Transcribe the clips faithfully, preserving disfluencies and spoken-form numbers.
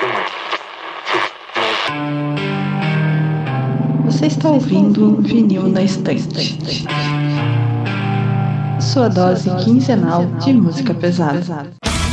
Você está ouvindo Vinil na Estante, sua dose quinzenal de música pesada.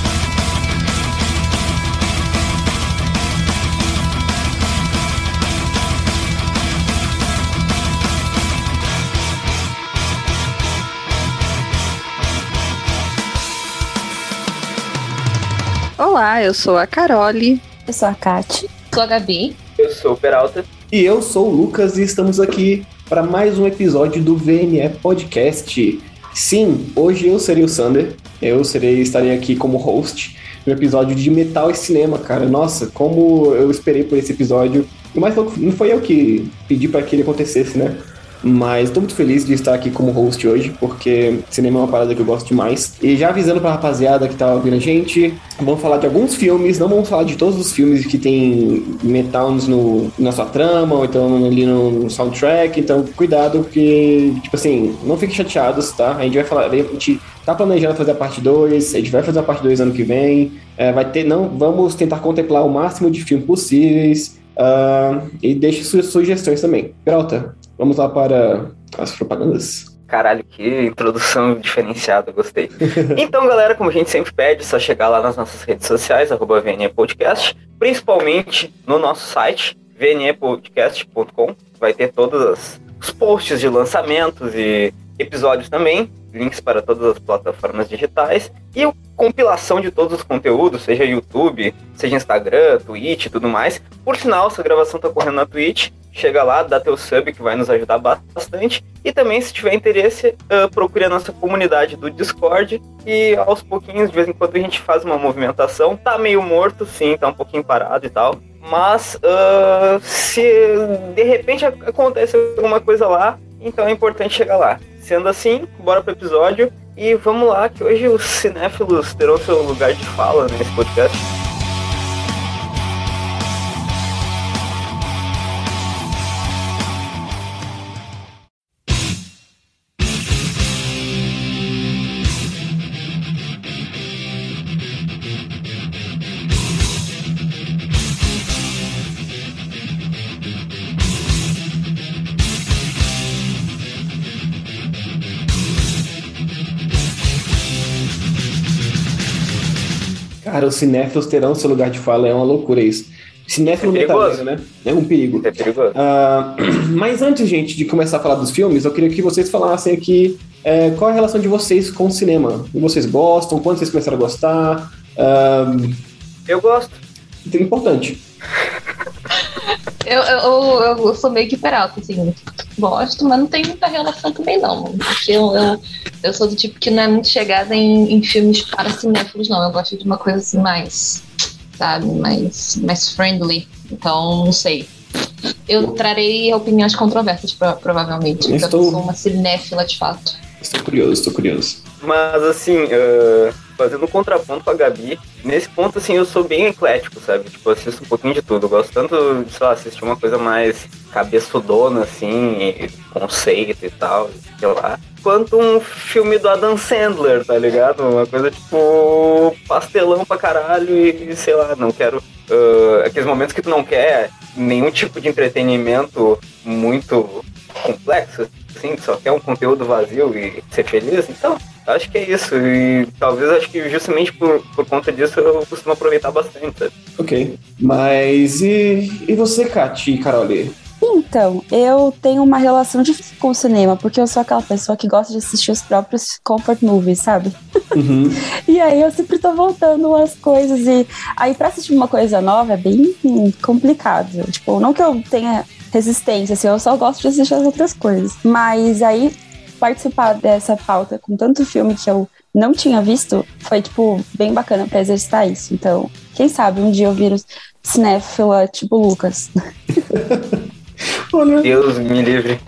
Olá, eu sou a Carole. Eu sou a Kati. Sou a Gabi. Eu sou o Peralta. E eu sou o Lucas e estamos aqui para mais um episódio do V N E Podcast. Sim, hoje eu serei o Sander. Eu serei, estarei aqui como host no episódio de Metal e Cinema, cara. Nossa, como eu esperei por esse episódio. Mas não foi eu que pedi para que ele acontecesse, né? Mas estou muito feliz de estar aqui como host hoje, porque cinema é uma parada que eu gosto demais. E já avisando pra rapaziada que tá ouvindo a gente, vamos falar de alguns filmes, não vamos falar de todos os filmes que tem metal no, na sua trama, ou então ali no, no soundtrack, então cuidado, porque, tipo assim, não fiquem chateados, tá? A gente vai falar, a gente tá planejando fazer a parte dois, a gente vai fazer a parte dois ano que vem, é, vai ter, não, vamos tentar contemplar o máximo de filmes possíveis, uh, e deixe suas sugestões também. Peralta, vamos lá para as propagandas. Caralho, que introdução diferenciada, gostei. Então, galera, como a gente sempre pede, é só chegar lá nas nossas redes sociais, arroba V N E Podcast, principalmente no nosso site, v n e podcast ponto com. Vai ter todos os posts de lançamentos e episódios também, links para todas as plataformas digitais, e a compilação de todos os conteúdos, seja YouTube, seja Instagram, Twitch e tudo mais. Por sinal, essa gravação está correndo na Twitch, chega lá, dá teu sub que vai nos ajudar bastante. E também, se tiver interesse, uh, procure a nossa comunidade do Discord. E aos pouquinhos, de vez em quando, a gente faz uma movimentação. Tá meio morto, sim, tá um pouquinho parado e tal. Mas uh, se de repente acontece alguma coisa lá, então é importante chegar lá. Sendo assim, bora pro episódio. E vamos lá, que hoje os cinéfilos terão seu lugar de fala nesse podcast. Cara, os cinéfilos terão seu lugar de fala, é uma loucura isso. Cinéfilo é metaleiro, né? É um perigo. É perigoso. Uh, mas antes, gente, de começar a falar dos filmes, eu queria que vocês falassem aqui é, qual é a relação de vocês com o cinema. Vocês gostam? Quando vocês começaram a gostar? Uh, eu gosto. É importante. eu, eu, eu, eu sou meio que Peralta, assim. Gosto, mas não tem muita relação também, não. Porque eu, eu, eu sou do tipo que não é muito chegada em, em filmes para cinéfilos, não. Eu gosto de uma coisa assim mais, sabe, mais, mais friendly. Então, não sei. Eu trarei opiniões controversas, provavelmente, porque estou... eu sou uma cinéfila de fato. Estou curioso, estou curioso. Mas, assim, uh, fazendo um contraponto com a Gabi, nesse ponto, assim, eu sou bem eclético, sabe? Tipo, eu assisto um pouquinho de tudo. Eu gosto tanto de, sei lá, assistir uma coisa mais cabeçudona, assim, conceito e tal, sei lá, quanto um filme do Adam Sandler, tá ligado? Uma coisa, tipo, pastelão pra caralho e, sei lá, não quero... Uh, aqueles momentos que tu não quer nenhum tipo de entretenimento muito complexo, assim, só quer um conteúdo vazio e ser feliz, então... Acho que é isso, e talvez acho que justamente por, por conta disso eu costumo aproveitar bastante, sabe? Ok, mas e, e você, Kati e Carole? Então, eu tenho uma relação difícil com o cinema, porque eu sou aquela pessoa que gosta de assistir os próprios comfort movies, sabe? Uhum. E aí eu sempre tô voltando às coisas, e aí pra assistir uma coisa nova é bem hum, complicado. Tipo, não que eu tenha resistência, assim, eu só gosto de assistir as outras coisas. Mas aí... participar dessa pauta com tanto filme que eu não tinha visto foi, tipo, bem bacana pra exercitar isso. Então, quem sabe um dia eu viro cinéfila tipo Lucas. Olha... Deus me livre.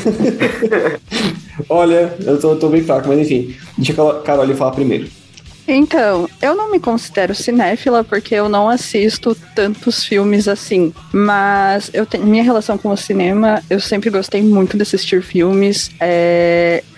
Olha, eu tô, eu tô bem fraco, mas enfim, deixa a Carole falar primeiro. Então, eu não me considero cinéfila porque eu não assisto tantos filmes assim, mas eu tenho minha relação com o cinema, eu sempre gostei muito de assistir filmes, é,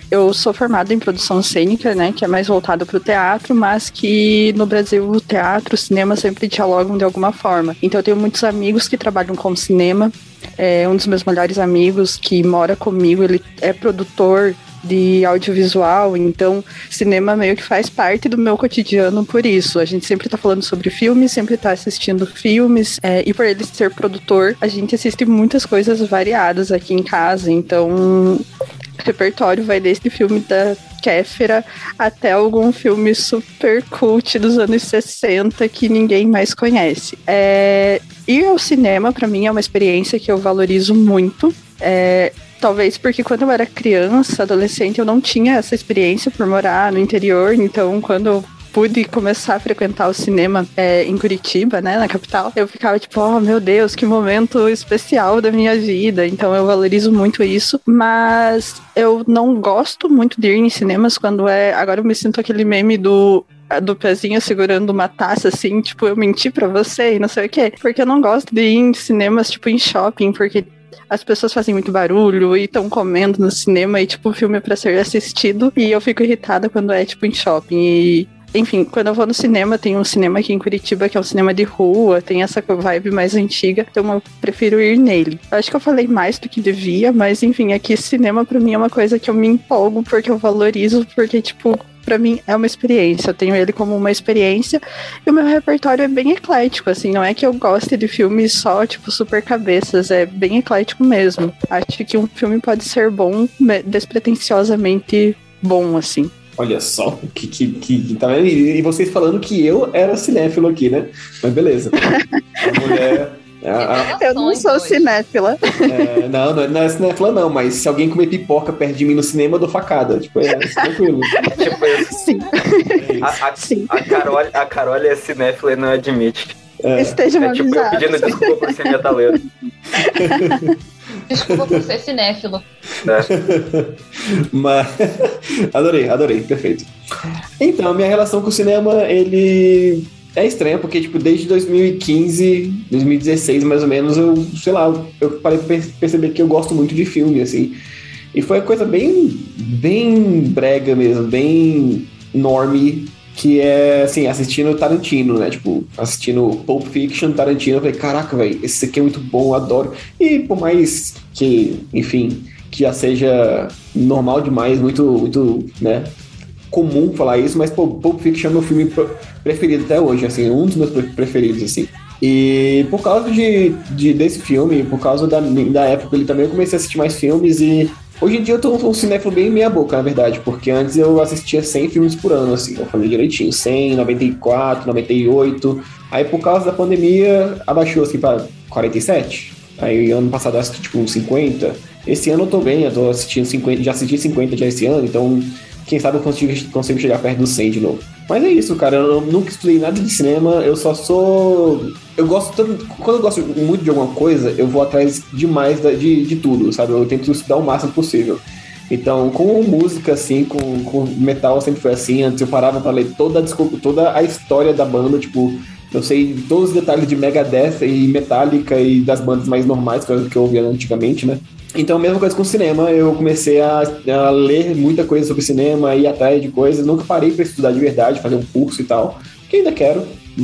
eu sou formada em produção cênica, né, que é mais voltado para o teatro, mas que no Brasil o teatro, o cinema sempre dialogam de alguma forma. Então eu tenho muitos amigos que trabalham com cinema. É, um dos meus melhores amigos que mora comigo, ele é produtor de audiovisual, então cinema meio que faz parte do meu cotidiano por isso. A gente sempre tá falando sobre filmes, sempre tá assistindo filmes, é, e por ele ser produtor, a gente assiste muitas coisas variadas aqui em casa, então o repertório vai desde filme da Kéfera até algum filme super cult dos anos sessenta que ninguém mais conhece. É, ir ao cinema, pra mim, é uma experiência que eu valorizo muito. É, talvez porque quando eu era criança, adolescente, eu não tinha essa experiência por morar no interior, então quando eu pude começar a frequentar o cinema é, em Curitiba, né, na capital, eu ficava tipo, oh meu Deus, que momento especial da minha vida, então eu valorizo muito isso, mas eu não gosto muito de ir em cinemas quando é, agora eu me sinto aquele meme do do pezinho segurando uma taça, assim, tipo, eu menti pra você e não sei o quê, porque eu não gosto de ir em cinemas, tipo, em shopping, porque as pessoas fazem muito barulho e estão comendo no cinema e, tipo, o filme é pra ser assistido e eu fico irritada quando é, tipo, em shopping. E, enfim, quando eu vou no cinema, tem um cinema aqui em Curitiba que é um cinema de rua, tem essa vibe mais antiga, então eu prefiro ir nele. Eu acho que eu falei mais do que devia, mas, enfim, aqui cinema pra mim é uma coisa que eu me empolgo porque eu valorizo, porque, tipo, pra mim é uma experiência, eu tenho ele como uma experiência e o meu repertório é bem eclético, assim, não é que eu goste de filmes só, tipo, super cabeças, é bem eclético mesmo. Acho que um filme pode ser bom, despretensiosamente bom, assim. Olha só, que, que, que tá vendo? E vocês falando que eu era cinéfilo aqui, né? Mas beleza. A mulher... A, a... Eu não sou cinéfila. É, não, não, não é cinéfila não, mas se alguém comer pipoca perto de mim no cinema, eu dou facada. Tipo, é tranquilo. Tipo isso. Sim. É a, a, Sim. a, Carol, a Carol é cinéfila e não admite. É. Esteja É tipo eu pedindo desculpa por ser metaleiro. Desculpa por ser cinéfilo. É. Mas adorei, adorei, perfeito. Então, a minha relação com o cinema, ele é estranha, porque, tipo, desde dois mil e quinze, dois mil e dezesseis, mais ou menos, eu, sei lá, eu parei pra perceber que eu gosto muito de filme, assim. E foi uma coisa bem, bem brega mesmo, bem normie, que é, assim, assistindo Tarantino, né? Tipo, assistindo Pulp Fiction, Tarantino, eu falei, caraca, velho, esse aqui é muito bom, eu adoro. E por mais que, enfim, que já seja normal demais, muito, muito, né, comum falar isso, mas, pô, Pulp Fiction é meu filme preferido até hoje, assim, um dos meus preferidos, assim. E por causa de, de, desse filme, por causa da, da época ele também, eu comecei a assistir mais filmes e hoje em dia eu tô um cinéfilo bem meia boca, na verdade, porque antes eu assistia cem filmes por ano, assim, eu falei direitinho, cem, noventa e quatro, noventa e oito, aí por causa da pandemia abaixou, assim, pra quarenta e sete, aí ano passado eu assisti, tipo, cinquenta, esse ano eu tô bem, eu tô assistindo cinquenta, já assisti cinquenta já esse ano, então quem sabe eu consigo, consigo chegar perto do cem de novo. Mas é isso, cara, eu nunca estudei nada de cinema, eu só sou... Eu gosto tanto... Quando eu gosto muito de alguma coisa, eu vou atrás demais de, de tudo, sabe? Eu tento estudar o máximo possível. Então, com música, assim, com, com metal sempre foi assim. Antes eu parava pra ler toda a, desculpa, toda a história da banda, tipo... Eu sei todos os detalhes de Megadeth e Metallica e das bandas mais normais que eu, que eu ouvia antigamente, né? Então, a mesma coisa com cinema, eu comecei a, a ler muita coisa sobre cinema, ir atrás de coisas, nunca parei para estudar de verdade, fazer um curso e tal, que ainda quero,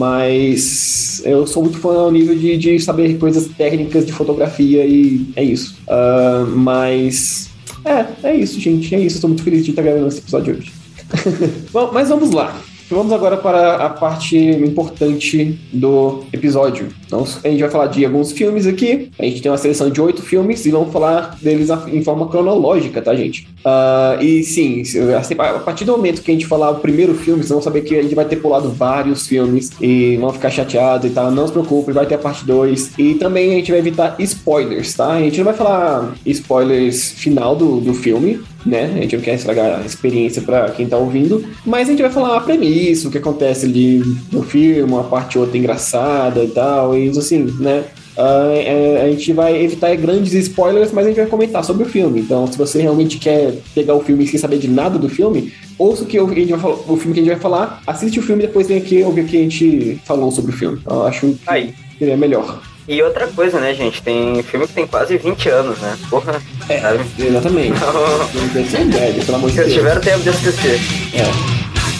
mas eu sou muito fã ao nível de, de saber coisas técnicas de fotografia e é isso. Uh, mas, é, é isso, gente, é isso, estou muito feliz de estar gravando esse episódio hoje. Bom, mas vamos lá. Vamos agora para a parte importante do episódio. Então, a gente vai falar de alguns filmes aqui. A gente tem uma seleção de oito filmes e vamos falar deles em forma cronológica, tá, gente? Uh, e sim, a partir do momento que a gente falar o primeiro filme, vocês vão saber que a gente vai ter pulado vários filmes e vão ficar chateados e tal. Não se preocupe, vai ter a parte dois. E também a gente vai evitar spoilers, tá? A gente não vai falar spoilers final do, do filme, né? A gente não quer estragar a experiência pra quem tá ouvindo, mas a gente vai falar a premissa, o que acontece ali no filme, uma parte ou outra engraçada e tal, e isso assim, né? Uh, a gente vai evitar grandes spoilers, mas a gente vai comentar sobre o filme. Então, se você realmente quer pegar o filme sem saber de nada do filme, ouça o, que a gente vai falar, o filme que a gente vai falar, assiste o filme e depois vem aqui ouvir o que a gente falou sobre o filme. Então, eu acho que Aí. seria melhor. E outra coisa, né, gente? Tem filme que tem quase vinte anos, né? Porra. É, sabe? exatamente. Então, Não tem que ser média, pelo amor de vocês Deus. tiveram tempo de assistir. É.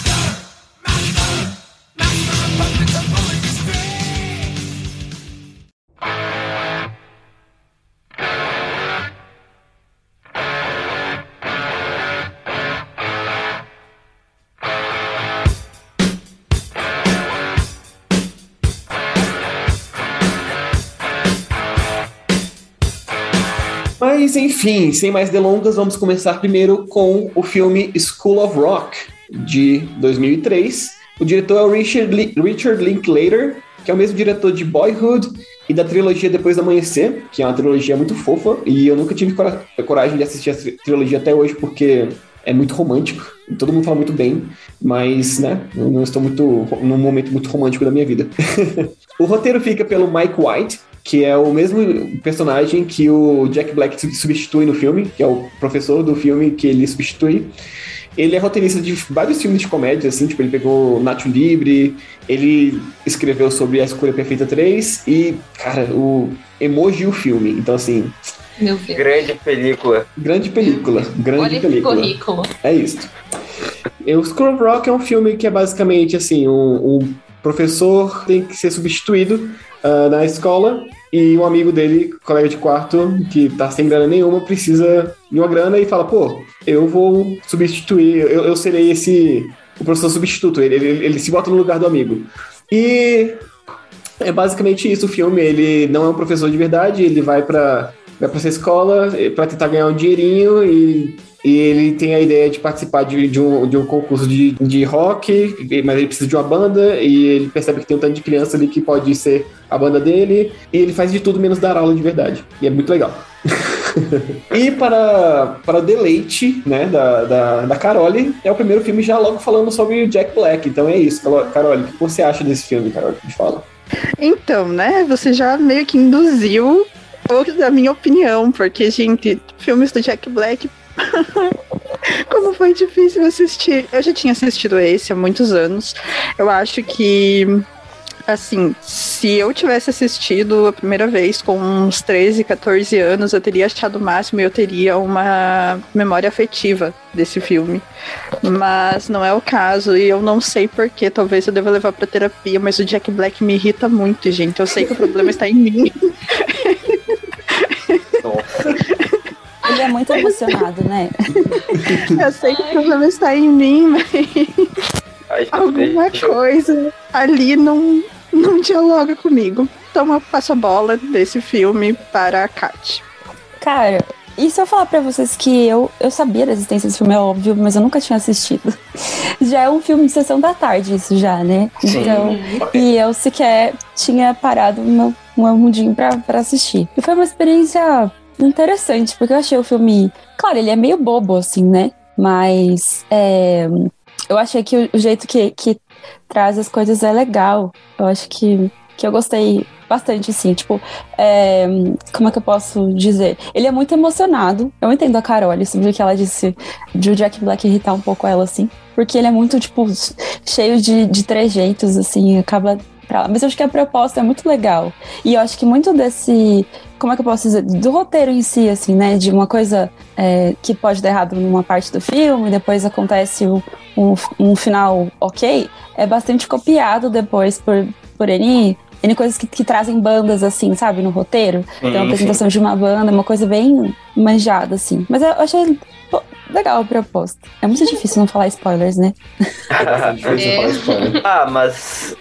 Mas, enfim, sem mais delongas, vamos começar primeiro com o filme School of Rock, de dois mil e três. O diretor é o Richard, Li- Richard Linklater, que é o mesmo diretor de Boyhood e da trilogia Depois do Amanhecer, que é uma trilogia muito fofa, e eu nunca tive cora- coragem de assistir essa trilogia até hoje, porque é muito romântico, e todo mundo fala muito bem, mas, né, eu não estou muito num momento muito romântico da minha vida. O roteiro fica pelo Mike White, que é o mesmo personagem que o Jack Black substitui no filme, que é o professor do filme que ele substitui. Ele é roteirista de vários filmes de comédia, assim, tipo, ele pegou Nacho Libre, ele escreveu sobre A Escolha Perfeita três e, cara, o Emoji o filme. Então, assim... Meu Deus. Grande película. Grande película. Grande Olha película. esse currículo. É isso. E o School of Rock é um filme que é basicamente, assim, um, um professor tem que ser substituído uh, na escola e um amigo dele, colega de quarto, que tá sem grana nenhuma, precisa de uma grana e fala, pô, eu vou substituir, eu, eu serei esse, o professor substituto, ele, ele, ele se bota no lugar do amigo. E é basicamente isso o filme, ele não é um professor de verdade, ele vai pra, vai pra essa escola pra tentar ganhar um dinheirinho e... E ele tem a ideia de participar de, de, um, de um concurso de, de rock, mas ele precisa de uma banda, e ele percebe que tem um tanto de criança ali que pode ser a banda dele, e ele faz de tudo menos dar aula de verdade. E é muito legal. E para, para deleite, né, da, da, da Carole, é o primeiro filme já logo falando sobre o Jack Black. Então é isso, Carole, o que você acha desse filme, Carole? Me fala. Então, né, você já meio que induziu a minha opinião, porque, gente, filmes do Jack Black... Como foi difícil assistir. Eu já tinha assistido esse há muitos anos. Eu acho que, assim, se eu tivesse assistido a primeira vez com uns treze, catorze anos, eu teria achado o máximo e eu teria uma memória afetiva desse filme. Mas não é o caso e eu não sei porquê. Talvez eu deva levar pra terapia, mas o Jack Black me irrita muito, gente. Eu sei que o problema está em mim. Nossa. Ele é muito emocionado, né? Eu sei que o problema está em mim, mas Ai, alguma deixa eu- coisa ali não, não dialoga comigo. Então eu passo a bola desse filme para a Kat. Cara, e se eu falar pra vocês que eu, eu sabia da existência desse filme, é óbvio, mas eu nunca tinha assistido. Já é um filme de sessão da tarde, isso já, né? Sim. Então, e eu sequer tinha parado o meu, o meu mundinho pra, pra assistir. E foi uma experiência interessante, porque eu achei o filme... Claro, ele é meio bobo, assim, né? Mas é, eu achei que o, o jeito que, que traz as coisas é legal. Eu acho que, que eu gostei bastante, assim. Tipo, é, como é que eu posso dizer? Ele é muito emocionado. Eu entendo a Carole sobre o que ela disse de o Jack Black irritar um pouco ela, assim. Porque ele é muito, tipo, cheio de, de trejeitos, assim, acaba... pra lá. Mas eu acho que a proposta é muito legal. E eu acho que muito desse... Como é que eu posso dizer? Do roteiro em si, assim, né? De uma coisa é, que pode dar errado numa parte do filme, depois acontece um, um, um final ok, é bastante copiado depois por, por N, N coisas que, que trazem bandas, assim, sabe? No roteiro. Sim, Tem uma apresentação de uma banda, uma coisa bem manjada, assim. Mas eu achei pô, legal a proposta. É muito difícil não falar spoilers, né? Difícil falar spoiler. Ah, mas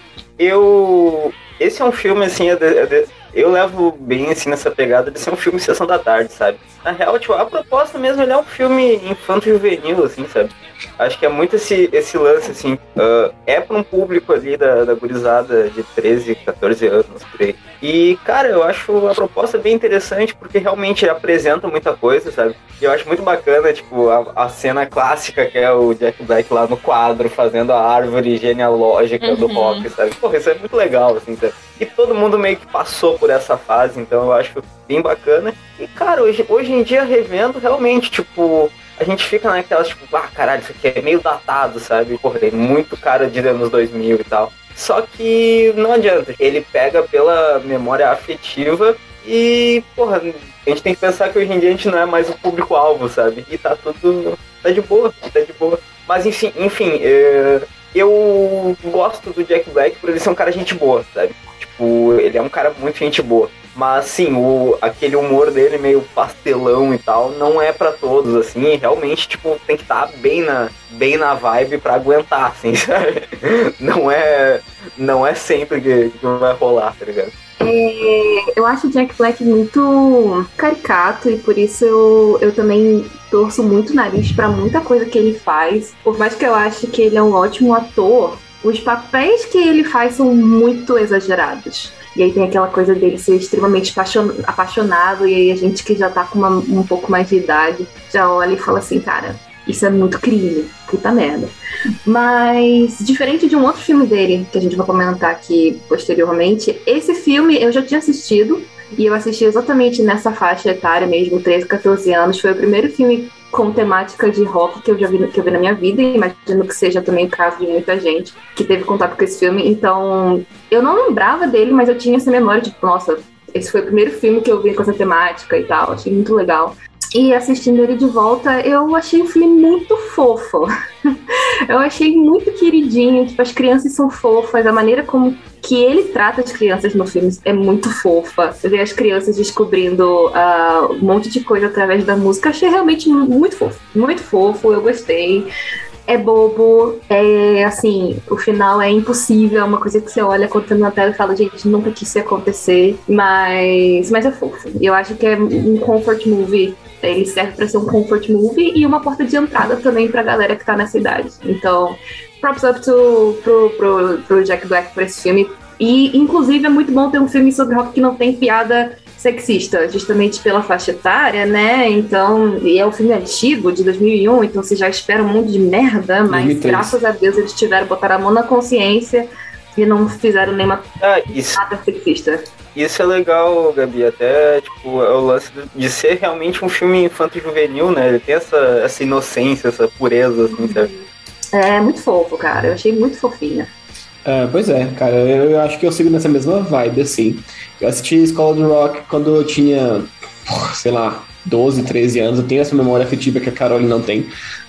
eu... Esse é um filme, assim, eu, eu, eu levo bem, assim, nessa pegada de ser um filme Sessão da Tarde, sabe? Na real, tipo, a proposta mesmo, ele é um filme infanto-juvenil, assim, sabe? Acho que é muito esse, esse lance, assim, uh, é para um público ali da, da gurizada de treze, catorze anos, por aí. E, cara, eu acho a proposta bem interessante, porque realmente apresenta muita coisa, sabe? E eu acho muito bacana, tipo, a, a cena clássica, que é o Jack Black lá no quadro, fazendo a árvore genealógica uhum. do rock, sabe? Porra, isso é muito legal, assim, sabe? E todo mundo meio que passou por essa fase, então eu acho bem bacana. E, cara, hoje, hoje em dia, revendo, realmente, tipo... A gente fica naquelas, tipo, ah, caralho, isso aqui é meio datado, sabe? Porra, é muito cara de anos dois mil e tal. Só que não adianta. Ele pega pela memória afetiva e, porra, a gente tem que pensar que hoje em dia a gente não é mais o público-alvo, sabe? E tá tudo... tá de boa, tá de boa. Mas enfim, enfim, é, eu gosto do Jack Black por ele ser um cara gente boa, sabe? Tipo, ele é um cara muito gente boa. Mas sim, o, aquele humor dele meio pastelão e tal, não é pra todos, assim, realmente, tipo, tem que estar tá bem na, bem na vibe pra aguentar, assim, sabe? Não é, não é sempre que, que vai rolar, tá ligado? É, eu acho o Jack Black muito caricato e por isso eu, eu também torço muito o nariz pra muita coisa que ele faz. Por mais que eu ache que ele é um ótimo ator, os papéis que ele faz são muito exagerados. E aí tem aquela coisa dele ser extremamente apaixonado, e aí a gente que já tá com uma, um pouco mais de idade já olha e fala assim, cara, isso é muito crime, puta merda. Mas, diferente de um outro filme dele, que a gente vai comentar aqui posteriormente, esse filme eu já tinha assistido, e eu assisti exatamente nessa faixa etária mesmo, treze, catorze anos. Foi o primeiro filme com temática de rock que eu já vi, que eu vi na minha vida, e imagino que seja também o caso de muita gente que teve contato com esse filme. Então, eu não lembrava dele, mas eu tinha essa memória de, nossa, esse foi o primeiro filme que eu vi com essa temática e tal, achei muito legal. E assistindo ele de volta, eu achei o filme muito fofo. Eu achei muito queridinho, tipo, as crianças são fofas, a maneira como que ele trata as crianças no filme é muito fofa. Ver as crianças descobrindo uh, um monte de coisa através da música, achei realmente muito fofo. Muito fofo, eu gostei. É bobo, é assim, o final é impossível, é uma coisa que você olha contando na tela e fala, gente, nunca quis isso acontecer, mas, mas é fofo. Eu acho que é um comfort movie. Ele serve para ser um comfort movie e uma porta de entrada também pra galera que tá nessa idade. Então, props up to, pro, pro, pro Jack Black por esse filme. E, inclusive, é muito bom ter um filme sobre rock que não tem piada sexista, justamente pela faixa etária, né? Então, e é um filme antigo, de dois mil e um, então você já espera um monte de merda, mas dois mil e três. Graças a Deus eles tiveram, botaram a mão na consciência e não fizeram nenhuma ah, isso. piada sexista. Isso é legal, Gabi, até, tipo, é o lance de ser realmente um filme infanto-juvenil, né? Ele tem essa, essa inocência, essa pureza, assim, sabe? É, muito fofo, cara. Eu achei muito fofinha. É, pois é, cara, eu acho que eu sigo nessa mesma vibe, assim. Eu assisti Escola do Rock quando eu tinha, sei lá, doze, treze anos. Eu tenho essa memória afetiva que a Carole não tem.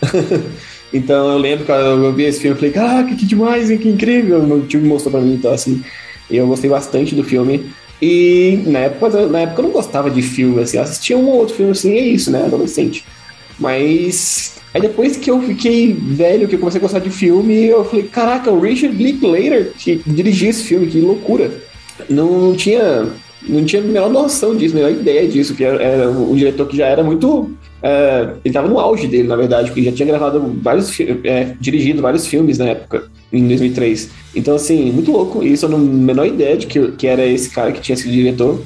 Então eu lembro que eu vi esse filme e falei, caraca, que demais, que incrível. Meu tio me mostrou pra mim, então assim, eu gostei bastante do filme. E na época, na época eu não gostava de filme, assim, eu assistia um ou outro filme assim, é isso, né, adolescente. Mas aí depois que eu fiquei velho, que eu comecei a gostar de filme, eu falei, caraca, o Richard Linklater que dirigiu esse filme, que loucura. Não, não tinha não tinha a menor noção disso, a menor ideia disso, que era, era um diretor que já era muito... É, ele estava no auge dele, na verdade, porque ele já tinha gravado vários, é, dirigido vários filmes na época, em dois mil e três. Então, assim, muito louco. Isso eu não tinha a menor ideia de que, que era esse cara que tinha sido diretor.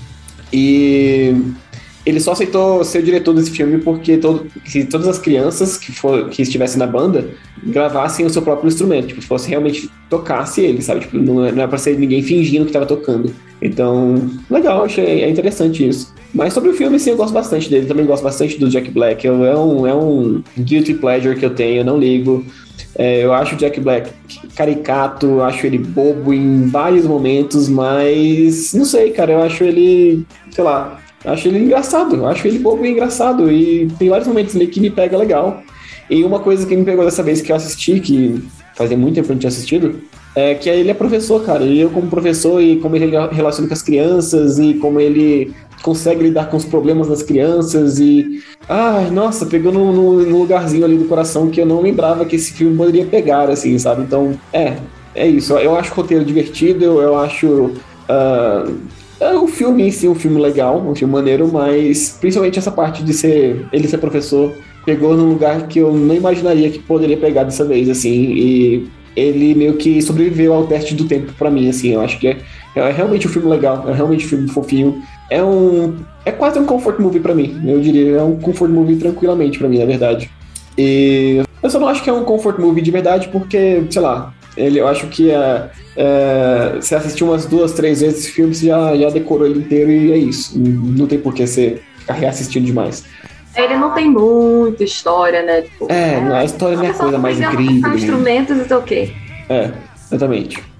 E ele só aceitou ser o diretor desse filme porque todo, que todas as crianças que, for, que estivessem na banda gravassem o seu próprio instrumento, tipo, se fosse realmente tocasse ele, sabe? Tipo, não é, não é pra ser ninguém fingindo que estava tocando. Então, legal, achei é interessante isso. Mas sobre o filme, sim, eu gosto bastante dele. Também gosto bastante do Jack Black. Eu, é, um, é um guilty pleasure que eu tenho, eu não ligo. É, eu acho o Jack Black caricato, acho ele bobo em vários momentos, mas não sei, cara, eu acho ele, sei lá, acho ele engraçado, acho ele bobo e engraçado. E tem vários momentos ali que me pega legal. E uma coisa que me pegou dessa vez que eu assisti, que fazia muito tempo que eu não tinha assistido, é que ele é professor, cara. E eu, como professor, e como ele relaciona com as crianças, e como ele consegue lidar com os problemas das crianças, e... Ai, nossa, pegou no, no, no lugarzinho ali do coração que eu não lembrava que esse filme poderia pegar, assim, sabe? Então, é, é isso. Eu acho o roteiro divertido, eu, eu acho... Uh, é o filme em si um filme legal, um filme maneiro, mas principalmente essa parte de ser ele ser professor pegou num lugar que eu não imaginaria que poderia pegar dessa vez, assim, e ele meio que sobreviveu ao teste do tempo pra mim, assim. Eu acho que é, é realmente um filme legal, é realmente um filme fofinho, é um... é quase um comfort movie pra mim, eu diria, é um comfort movie tranquilamente pra mim, na verdade. E eu só não acho que é um comfort movie de verdade porque, sei lá, ele, eu acho que é, é, você assistiu umas duas, três vezes esse filme, você já, já decorou ele inteiro e é isso, não tem por que você ficar reassistindo demais. Ele não tem muita história, né? Tipo, é, a história não é a coisa mais incrível. São instrumentos e tá ok. É, exatamente.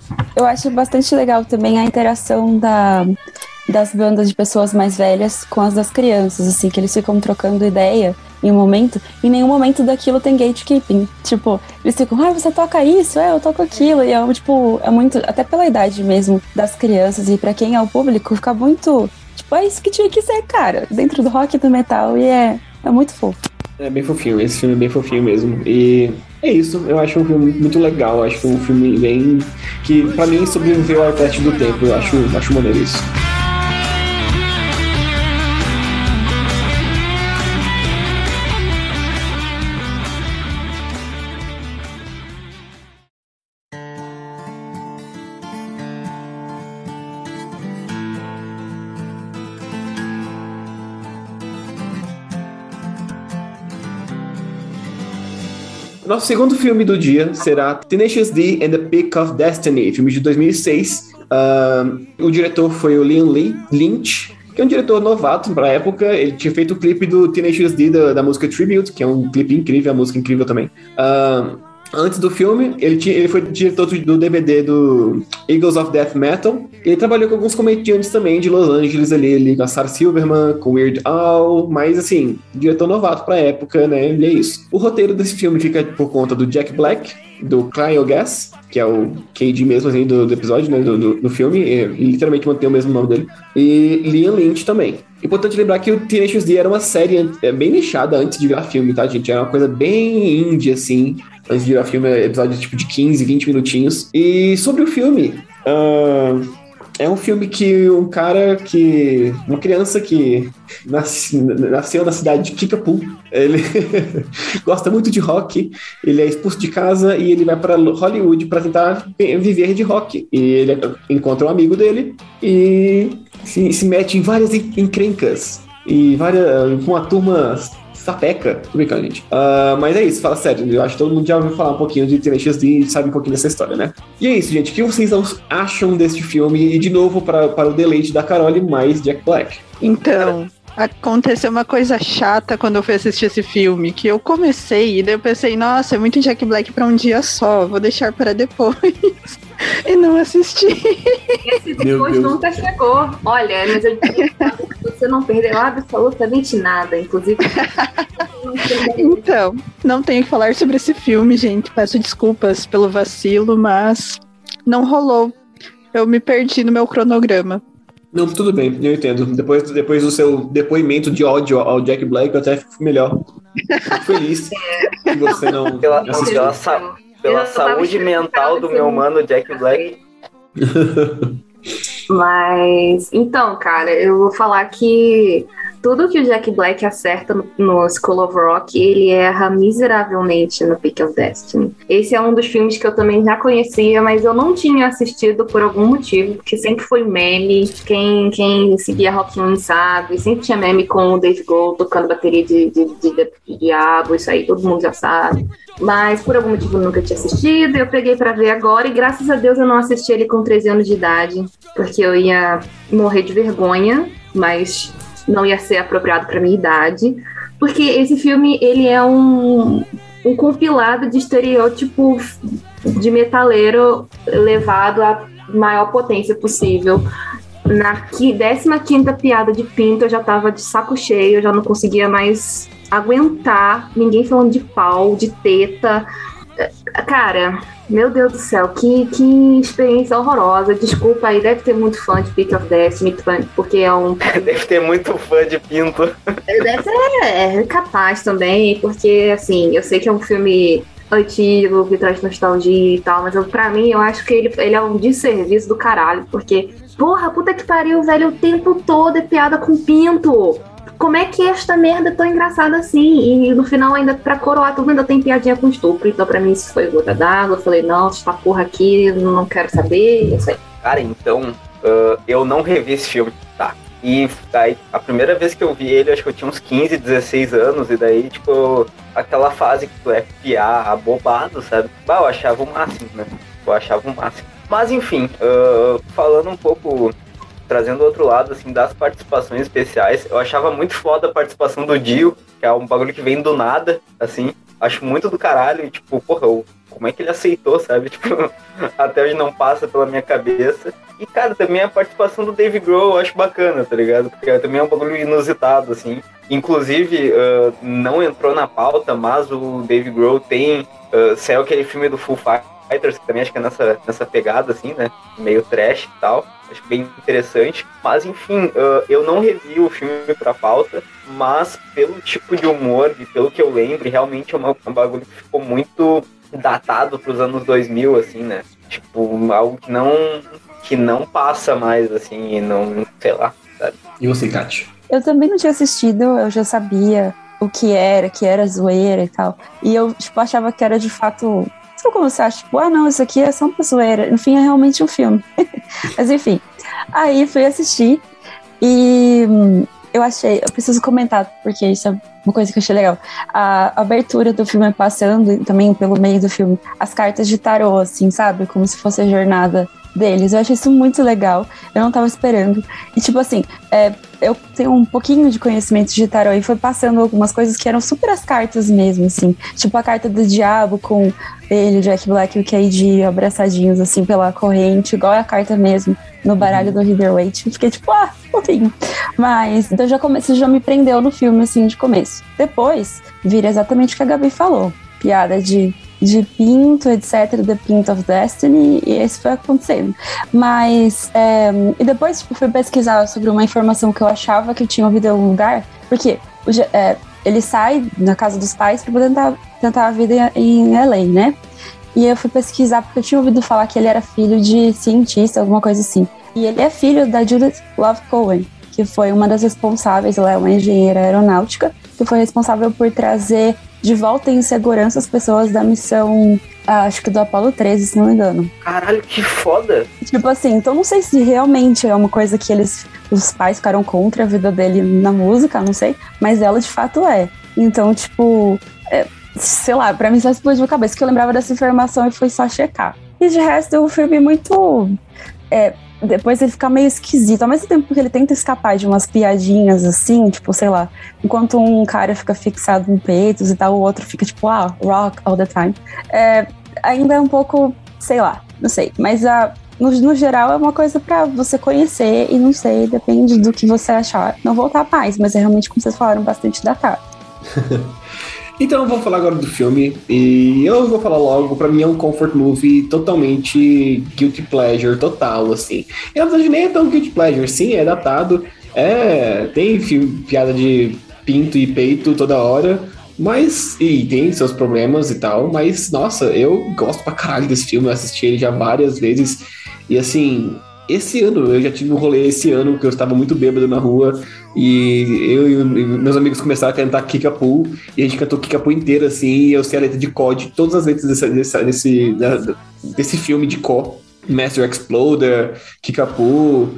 Eu acho bastante legal também a interação da, das bandas de pessoas mais velhas com as das crianças, assim, que eles ficam trocando ideia em um momento, e em nenhum momento daquilo tem gatekeeping. Tipo, eles ficam, ah, você toca isso? É, eu toco aquilo. E é, tipo, é muito, até pela idade mesmo das crianças, e pra quem é o público, fica muito, tipo, é isso que tinha que ser, cara, dentro do rock e do metal, e é, é muito fofo. É bem fofinho, esse filme é bem fofinho mesmo. E é isso, eu acho um filme muito legal, acho que um filme bem... que pra mim sobreviveu ao teste do tempo, eu acho, acho maneiro isso. Nosso segundo filme do dia será Tenacious D and the Pick of Destiny, filme de dois mil e seis. Uh, o diretor foi o Liam Lynch, que é um diretor novato para a época. Ele tinha feito o clipe do Tenacious D da, da música Tribute, que é um clipe incrível, a música incrível também. Uh, antes do filme, ele, tinha, ele foi diretor do D V D do Eagles of Death Metal. Ele trabalhou com alguns comediantes também de Los Angeles ali, ali com a Sarah Silverman, com Weird Al, mas assim, diretor novato pra época, né? E é isso. O roteiro desse filme fica por conta do Jack Black, do Kyle Gass, que é o K D mesmo assim, do, do episódio, né? Do, do, do filme, e, literalmente mantém o mesmo nome dele. E Liam Lynch também. Importante lembrar que o Tenacious D era uma série bem nichada antes de virar filme, tá, gente? Era uma coisa bem indie, assim, antes de virar filme, episódio tipo de quinze, vinte minutinhos. E sobre o filme, uh, é um filme que um cara que... uma criança que nasce, nasceu na cidade de Kickapoo, ele gosta muito de rock, ele é expulso de casa e ele vai para Hollywood para tentar viver de rock. E ele encontra um amigo dele e se, se mete em várias encrencas e várias, com uma turma sapeca. Tô brincando, gente. Uh, mas é isso, fala sério. Eu acho que todo mundo já ouviu falar um pouquinho de Tenacious D e sabe um pouquinho dessa história, né? E é isso, gente. O que vocês acham deste filme? E, de novo, para, para o deleite da Carole, mais Jack Black. Então, aconteceu uma coisa chata quando eu fui assistir esse filme, que eu comecei e daí eu pensei, nossa, é muito Jack Black pra um dia só, vou deixar para depois. E não assisti. Esse depois nunca chegou. Olha, mas eu diria que você não perdeu absolutamente nada, inclusive. Então, não tenho que falar sobre esse filme, gente. Peço desculpas pelo vacilo, mas não rolou. Eu me perdi no meu cronograma. Não, tudo bem, eu entendo. Depois, depois do seu depoimento de ódio ao Jack Black, eu até fico melhor. Fico feliz que você não pela, assistiu. Pela, sa- pela saúde mental do meu mano Jack Black. Mas, então, cara, eu vou falar que tudo que o Jack Black acerta no, no School of Rock, ele erra miseravelmente no Pick of Destiny. Esse é um dos filmes que eu também já conhecia, mas eu não tinha assistido por algum motivo, porque sempre foi meme. Quem, quem seguia Rock um sabe, sempre tinha meme com o Dave Grohl tocando bateria de, de, de, de, de diabo, isso aí todo mundo já sabe. Mas por algum motivo eu nunca tinha assistido, eu peguei pra ver agora e graças a Deus eu não assisti ele com treze anos de idade, porque eu ia morrer de vergonha, mas não ia ser apropriado pra minha idade, porque esse filme, ele é um, um compilado de estereótipo de metaleiro levado à maior potência possível. Na décima quinta piada de pinto eu já tava de saco cheio, eu já não conseguia mais aguentar ninguém falando de pau, de teta. Cara, meu Deus do céu, que, que experiência horrorosa. Desculpa aí, deve ter muito fã de Pick of Destiny, porque é um... Deve ter muito fã de pinto. Deve ser, é, capaz também, porque, assim, eu sei que é um filme antigo, que traz nostalgia e tal, mas eu, pra mim, eu acho que ele, ele é um desserviço do caralho, porque, porra, puta que pariu, velho, o tempo todo é piada com pinto. Como é que esta merda é tão engraçada assim? E no final, ainda pra coroar tudo, ainda tem piadinha com estupro. Então, pra mim, isso foi gota d'água. Eu falei, não, essa porra aqui, não quero saber. Isso aí. Cara, então, uh, eu não revi esse filme, tá? E daí, a primeira vez que eu vi ele, acho que eu tinha uns quinze, dezesseis anos. E daí, tipo, aquela fase que tu é piar, abobado, sabe? Bah, eu achava o máximo, né? Eu achava o máximo. Mas, enfim, uh, falando um pouco... Trazendo o outro lado, assim, das participações especiais, eu achava muito foda a participação do Dio, que é um bagulho que vem do nada, assim, acho muito do caralho. E, tipo, porra, eu, como é que ele aceitou, sabe? Tipo, até hoje não passa pela minha cabeça. E, cara, também a participação do Dave Grohl eu acho bacana, tá ligado? Porque também é um bagulho inusitado, assim. Inclusive, uh, não entrou na pauta, mas o Dave Grohl tem... Uh, saiu aquele filme do Foo Fighters, que também acho que é nessa, nessa pegada, assim, né? Meio trash e tal. Acho bem interessante. Mas, enfim, uh, eu não revi o filme pra pauta, mas pelo tipo de humor e pelo que eu lembro, realmente é uma, um bagulho que ficou muito datado pros anos dois mil, assim, né? Tipo, algo que não, que não passa mais, assim, e não, sei lá, sabe? E você, Kátia? Eu também não tinha assistido, eu já sabia o que era, que era zoeira e tal. E eu, tipo, achava que era de fato... Sabe como você acha? Tipo, ah, não, isso aqui é só uma zoeira. No fim, é realmente um filme. Mas, enfim. Aí, fui assistir e hum, eu achei... Eu preciso comentar, porque isso é uma coisa que eu achei legal. A abertura do filme passando, e também pelo meio do filme, as cartas de tarô, assim, sabe? Como se fosse a jornada deles. Eu achei isso muito legal. Eu não tava esperando. E, tipo assim, é, eu tenho um pouquinho de conhecimento de tarô e foi passando algumas coisas que eram super as cartas mesmo, assim. Tipo a carta do diabo com ele, o Jack Black e o K D abraçadinhos, assim, pela corrente, igual a carta mesmo no baralho do Rider-Waite. Eu fiquei tipo, ah, fofinho. Mas então já comece, já me prendeu no filme, assim, de começo. Depois, vira exatamente o que a Gabi falou. Piada de... de pinto, etcétera, The Pint of Destiny, e isso foi acontecendo. Mas, é, e depois tipo, fui pesquisar sobre uma informação que eu achava que eu tinha ouvido em algum lugar, porque é, ele sai na casa dos pais para poder tentar, tentar a vida em, em L A, né? E eu fui pesquisar porque eu tinha ouvido falar que ele era filho de cientista, alguma coisa assim. E ele é filho da Judith Love Cohen, que foi uma das responsáveis, ela é uma engenheira aeronáutica, que foi responsável por trazer de volta em segurança as pessoas da missão, acho que do Apollo treze, se não me engano. Caralho, que foda! Tipo assim, então não sei se realmente é uma coisa que eles, os pais ficaram contra a vida dele na música, não sei, mas ela de fato é. Então, tipo, é, sei lá, pra mim só explodiu a cabeça que eu lembrava dessa informação e fui só checar. E de resto, o filme é muito... É, depois ele fica meio esquisito, ao mesmo tempo que ele tenta escapar de umas piadinhas assim, tipo, sei lá, enquanto um cara fica fixado em peitos e tal, o outro fica tipo, ah, rock all the time. É, ainda é um pouco, sei lá, não sei, mas a, no, no geral é uma coisa pra você conhecer e não sei, depende do que você achar. Não voltar mais, mas é realmente, como vocês falaram, bastante datado. Então eu vou falar agora do filme, e eu vou falar logo, pra mim é um comfort movie totalmente guilty pleasure, total, assim. E na verdade nem é tão guilty pleasure, sim, é datado, é, tem filme, piada de pinto e peito toda hora, mas, e tem seus problemas e tal, mas, nossa, eu gosto pra caralho desse filme, eu assisti ele já várias vezes, e assim... Esse ano, eu já tive um rolê esse ano que eu estava muito bêbado na rua e eu e meus amigos começaram a cantar Kickapoo e a gente cantou Kickapoo inteiro assim, e eu sei a letra de có de todas as letras desse, desse, desse, desse filme de có. Master Exploder, Kickapoo,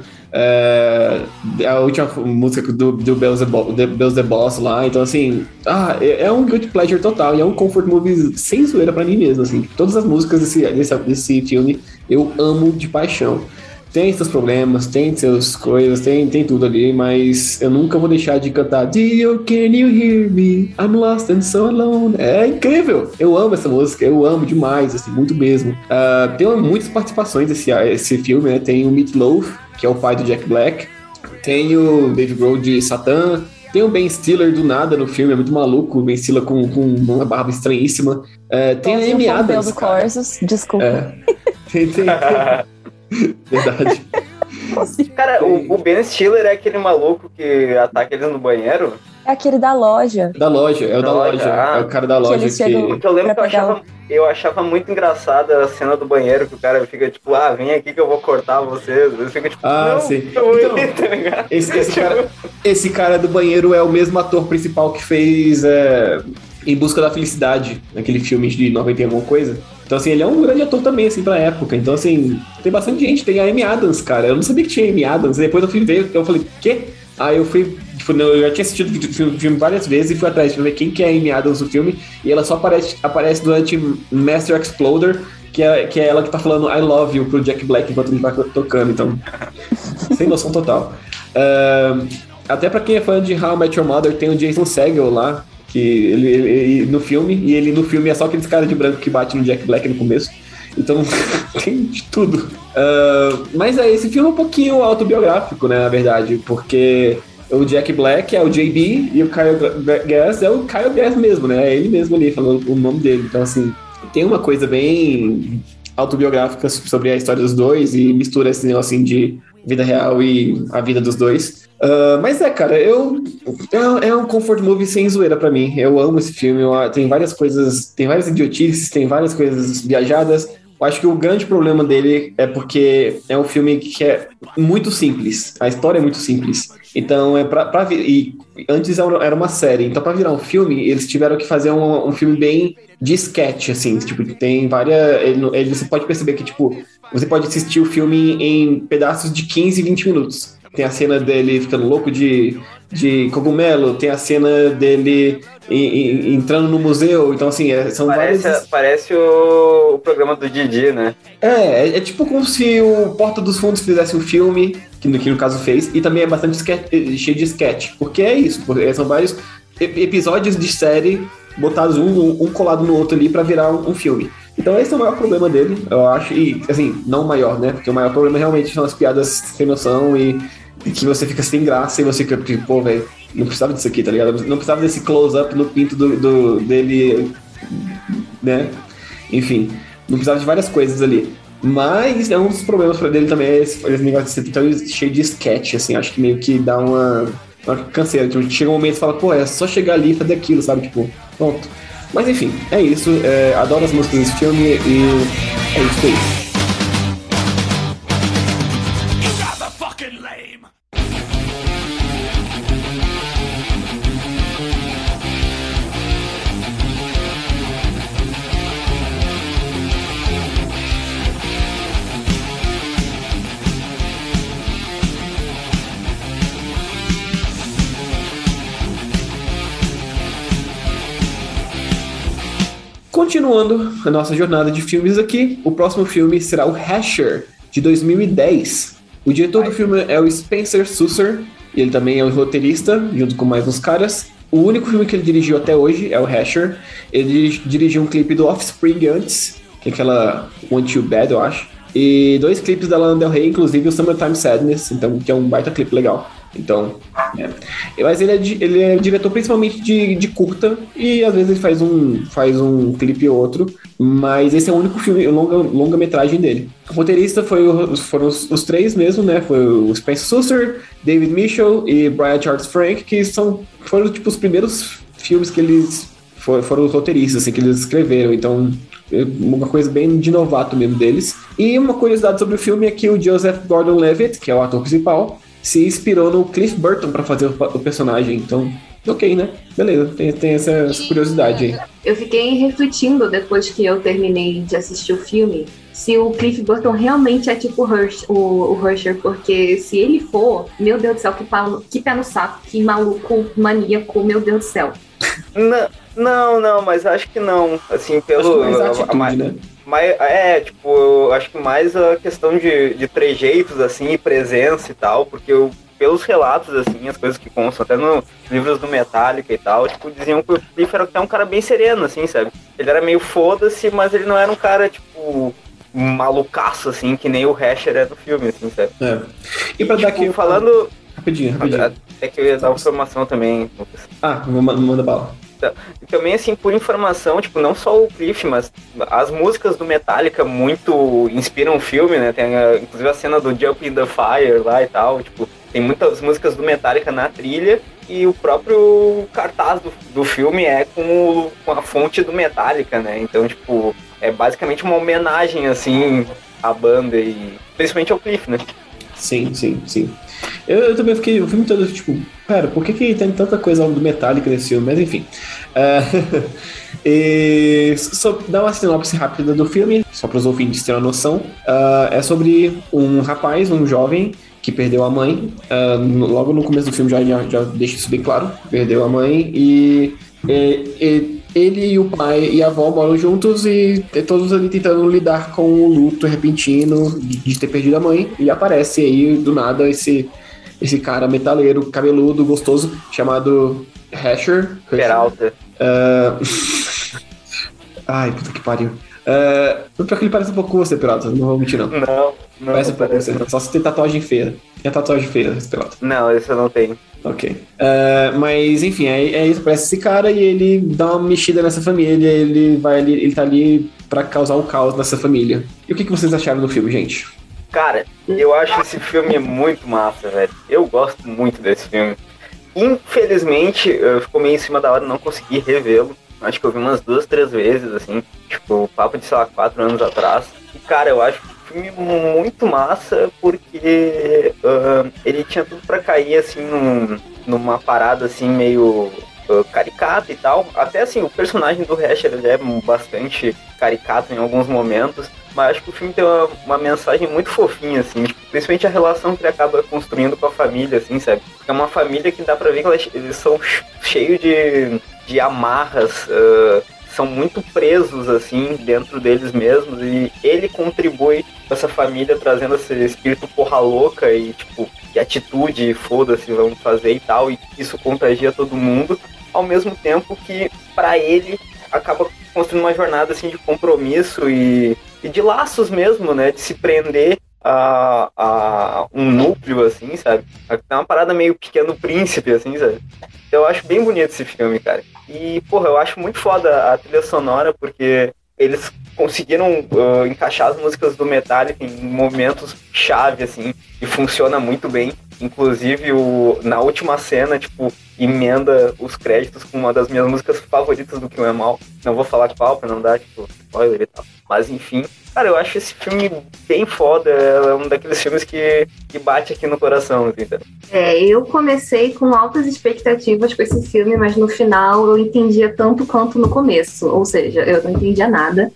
é, a última música do, do Bells the Boss lá, então assim, ah, é, é um guilty pleasure total e é um comfort movie sem zoeira pra mim mesmo, assim. Todas as músicas desse, desse, desse filme eu amo de paixão. Tem seus problemas, tem seus coisas, tem, tem tudo ali, mas eu nunca vou deixar de cantar Dio, can you hear me? I'm lost and so alone. É incrível! Eu amo essa música, eu amo demais, assim, muito mesmo. Uh, tem muitas participações esse, esse filme, né? Tem o Meat Loaf, que é o pai do Jack Black. Tem o Dave Grohl de Satã. Tem o Ben Stiller do nada no filme, é muito maluco. O Ben Stiller com, com uma barba estranhíssima. Uh, tem a Amy Adams, do Corsos, desculpa. É. Tem, tem, tem. Verdade. Cara, o, o Ben Stiller é aquele maluco que ataca eles no banheiro? É aquele da loja. Da loja, é o da, da loja. loja. Ah, é o cara da loja que... que... Porque eu lembro que eu achava, eu achava muito engraçada a cena do banheiro, que o cara fica tipo, ah, vem aqui que eu vou cortar vocês. Eu fico tipo, ah, não, sim. Eu então, ir, tá ligado? Esse, esse, cara, esse cara do banheiro é o mesmo ator principal que fez é, Em Busca da Felicidade, naquele filme de noventa e alguma coisa. Então, assim, ele é um grande ator também, assim, pra época. Então, assim, tem bastante gente. Tem a Amy Adams, cara. Eu não sabia que tinha Amy Adams. Depois eu fui ver, eu falei, quê? Aí eu fui, tipo, eu já tinha assistido o filme várias vezes e fui atrás pra ver quem que é a Amy Adams no filme. E ela só aparece, aparece durante Master Exploder, que é, que é ela que tá falando I love you pro Jack Black enquanto ele vai tocando. Então, sem noção total. Uh, até pra quem é fã de How I Met Your Mother, tem o Jason Segel lá, Que ele, ele, ele no filme, e ele no filme é só aqueles caras de branco que bate no Jack Black no começo. Então, tem de tudo. Uh, mas é, esse filme é um pouquinho autobiográfico, né, na verdade, porque o Jack Black é o J B e o Kyle Gass é o Kyle Gass mesmo, né? É ele mesmo ali, falando o nome dele. Então, assim, tem uma coisa bem autobiográfica sobre a história dos dois e mistura esse negócio assim de vida real e a vida dos dois. Uh, mas é, cara, eu é, é um comfort movie sem zoeira pra mim. Eu amo esse filme, eu, tem várias coisas, tem várias idiotices, tem várias coisas viajadas. Eu acho que o grande problema dele é porque é um filme que é muito simples. A história é muito simples. Então, é pra, pra e antes era uma série. Então, pra virar um filme, eles tiveram que fazer um, um filme bem de sketch, assim. Tipo, tem várias... Ele, ele, você pode perceber que, tipo, você pode assistir o filme em pedaços de quinze, vinte minutos. Tem a cena dele ficando louco de, de cogumelo, tem a cena dele em, em, entrando no museu, então assim, é, são parece, várias... Parece o, o programa do Didi, né? É, é, é tipo como se o Porta dos Fundos fizesse um filme, que no, que no caso fez, e também é bastante sketch, cheio de sketch, porque é isso, porque são vários episódios de série botados um, um colado no outro ali pra virar um, um filme. Então esse é o maior problema dele, eu acho, e assim, não o maior, né, porque o maior problema realmente são as piadas sem noção e que você fica sem graça e você fica, pô, velho, não precisava disso aqui, tá ligado? Não precisava desse close-up no pinto do, do, dele, né? Enfim, não precisava de várias coisas ali. Mas é um dos problemas pra dele também, é esse, esse negócio de ser tão cheio de sketch, assim, acho que meio que dá uma, uma canseira. Tipo, chega um momento e fala, pô, é só chegar ali e fazer aquilo, sabe? Tipo, pronto. Mas enfim, é isso. É, adoro as músicas desse filme e é isso aí. Continuando a nossa jornada de filmes aqui, o próximo filme será o Hasher, de dois mil e dez. O diretor do filme é o Spencer Susser, e ele também é o roteirista, junto com mais uns caras. O único filme que ele dirigiu até hoje é o Hasher. Ele dirigiu um clipe do Offspring antes, que é aquela Want You Bad, eu acho. E dois clipes da Lana Del Rey, inclusive o Summertime Sadness, então, que é um baita clipe legal. Então, é. Mas ele é, ele é diretor principalmente de, de curta e às vezes ele faz um, faz um clipe ou outro, mas esse é o único filme, longa, longa metragem dele. O roteirista foi o, foram os, os três mesmo, né? Foi o Spencer Susser, David Mitchell e Brian Charles Frank, que são, foram tipo os primeiros filmes que eles for, foram os roteiristas, assim, que eles escreveram, então uma coisa bem de novato mesmo deles. E uma curiosidade sobre o filme é que o Joseph Gordon-Levitt, que é o ator principal, se inspirou no Cliff Burton pra fazer o, o personagem, então, ok, né? Beleza, tem, tem essa, essa curiosidade aí. Eu fiquei refletindo depois que eu terminei de assistir o filme, se o Cliff Burton realmente é tipo o, Hersh, o, o Hersher, porque se ele for, meu Deus do céu, que, pau, que pé no saco, que maluco, maníaco, meu Deus do céu. Não, não, não, mas acho que não, assim, pelo... Acho que mais atitude, a, a, né? Mas, é, tipo, eu acho que mais a questão de, de trejeitos, assim, e presença e tal, porque eu, pelos relatos, assim, as coisas que constam, até nos livros do Metallica e tal, tipo, diziam que o Cliff era até um cara bem sereno, assim, sabe? Ele era meio foda-se, mas ele não era um cara, tipo, malucaço, assim, que nem o Hasher é no filme, assim, sabe? É. E pra e, dar tipo, aqui... falando... Rapidinho, rapidinho. É que eu ia dar uma informação também, Lucas. Ah, manda bala. E também, assim, por informação, tipo, não só o Cliff, mas as músicas do Metallica muito inspiram o filme, né? Tem, a, inclusive, a cena do Jump in the Fire lá e tal, tipo, tem muitas músicas do Metallica na trilha e o próprio cartaz do, do filme é com, o, com a fonte do Metallica, né? Então, tipo, é basicamente uma homenagem, assim, à banda e principalmente ao Cliff, né? Sim, sim, sim. Eu, eu também fiquei o filme todo, tipo, cara, por que que tem tanta coisa do Metallica nesse filme? Mas enfim. Uh, e só dar uma sinopse rápida do filme, só para os ouvintes terem uma noção. Uh, é sobre um rapaz, um jovem, que perdeu a mãe. Uh, no, logo no começo do filme já, já, já deixa isso bem claro. Perdeu a mãe e, e, e ele e o pai e a avó moram juntos e todos ali tentando lidar com o luto repentino de, de ter perdido a mãe. E aparece aí do nada esse, esse cara metaleiro, cabeludo, gostoso, chamado Hasher. Peralta. Uh... Ai, puta que pariu. Uh... Pior que ele parece um pouco com você, Pirata. Não vou mentir, não. Não, não. Parece um pouco com você. Só se tem tatuagem feia. Tem tatuagem feia, Pirata. Não, esse eu não tenho. Ok. Uh, mas, enfim, é, é isso. Parece esse cara e ele dá uma mexida nessa família. Ele vai ali, ele tá ali pra causar um caos nessa família. E o que, que vocês acharam do filme, gente? Cara, eu acho esse filme muito massa, velho. Eu gosto muito desse filme. Infelizmente, ficou meio em cima da hora, não consegui revê-lo. Acho que eu vi umas duas, três vezes, assim. Tipo, papo de, sei lá, quatro anos atrás. E, cara, eu acho o filme muito massa porque uh, ele tinha tudo pra cair, assim, num, numa parada, assim, meio uh, caricata e tal. Até, assim, o personagem do Hesher, ele é bastante caricato em alguns momentos. Mas acho que o filme tem uma, uma mensagem muito fofinha, assim, tipo, principalmente a relação que ele acaba construindo com a família, assim, sabe? É uma família que dá pra ver que elas, eles são cheios de, de amarras, uh, são muito presos, assim, dentro deles mesmos, e ele contribui com essa família trazendo esse espírito porra louca e, tipo, que atitude, foda-se, vamos fazer e tal, e isso contagia todo mundo, ao mesmo tempo que, pra ele, acaba construindo uma jornada, assim, de compromisso e... E de laços mesmo, né? De se prender a, a um núcleo, assim, sabe? É uma parada meio Pequeno Príncipe, assim, sabe? Eu acho bem bonito esse filme, cara. E, porra, eu acho muito foda a trilha sonora, porque eles conseguiram uh, encaixar as músicas do Metallica em momentos chave, assim, e funciona muito bem. Inclusive, o, na última cena, tipo, emenda os créditos com uma das minhas músicas favoritas do Que Não É Mal. Não vou falar qual, pra não dar, tipo, spoiler e tal. Mas, enfim, cara, eu acho esse filme bem foda. É um daqueles filmes que, que bate aqui no coração, entendeu? É, eu comecei com altas expectativas com esse filme, mas no final eu entendia tanto quanto no começo. Ou seja, eu não entendia nada.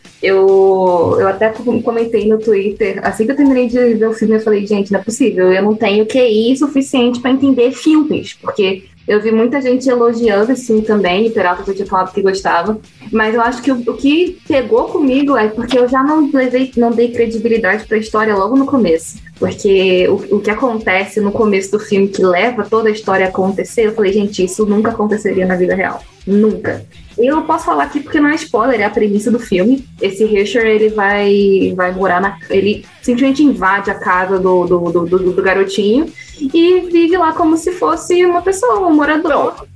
Eu, eu até comentei no Twitter, assim que eu terminei de ver o filme, eu falei, gente, não é possível, eu não tenho Q I suficiente pra entender filmes, porque... Eu vi muita gente elogiando esse filme também, e Peralta já tinha falado que gostava, mas eu acho que o, o que pegou comigo é porque eu já não levei, não dei credibilidade pra história logo no começo, porque o, o que acontece no começo do filme que leva toda a história a acontecer, eu falei, gente, isso nunca aconteceria na vida real, nunca. Eu posso falar aqui porque não é spoiler, é a premissa do filme. Esse Hesher, ele vai, vai morar na... Ele simplesmente invade a casa do, do, do, do, do garotinho e vive lá como se fosse uma pessoa, um morador.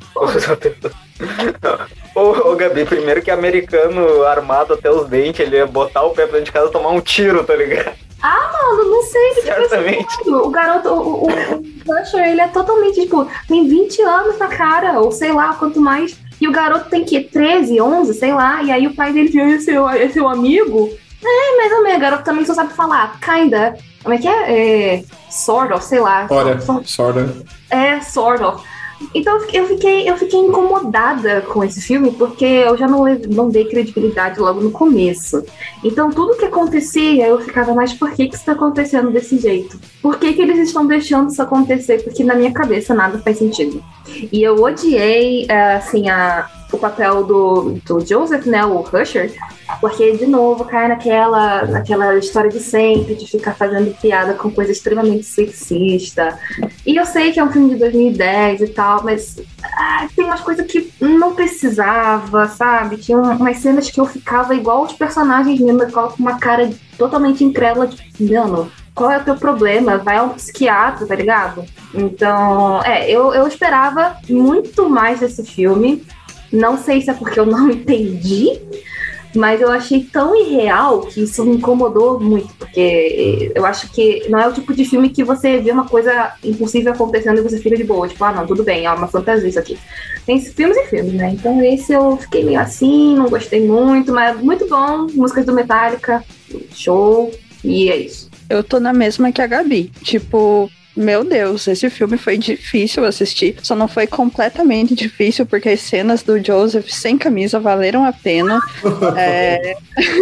Não, ô, ô Gabi, primeiro que americano armado até os dentes, ele ia botar o pé pra dentro de casa e tomar um tiro, tá ligado? Ah, mano, não sei. Certamente. O garoto, o, o, o Hesher, ele é totalmente, tipo, tem vinte anos na cara, ou sei lá, quanto mais... E o garoto tem que treze, onze, sei lá. E aí o pai dele diz, esse é, esse é o amigo? É, mais ou menos. O garoto também só sabe falar, kinda. Como é que é? É sort of, sei lá. Olha, sort, sort of. É, sort of. Então eu fiquei, eu fiquei incomodada com esse filme, porque eu já não, não dei credibilidade logo no começo. Então tudo que acontecia, eu ficava, mas por que que isso tá acontecendo desse jeito? Por que que eles estão deixando isso acontecer? Porque na minha cabeça nada faz sentido. E eu odiei, assim, a, o papel do, do Joseph, né, o Hesher, porque, de novo, cai naquela, naquela história de sempre, de ficar fazendo piada com coisa extremamente sexista. E eu sei que é um filme de dois mil e dez e tal, mas ah, tem umas coisas que não precisava, sabe? Tinha umas cenas que eu ficava igual os personagens mesmo, eu ficava com uma cara totalmente incrédula, tipo, mano, qual é o teu problema? Vai a um psiquiatra, tá ligado? Então, é, eu, eu esperava muito mais desse filme. Não sei se é porque eu não entendi, mas eu achei tão irreal que isso me incomodou muito, porque eu acho que não é o tipo de filme que você vê uma coisa impossível acontecendo e você fica de boa, tipo, ah, não, tudo bem, é uma fantasia isso aqui. Tem filmes e filmes, né? Então esse eu fiquei meio assim, não gostei muito, mas muito bom, músicas do Metallica, show, e é isso. Eu tô na mesma que a Gabi, tipo... Meu Deus, esse filme foi difícil assistir. Só não foi completamente difícil porque as cenas do Joseph sem camisa valeram a pena. é...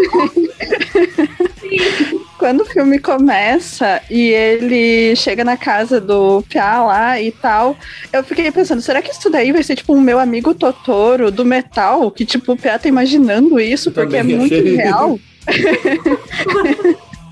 Quando o filme começa e ele chega na casa do Pia lá e tal, eu fiquei pensando, será que isso daí vai ser tipo um meu amigo Totoro do metal? Que tipo, o Pia tá imaginando isso porque é muito real.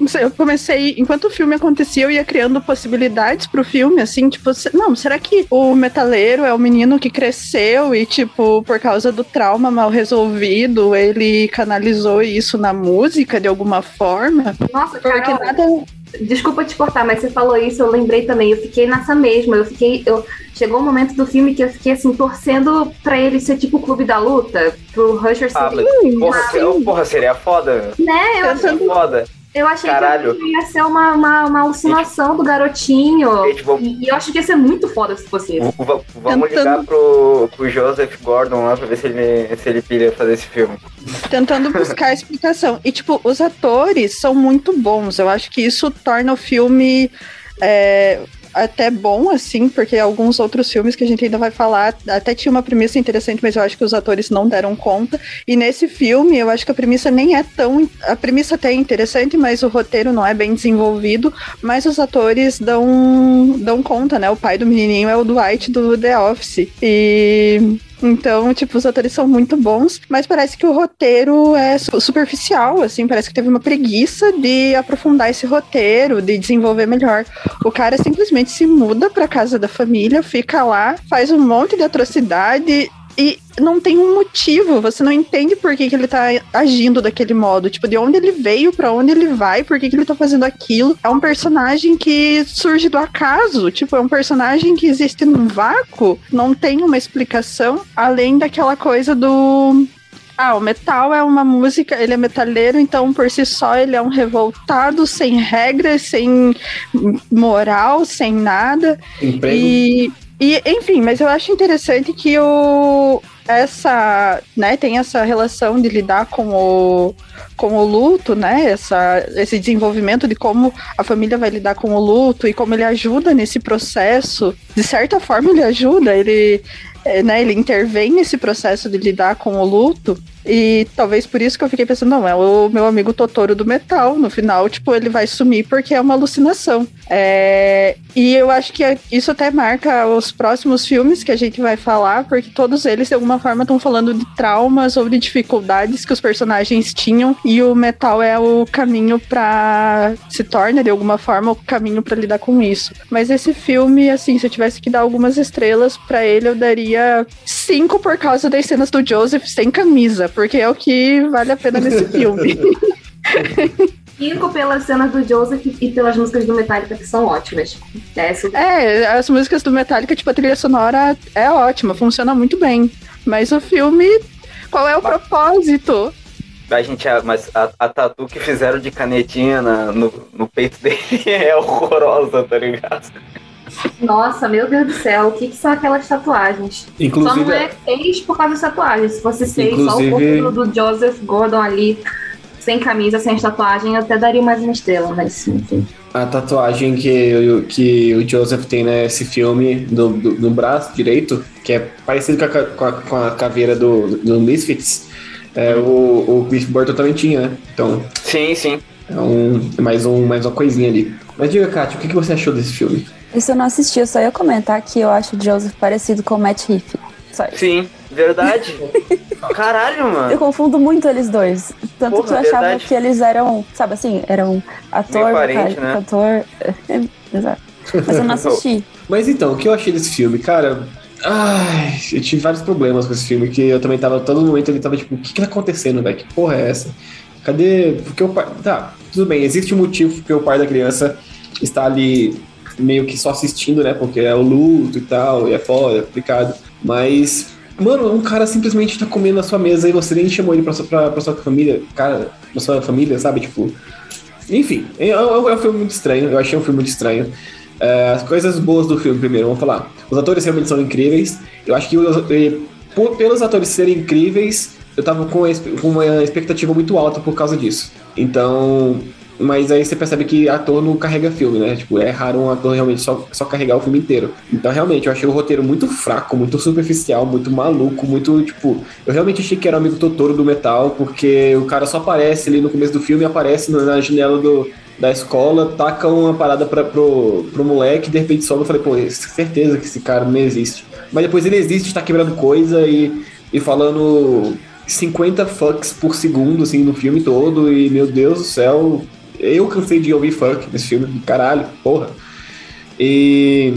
eu comecei, enquanto o filme acontecia, eu ia criando possibilidades pro filme, assim, tipo, não, será que o metaleiro é o menino que cresceu e, tipo, por causa do trauma mal resolvido, ele canalizou isso na música de alguma forma? Nossa, porque Carol, nada... Desculpa te cortar, mas você falou isso, eu lembrei também, eu fiquei nessa mesma, eu fiquei, eu, chegou um momento do filme que eu fiquei assim, torcendo pra ele ser tipo o Clube da Luta, pro Rusher ser... Ah, mas, porra, seria, porra, seria foda. Né, eu achei, foda. Eu achei Caralho. que ia ser uma, uma, uma alucinação gente, do garotinho. Gente, vou... e, e eu acho que ia ser muito foda se fosse isso. V- vamos Tentando... ligar pro, pro Joseph Gordon lá pra ver se ele, se ele pilha fazer esse filme. Tentando buscar explicação. E, tipo, os atores são muito bons. Eu acho que isso torna o filme... É... até bom, assim, porque alguns outros filmes que a gente ainda vai falar, até tinha uma premissa interessante, mas eu acho que os atores não deram conta, e nesse filme eu acho que a premissa nem é tão, a premissa até é interessante, mas o roteiro não é bem desenvolvido, mas os atores dão, dão conta, né, o pai do menininho é o Dwight do The Office, e... Então, tipo, os atores são muito bons, mas parece que o roteiro é superficial, assim, parece que teve uma preguiça de aprofundar esse roteiro, de desenvolver melhor. O cara simplesmente se muda pra casa da família, fica lá, faz um monte de atrocidade e não tem um motivo, você não entende por que, que ele tá agindo daquele modo, tipo, de onde ele veio, pra onde ele vai, por que, que ele tá fazendo aquilo. É um personagem que surge do acaso, tipo, é um personagem que existe num vácuo, não tem uma explicação, além daquela coisa do... Ah, o metal é uma música, ele é metaleiro, então por si só ele é um revoltado, sem regras, sem moral, sem nada. Emprego. E... E, enfim, mas eu acho interessante que o, essa, né, tem essa relação de lidar com o, com o luto, né, essa, esse desenvolvimento de como a família vai lidar com o luto e como ele ajuda nesse processo. De certa forma ele ajuda, ele, né, ele intervém nesse processo de lidar com o luto. E talvez por isso que eu fiquei pensando, não, é o meu amigo Totoro do metal. No final, tipo, ele vai sumir porque é uma alucinação. É... E eu acho que isso até marca os próximos filmes que a gente vai falar, porque todos eles, de alguma forma, estão falando de traumas ou de dificuldades que os personagens tinham, e o metal é o caminho pra... se torna, de alguma forma, o caminho pra lidar com isso. Mas esse filme, assim, se eu tivesse que dar algumas estrelas pra ele, eu daria cinco por causa das cenas do Joseph sem camisa, porque é o que vale a pena nesse filme. Cinco pelas cenas do Joseph e pelas músicas do Metallica, que são ótimas. É, é, as músicas do Metallica, tipo, a trilha sonora é ótima, funciona muito bem. Mas o filme, qual é o mas, propósito? A gente, mas a, a tatu que fizeram de canetinha na, no, no peito dele é horrorosa, tá ligado? Nossa, meu Deus do céu, o que, que são aquelas tatuagens? Inclusive, só não é seis por causa das tatuagens. Se fosse seis, inclusive... só o corpo do Joseph Gordon ali, sem camisa, sem tatuagem, eu até daria mais uma estrela, mas enfim. A tatuagem que, que o Joseph tem nesse filme, no, do, no braço direito, que é parecido com a, com a, com a caveira do, do Misfits, é, o, o Cliff Burton também tinha, né? Então, sim, sim. É um, mais, um, mais uma coisinha ali. Mas diga, Kátia, o que, que você achou desse filme? Isso eu não assisti, eu só ia comentar que eu acho o Joseph parecido com o Matt Heafy. Só isso. Sim, verdade. Caralho, mano. Eu confundo muito eles dois. Tanto Porra, que eu achava verdade. que eles eram, sabe assim, eram ator, parente, né? ator. É, exato. Mas eu não assisti. Mas então, o que eu achei desse filme, cara? Ai, eu tive vários problemas com esse filme, que eu também tava, todo momento ele tava tipo, o que que tá acontecendo, velho? Que porra é essa? Cadê? Porque o pai. Tá, tudo bem, existe um motivo porque o pai da criança está ali meio que só assistindo, né? Porque é o luto e tal, e é foda, é complicado. Mas, mano, um cara simplesmente tá comendo na sua mesa e você nem chamou ele pra sua, pra, pra sua família, cara, pra sua família, sabe? Tipo. Enfim, é, é um filme muito estranho, eu achei um filme muito estranho. É, as coisas boas do filme, primeiro, vamos falar. Os atores realmente são incríveis. Eu acho que eu, por, pelos atores serem incríveis, eu tava com uma expectativa muito alta por causa disso. Então. Mas aí você percebe que ator não carrega filme, né? Tipo, é raro um ator realmente só, só carregar o filme inteiro. Então, realmente, eu achei o roteiro muito fraco, muito superficial, muito maluco, muito, tipo... Eu realmente achei que era o amigo Totoro do metal, porque o cara só aparece ali no começo do filme, aparece na janela do, da escola, taca uma parada pra, pro, pro moleque, e de repente sobe. Eu falei, pô, certeza que esse cara não existe. Mas depois ele existe, tá quebrando coisa e, e falando cinquenta fucks por segundo, assim, no filme todo, e, meu Deus do céu... Eu cansei de ouvir funk nesse filme, caralho, porra. E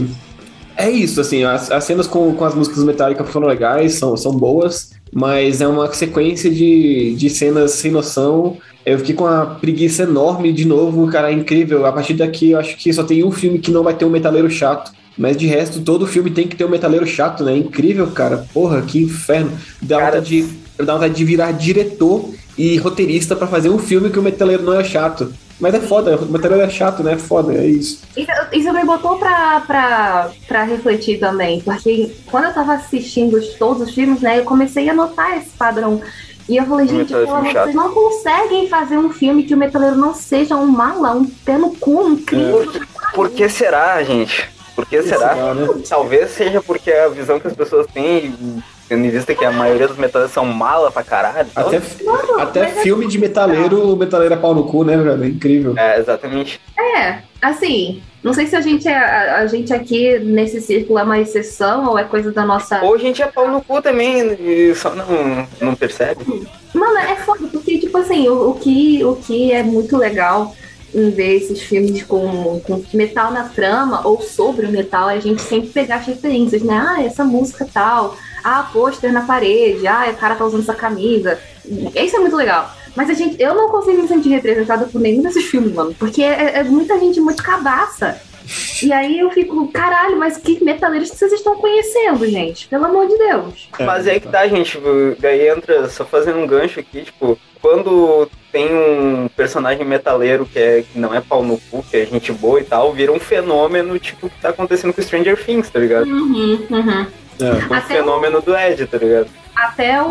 é isso, assim, as, as cenas com, com as músicas Metallica foram legais, são, são boas, mas é uma sequência de, de cenas sem noção. Eu fiquei com uma preguiça enorme de novo, cara, é incrível. A partir daqui, eu acho que só tem um filme que não vai ter um metaleiro chato. Mas de resto, todo filme tem que ter um metaleiro chato, né? Incrível, cara. Porra, que inferno. Dá Cara, vontade de, dá vontade de virar diretor e roteirista pra fazer um filme que o metaleiro não é chato. Mas é foda, o metaleiro é chato, né? É foda, é isso. Isso, isso me botou pra, pra, pra refletir também, porque quando eu tava assistindo os- todos os filmes, né, eu comecei a notar esse padrão. E eu falei, O gente, metaleiro pelo amor de chato. Deus, não conseguem fazer um filme que o metaleiro não seja um mala, um pé no cu, um incrível. Por que será, gente? Por que será? Será, né? Talvez seja porque a visão que as pessoas têm, tendo em vista que a maioria dos metaleiros são mala pra caralho. Então, Até, Não, até mas é- filme de metaleiro, o metaleiro é pau no cu, né, velho? É incrível. é, exatamente. É, assim, não sei se a gente, é, a, a gente aqui nesse círculo é uma exceção ou é coisa da nossa... Ou a gente é pau no cu também e só não, não percebe. Mano, é foda, porque, tipo assim, o, o, que, o que é muito legal em ver esses filmes com, com metal na trama ou sobre o metal é a gente sempre pegar as referências, né? Ah, essa música tal, ah, pôster na parede, ah, o cara tá usando essa camisa. Isso é muito legal. Mas a gente, eu não consigo me sentir representada por nenhum desses filmes, mano, porque é, é muita gente muito cabaça. E aí eu fico, caralho, mas que metaleiros que vocês estão conhecendo, gente? Pelo amor de Deus. Mas é aí que tá, gente. Daí entra, só fazendo um gancho aqui, tipo, quando tem um personagem metaleiro que, é, que não é pau no cu, que é gente boa e tal, vira um fenômeno, tipo, que tá acontecendo com Stranger Things, tá ligado? Uhum, uhum. É. Um Até fenômeno do Ed, tá ligado? Até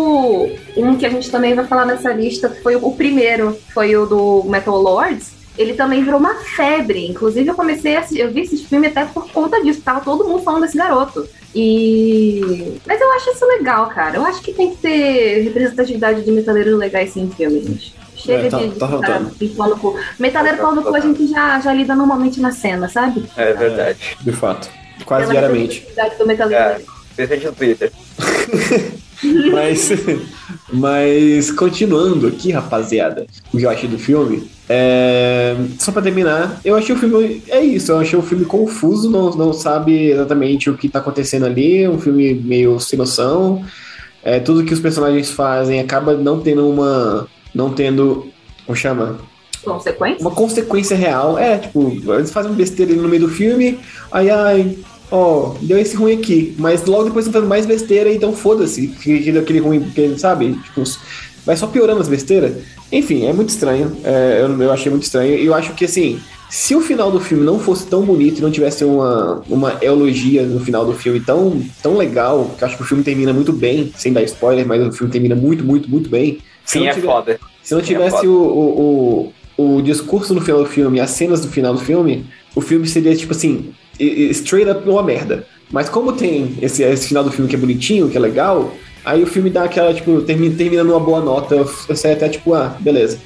o um que a gente também vai falar nessa lista foi o, o primeiro, foi o do Metal Lords. Ele também virou uma febre. Inclusive, eu comecei a assistir, eu vi esse filme até por conta disso. Tava todo mundo falando desse garoto. E. Mas eu acho isso legal, cara. Eu acho que tem que ter representatividade de metaleiros legais sim em filme, gente. Chega É, tá- de, tá de faltando. de pau no cu. Metaleiro pau no cu a gente já, já lida normalmente na cena, sabe? É verdade. De fato. Quase Pela diariamente. representatividade do metaleiro. É, principalmente no Twitter. Mas, mas continuando aqui, rapaziada, o que eu achei do filme, é, só pra terminar, eu achei o filme, é isso, eu achei o filme confuso, não, não sabe exatamente o que tá acontecendo ali, um filme meio sem noção, é, tudo que os personagens fazem acaba não tendo uma, não tendo, como chama? Consequência? Uma consequência real, é, tipo, eles fazem besteira ali no meio do filme, aí, ai, ó, deu esse ruim aqui, mas logo depois estão fazendo mais besteira, então foda-se, que que deu aquele ruim, porque, sabe, tipo, vai só piorando as besteiras. Enfim, é muito estranho, é, eu, eu achei muito estranho, e eu acho que, assim, se o final do filme não fosse tão bonito e não tivesse uma, uma elogia no final do filme tão, tão legal, que eu acho que o filme termina muito bem, sem dar spoiler, mas o filme termina muito, muito, muito bem. Se Sim, não é tiver- foda. Se não Sim, é tivesse foda. o, o, o, o discurso no final do filme, as cenas do final do filme, o filme seria, tipo assim, i- i- straight up uma merda. Mas como tem esse, esse final do filme que é bonitinho, que é legal, aí o filme dá aquela, tipo, termina, termina numa boa nota, eu sei até, tipo, ah, beleza.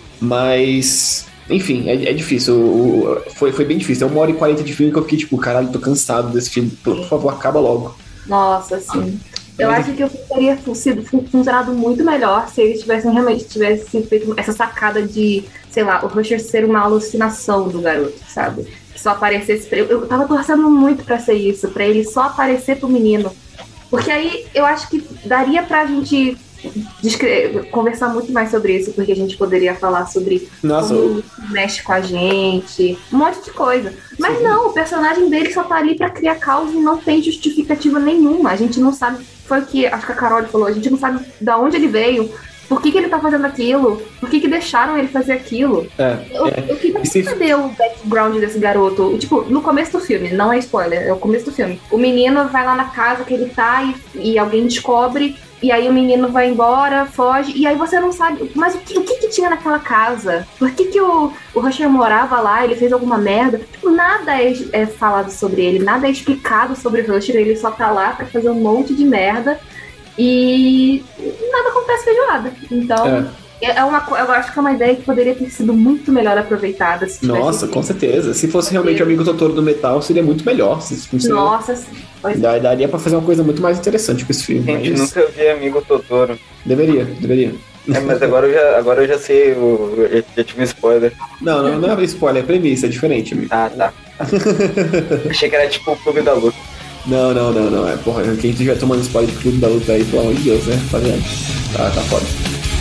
Mas, enfim, é, é difícil. O, o- foi, foi bem difícil. É uma hora e quarenta de filme que eu fiquei, tipo, caralho, tô cansado desse filme. Por, por favor, acaba logo. Nossa, sim. Eu acho que o filme teria fu- sido fun- funcionado muito melhor se eles tivessem realmente tivessem feito essa sacada de, sei lá, o Rusher ser uma alucinação do garoto, sabe? Que só aparecesse pra ele. Eu tava torcendo muito pra ser isso, pra ele só aparecer pro menino. Porque aí eu acho que daria pra gente descre- conversar muito mais sobre isso, porque a gente poderia falar sobre Nossa, como mexe com a gente, um monte de coisa. Mas Sim. não, o personagem dele só tá ali pra criar caos e não tem justificativa nenhuma. A gente não sabe, foi o que acho que a Carol falou, a gente não sabe de onde ele veio, por que, que ele tá fazendo aquilo, por que, que deixaram ele fazer aquilo. é, Eu, é. eu queria E se- saber o background desse garoto. Tipo, no começo do filme, não é spoiler, é o começo do filme. O menino vai lá na casa que ele tá e, e alguém descobre. E aí o menino vai embora, foge, e aí você não sabe, mas o que, o que, que tinha naquela casa? Por que, que o, o Rusher morava lá, ele fez alguma merda? Tipo, nada é, é falado sobre ele, nada é explicado sobre o Rusher, ele só tá lá pra fazer um monte de merda e nada acontece feijoada. Então, É. É uma, eu acho que é uma ideia que poderia ter sido muito melhor aproveitada. Se Nossa, com certeza. Se fosse realmente o Amigo Totoro do metal, seria muito melhor. Se, se Nossa, sim. Dá, daria pra fazer uma coisa muito mais interessante com esse filme. Gente, mas... nunca vi Amigo Totoro. Deveria, deveria. É, mas agora eu já, agora eu já sei, eu, eu já tive um spoiler. Não, não, não é spoiler, é premissa, é diferente, amigo. Ah, tá. Achei que era tipo o Clube da Luta. Não, não, não, não. É, porra, quem estiver tomando spoiler de Clube da Luta aí, pelo amor de Deus, né? Rapaziada. Tá, tá foda.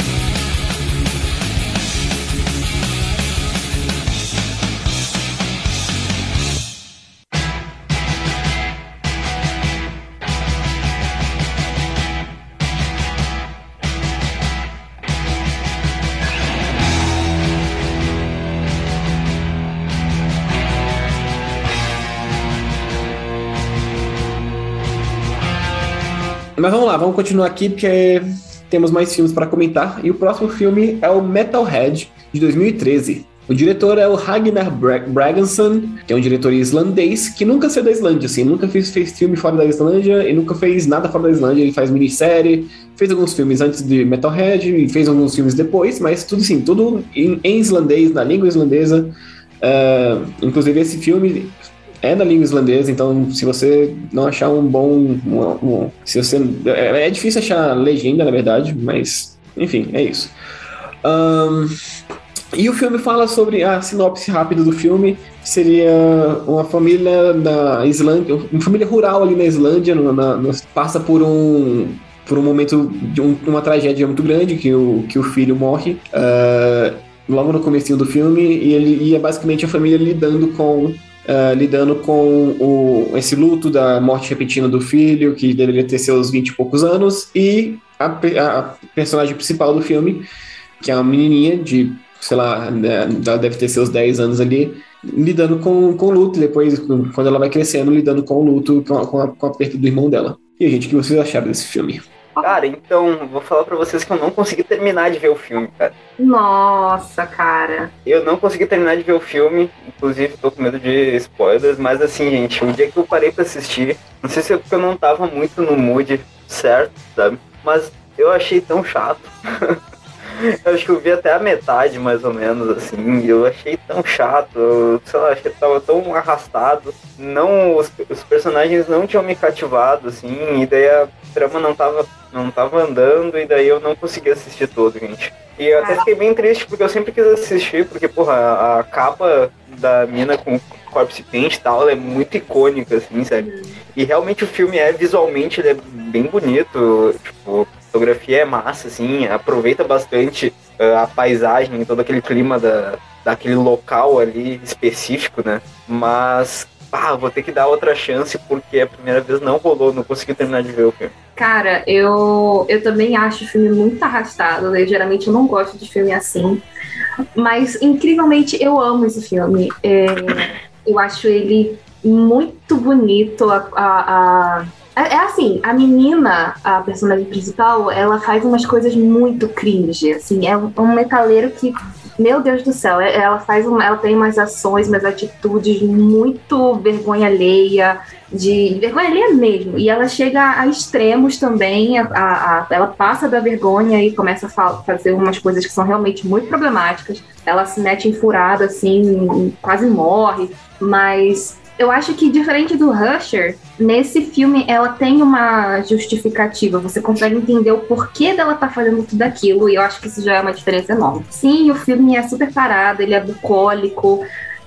Mas vamos lá, vamos continuar aqui porque temos mais filmes para comentar. E o próximo filme é o Metalhead, de dois mil e treze. O diretor é o Ragnar Bra- Bragansson, que é um diretor islandês que nunca saiu da Islândia, assim, nunca fez, fez filme fora da Islândia e nunca fez nada fora da Islândia. Ele faz minissérie, fez alguns filmes antes de Metalhead e fez alguns filmes depois, mas tudo assim, tudo em, em islandês, na língua islandesa. Uh, inclusive esse filme é na língua islandesa, então se você não achar um bom... Um, um, se você, é, é difícil achar legenda, na verdade, mas enfim, é isso. Um, e o filme fala sobre... A sinopse rápida do filme seria uma família na Islândia, uma família rural ali na Islândia, no, na, no, passa por um... por um momento de um, uma tragédia muito grande, que o, que o filho morre uh, logo no comecinho do filme, e ele ia basicamente a família lidando com... Uh, lidando com o, esse luto da morte repentina do filho, que deveria ter seus vinte e poucos anos, e a, a personagem principal do filme, que é uma menininha de, sei lá, ela deve ter seus dez anos ali, lidando com, com o luto, e depois, quando ela vai crescendo, lidando com o luto, com a, com a, com a perda do irmão dela. E aí, gente, o que vocês acharam desse filme? Cara, então, vou falar pra vocês que eu não consegui terminar de ver o filme, cara. Nossa, cara. Eu não consegui terminar de ver o filme, inclusive tô com medo de spoilers, mas assim, gente, o dia que eu parei pra assistir, não sei se é porque eu não tava muito no mood certo, sabe? Mas eu achei tão chato. Eu acho que eu vi até a metade, mais ou menos, assim, e eu achei tão chato, eu, sei lá, achei que tava tão arrastado, não, os, os personagens não tinham me cativado, assim, e daí a trama não tava, não tava andando, e daí eu não consegui assistir todo, gente. E eu até fiquei bem triste, porque eu sempre quis assistir, porque, porra, a, a capa da mina com corpse paint e tal, ela é muito icônica, assim, sabe? E realmente o filme é, visualmente, ele é bem bonito, tipo... A fotografia é massa, assim, aproveita bastante uh, a paisagem, todo aquele clima da, daquele local ali específico, né? Mas, ah, vou ter que dar outra chance porque a primeira vez não rolou, não consegui terminar de ver o filme. Cara, eu, eu também acho o filme muito arrastado, eu geralmente eu não gosto de filme assim, mas incrivelmente eu amo esse filme. É, eu acho ele muito bonito, a... a, a É assim, a menina, a personagem principal, ela faz umas coisas muito cringe, assim, é um, um metaleiro que, meu Deus do céu, ela faz uma, ela tem umas ações, umas atitudes muito vergonha alheia, de vergonha alheia mesmo, e ela chega a extremos também, a, a, a, ela passa da vergonha e começa a fa- fazer umas coisas que são realmente muito problemáticas, ela se mete em furada, assim, quase morre, mas... Eu acho que, diferente do Usher, nesse filme ela tem uma justificativa. Você consegue entender o porquê dela tá fazendo tudo aquilo, e eu acho que isso já é uma diferença enorme. Sim, o filme é super parado, ele é bucólico,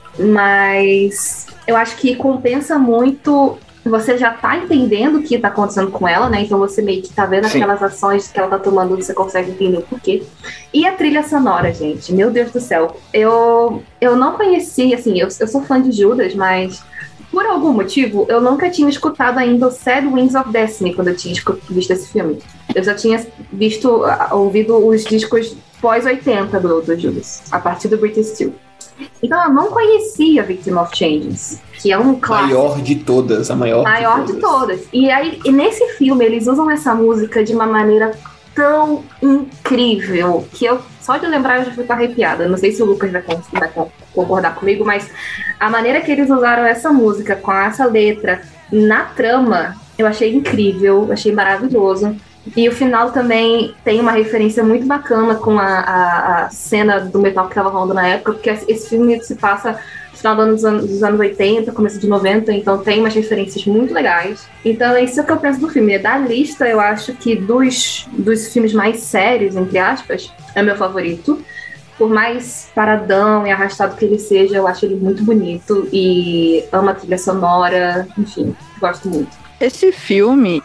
mas eu acho que compensa muito... Você já tá entendendo o que tá acontecendo com ela, né? Então você meio que tá vendo Sim. aquelas ações que ela tá tomando, você consegue entender o porquê. E a trilha sonora, gente, meu Deus do céu. Eu, eu não conheci, assim, eu, eu sou fã de Judas, mas por algum motivo eu nunca tinha escutado ainda o Sad Wings of Destiny quando eu tinha visto esse filme. Eu já tinha visto, ouvido os discos pós oitenta do, do Judas, a partir do Britney Steel. Então eu não conhecia Victim of Changes, que é um clássico. Maior de todas, a maior, maior de, todas. de todas. E aí, e nesse filme, eles usam essa música de uma maneira tão incrível, que eu, só de lembrar, eu já fico arrepiada. Não sei se o Lucas vai, vai concordar comigo, mas a maneira que eles usaram essa música, com essa letra, na trama, eu achei incrível, achei maravilhoso. E o final também tem uma referência muito bacana com a, a, a cena do metal que estava rolando na época, porque esse filme se passa no final dos anos, dos anos oitenta, começo de noventa, então tem umas referências muito legais. Então é isso que eu penso do filme. Da lista, eu acho que dos, dos filmes mais sérios, entre aspas, é meu favorito. Por mais paradão e arrastado que ele seja, eu acho ele muito bonito e amo a trilha sonora, enfim, gosto muito. Esse filme,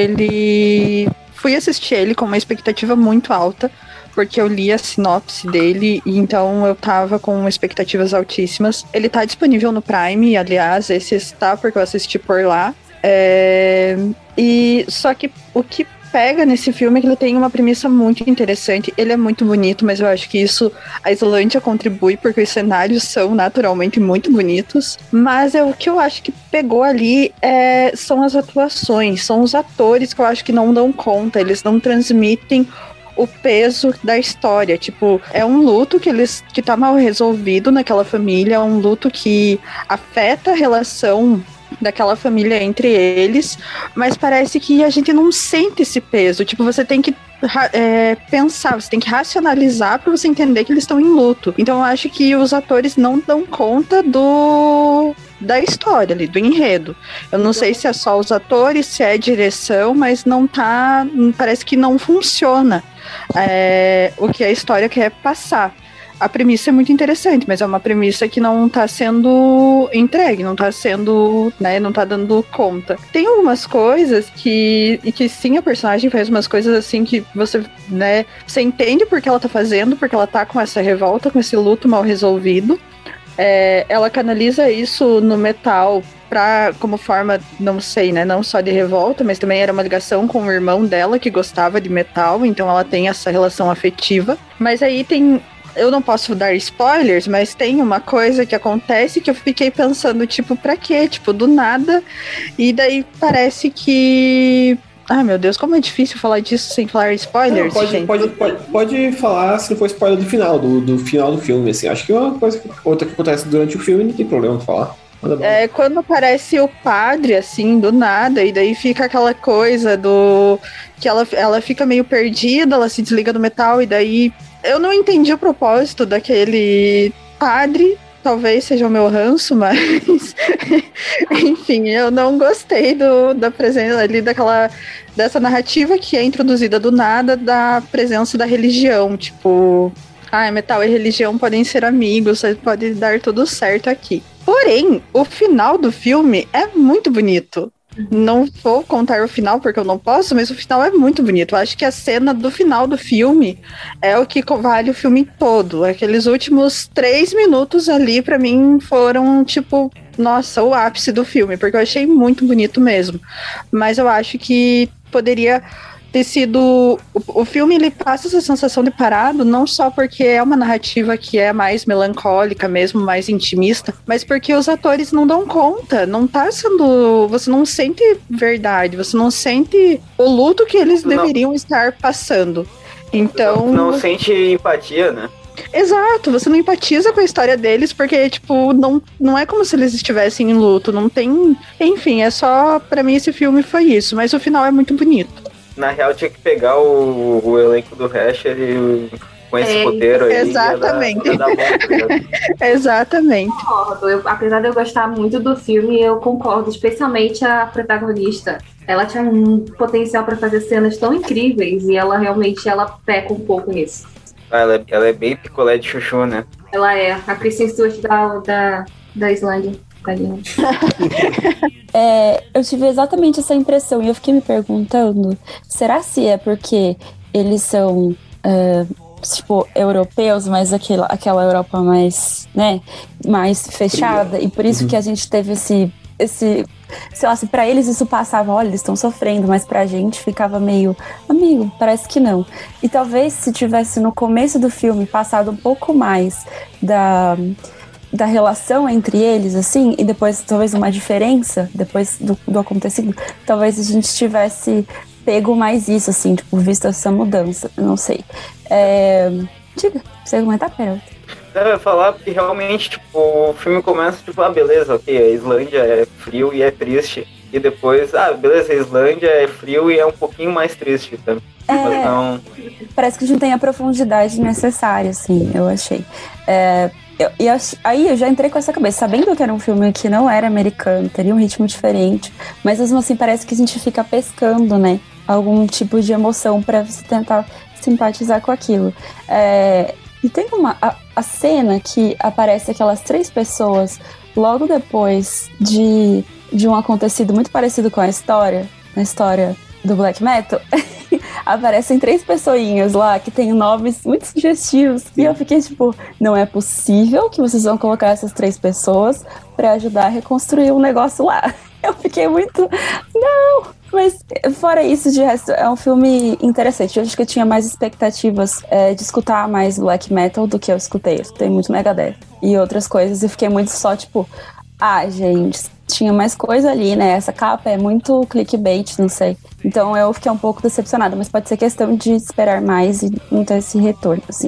ele... Fui assistir ele com uma expectativa muito alta, porque eu li a sinopse dele, e então eu tava com expectativas altíssimas. Ele tá disponível no Prime, aliás, esse está porque eu assisti por lá. É... E só que o que pega nesse filme é que ele tem uma premissa muito interessante. Ele é muito bonito, mas eu acho que isso a Islândia contribui, porque os cenários são naturalmente muito bonitos. Mas é o que eu acho que pegou ali é, são as atuações, são os atores que eu acho que não dão conta, eles não transmitem o peso da história. Tipo, é um luto que eles que tá mal resolvido naquela família, é um luto que afeta a relação daquela família entre eles, mas parece que a gente não sente esse peso. Tipo, você tem que é, pensar, você tem que racionalizar para você entender que eles estão em luto. Então eu acho que os atores não dão conta do da história ali, do enredo. Eu não sei se é só os atores, se é direção, mas não tá, parece que não funciona é, o que a história quer passar. A premissa é muito interessante, mas é uma premissa que não tá sendo entregue, não tá sendo, né, não tá dando conta. Tem algumas coisas que, e que sim, a personagem faz umas coisas assim que você, né, você entende porque ela tá fazendo, porque ela tá com essa revolta, com esse luto mal resolvido. É, ela canaliza isso no metal pra, como forma, não sei, né, não só de revolta, mas também era uma ligação com o irmão dela que gostava de metal, então ela tem essa relação afetiva. Mas aí tem... Eu não posso dar spoilers, mas tem uma coisa que acontece que eu fiquei pensando, tipo, pra quê? Tipo, do nada. E daí parece que... Ai, meu Deus, como é difícil falar disso sem falar spoilers, não, pode, gente. Pode, pode, pode falar se não for spoiler do final, do, do final do filme, assim. Acho que é uma coisa que, outra que acontece durante o filme, não tem problema de falar. É, quando aparece o padre, assim, do nada, e daí fica aquela coisa do... Que ela, ela fica meio perdida, ela se desliga do metal, e daí... Eu não entendi o propósito daquele padre, talvez seja o meu ranço, mas... Enfim, eu não gostei do, da presença ali, daquela... Dessa narrativa que é introduzida do nada, da presença da religião, tipo... Ah, metal e religião podem ser amigos, pode dar tudo certo aqui. Porém, o final do filme é muito bonito. Não vou contar o final porque eu não posso, mas o final é muito bonito. Eu acho que a cena do final do filme é o que vale o filme todo. Aqueles últimos três minutos ali, pra mim, foram, tipo, nossa, o ápice do filme, porque eu achei muito bonito mesmo. Mas eu acho que poderia ter sido... O, o filme, ele passa essa sensação de parado, não só porque é uma narrativa que é mais melancólica mesmo, mais intimista, mas porque os atores não dão conta, não tá sendo... Você não sente verdade, você não sente o luto que eles não. deveriam estar passando. Então... Não, não sente empatia, né? Exato, você não empatiza com a história deles, porque, tipo, não, não é como se eles estivessem em luto, não tem... Enfim, é só... Pra mim, esse filme foi isso, mas o final é muito bonito. Na real, tinha que pegar o, o elenco do Hasher e com esse é, roteiro aí. Exatamente. Ia dar, ia dar bom, exatamente. Eu concordo. Eu, apesar de eu gostar muito do filme, eu concordo, especialmente a protagonista. Ela tinha um potencial para fazer cenas tão incríveis e ela realmente ela peca um pouco nisso. Ah, ela, é, ela é bem picolé de chuchu, né? Ela é a Kristen Stewart da, da, da Islândia. É, eu tive exatamente essa impressão e eu fiquei me perguntando, será se é porque eles são uh, tipo europeus, mas aquela, aquela Europa mais, né, mais fechada, e por isso uhum. que a gente teve esse, esse sei lá, se pra eles isso passava, olha, eles estão sofrendo, mas pra gente ficava meio, amigo, parece que não. E talvez se tivesse no começo do filme passado um pouco mais da... da relação entre eles, assim, e depois talvez uma diferença, depois do, do acontecido, talvez a gente tivesse pego mais isso, assim, tipo, visto essa mudança, eu não sei. É... Diga, você comentar, Peralta? Eu ia falar porque realmente, tipo, o filme começa, tipo, ah, beleza, ok, a Islândia é frio e é triste, e depois, ah, beleza, a Islândia é frio e é um pouquinho mais triste também. É, Mas não... Parece que não tem a profundidade necessária, assim, eu achei. É, eu, e eu, aí eu já entrei com essa cabeça, sabendo que era um filme que não era americano, teria um ritmo diferente, mas mesmo assim parece que a gente fica pescando, né? Algum tipo de emoção pra você tentar simpatizar com aquilo. É, e tem uma a, a cena que aparece aquelas três pessoas logo depois de, de um acontecido muito parecido com a história, na história do black metal. Aparecem três pessoinhas lá que tem nomes muito sugestivos. Sim. E eu fiquei tipo, não é possível que vocês vão colocar essas três pessoas pra ajudar a reconstruir um negócio lá. Eu fiquei muito... Não! Mas fora isso, de resto, é um filme interessante. Eu acho que eu tinha mais expectativas é, de escutar mais black metal do que eu escutei. Eu escutei muito Megadeth e outras coisas e fiquei muito só tipo... Ah, gente, tinha mais coisa ali, né? Essa capa é muito clickbait, não sei. Então eu fiquei um pouco decepcionada, mas pode ser questão de esperar mais e não ter esse retorno, assim.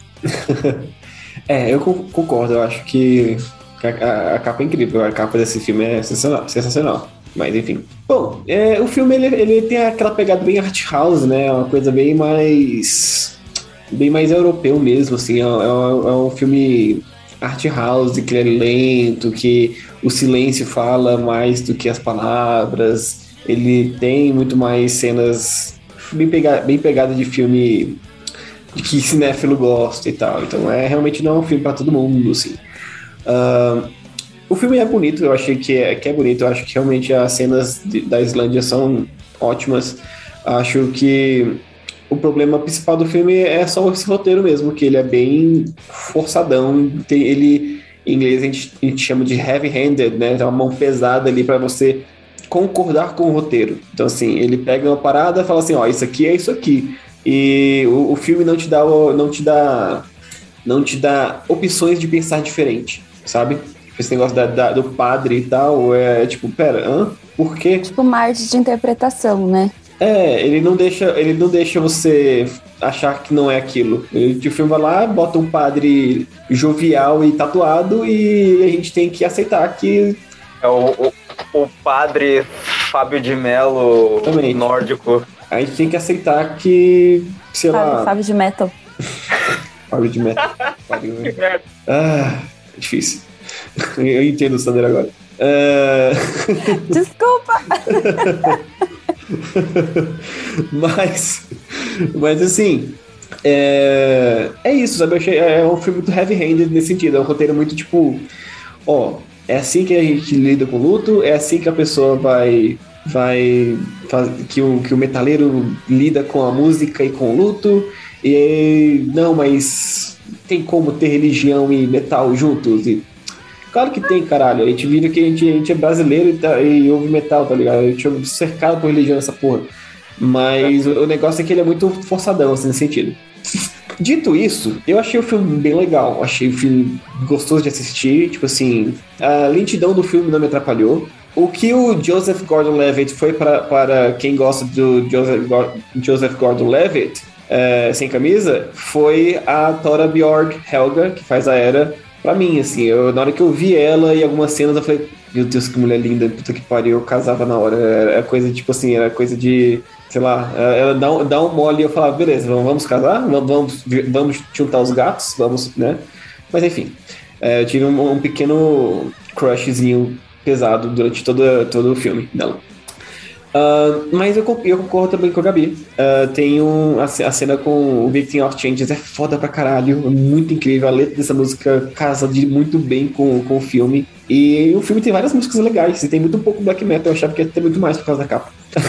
É, eu concordo. Eu acho que a, a, a capa é incrível. A capa desse filme é sensacional. sensacional. Mas enfim. Bom, é, o filme ele, ele tem aquela pegada bem art house, né? Uma coisa bem mais... Bem mais europeu mesmo, assim. É, é, é um filme... art house, que é lento, que o silêncio fala mais do que as palavras, ele tem muito mais cenas bem, pega, bem pegada de filme de que cinéfilo gosta e tal, então é realmente não é um filme para todo mundo, assim. Uh, o filme é bonito, eu achei que é, que é bonito, eu acho que realmente as cenas de, da Islândia são ótimas, acho que o problema principal do filme é só esse roteiro mesmo, que ele é bem forçadão. Tem, ele, em inglês, a gente, a gente chama de heavy-handed, né? Tem uma mão pesada ali para você concordar com o roteiro. Então, assim, ele pega uma parada e fala assim, ó, isso aqui é isso aqui. E o, o filme não te dá, não te dá, não te dá opções de pensar diferente, sabe? Esse negócio da, da, do padre e tal, é tipo, pera, hã? Por quê? Tipo, margem de interpretação, né? É, ele não deixa, ele não deixa você achar que não é aquilo. O filme vai lá, bota um padre jovial e tatuado e a gente tem que aceitar que... É o, o, o padre Fábio de Mello Também. nórdico. A gente tem que aceitar que, sei Fábio, lá... Fábio de Metal. Fábio de Metal. Fábio de Metal. Ah, é difícil. Eu entendo o Sander agora. Uh... Desculpa! mas, mas assim, é, é isso, sabe? Eu achei, é um filme muito heavy-handed nesse sentido. É um roteiro muito tipo, ó, é assim que a gente lida com o luto, é assim que a pessoa vai, vai faz, que, o, que o metaleiro lida com a música e com o luto. E não, mas tem como ter religião e metal juntos? E claro que tem, caralho. A gente vira que a gente, a gente é brasileiro e, tá, e ouve metal, tá ligado? A gente é cercado por religião nessa porra. Mas o, o negócio é que ele é muito forçadão, assim, nesse sentido. Dito isso, eu achei o filme bem legal. Achei o filme gostoso de assistir. Tipo assim, a lentidão do filme não me atrapalhou. O que o Joseph Gordon-Levitt foi para, para quem gosta do Joseph, Joseph Gordon-Levitt, é, sem camisa, foi a Thora Bjorg Helga, que faz a Hera. Pra mim, assim, eu, na hora que eu vi ela e algumas cenas, eu falei, meu Deus, que mulher linda, puta que pariu, eu casava na hora. Era coisa, tipo assim, era coisa de, sei lá, ela dá, dá um mole e eu falava, beleza, vamos, vamos casar? Vamos, vamos, vamos juntar os gatos? Vamos, né? Mas enfim, é, eu tive um, um pequeno crushzinho pesado durante todo, todo o filme dela. Uh, mas eu, eu concordo também com a Gabi. Uh, tem um, a, a cena com o Victim of Changes é foda pra caralho, é muito incrível. A letra dessa música casa de muito bem com, com o filme. E o filme tem várias músicas legais, e tem muito pouco black metal. Eu achava que ia ter muito mais por causa da capa.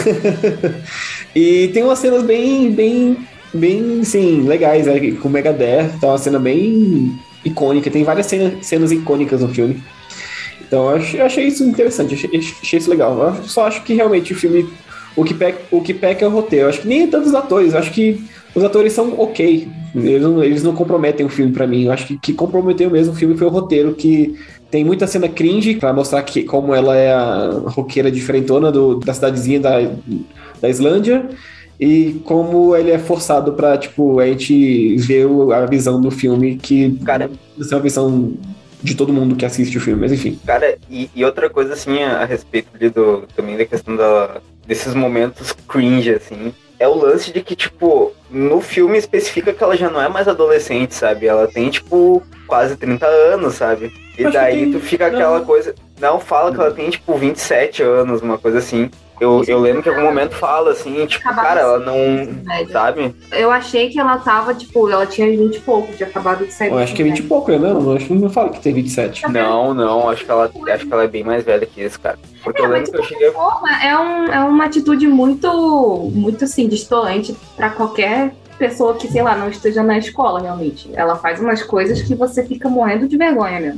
E tem umas cenas bem, bem, bem, sim, legais, né? Com o Megadeth, tá uma cena bem icônica. Tem várias cenas, cenas icônicas no filme. Então eu achei, eu achei isso interessante, achei, achei isso legal. Eu só acho que realmente o filme, o que peca, o que peca é o roteiro. Eu acho que nem tanto os atores, eu acho que os atores são ok. Eles não, eles não comprometem o filme pra mim. Eu acho que que comprometeu mesmo o filme foi o roteiro, que tem muita cena cringe pra mostrar que, como ela é a roqueira diferentona do, da cidadezinha da, da Islândia. E como ele é forçado pra, tipo, a gente ver a visão do filme, que cara, é uma visão de todo mundo que assiste o filme, mas enfim. Cara, e, e outra coisa, assim, a, a respeito ali do, também da questão da, desses momentos cringe, assim, é o lance de que, tipo, no filme especifica que ela já não é mais adolescente, sabe? Ela tem, tipo, quase trinta anos, sabe? E Acho daí tem... tu fica aquela não. coisa... Não, fala que ela tem, tipo, vinte e sete anos, uma coisa assim. Eu, eu lembro que em algum momento fala, assim, tipo, Acabado cara, ela de não... sair, Sabe? Eu achei que ela tava, tipo, ela tinha vinte e pouco, tinha acabado de sair. Eu acho que é vinte e pouco, né? Não, eu acho que não fala que tem vinte e sete. Não, não, acho que ela, acho que ela é bem mais velha que isso, cara. Porque É, eu mas lembro de que eu qualquer cheguei... forma, é, um, é uma atitude muito, muito assim, destoante pra qualquer pessoa que, sei lá, não esteja na escola, realmente. Ela faz umas coisas que você fica morrendo de vergonha mesmo.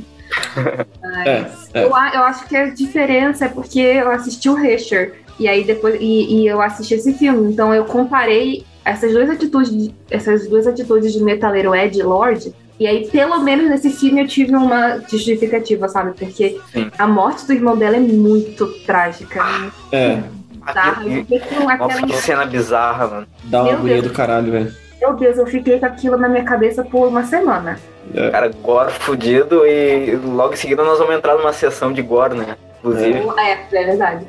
Mas É, é. Eu, a- eu acho que a diferença é porque eu assisti o Resher e aí depois e, e eu assisti esse filme, então eu comparei essas duas atitudes, de- essas duas atitudes de metaleiro Ed e Lord. E aí, pelo menos nesse filme, eu tive uma justificativa, sabe? Porque Sim. a morte do irmão dela é muito trágica. Né? É, Tá? Eu fiquei com Nossa, aquela... que cena bizarra, mano. dá uma Meu agonia Deus. do caralho, velho. Meu Deus, eu fiquei com aquilo na minha cabeça por uma semana. Cara, gore fudido e logo em seguida nós vamos entrar numa sessão de gore, né? Inclusive. É, é verdade.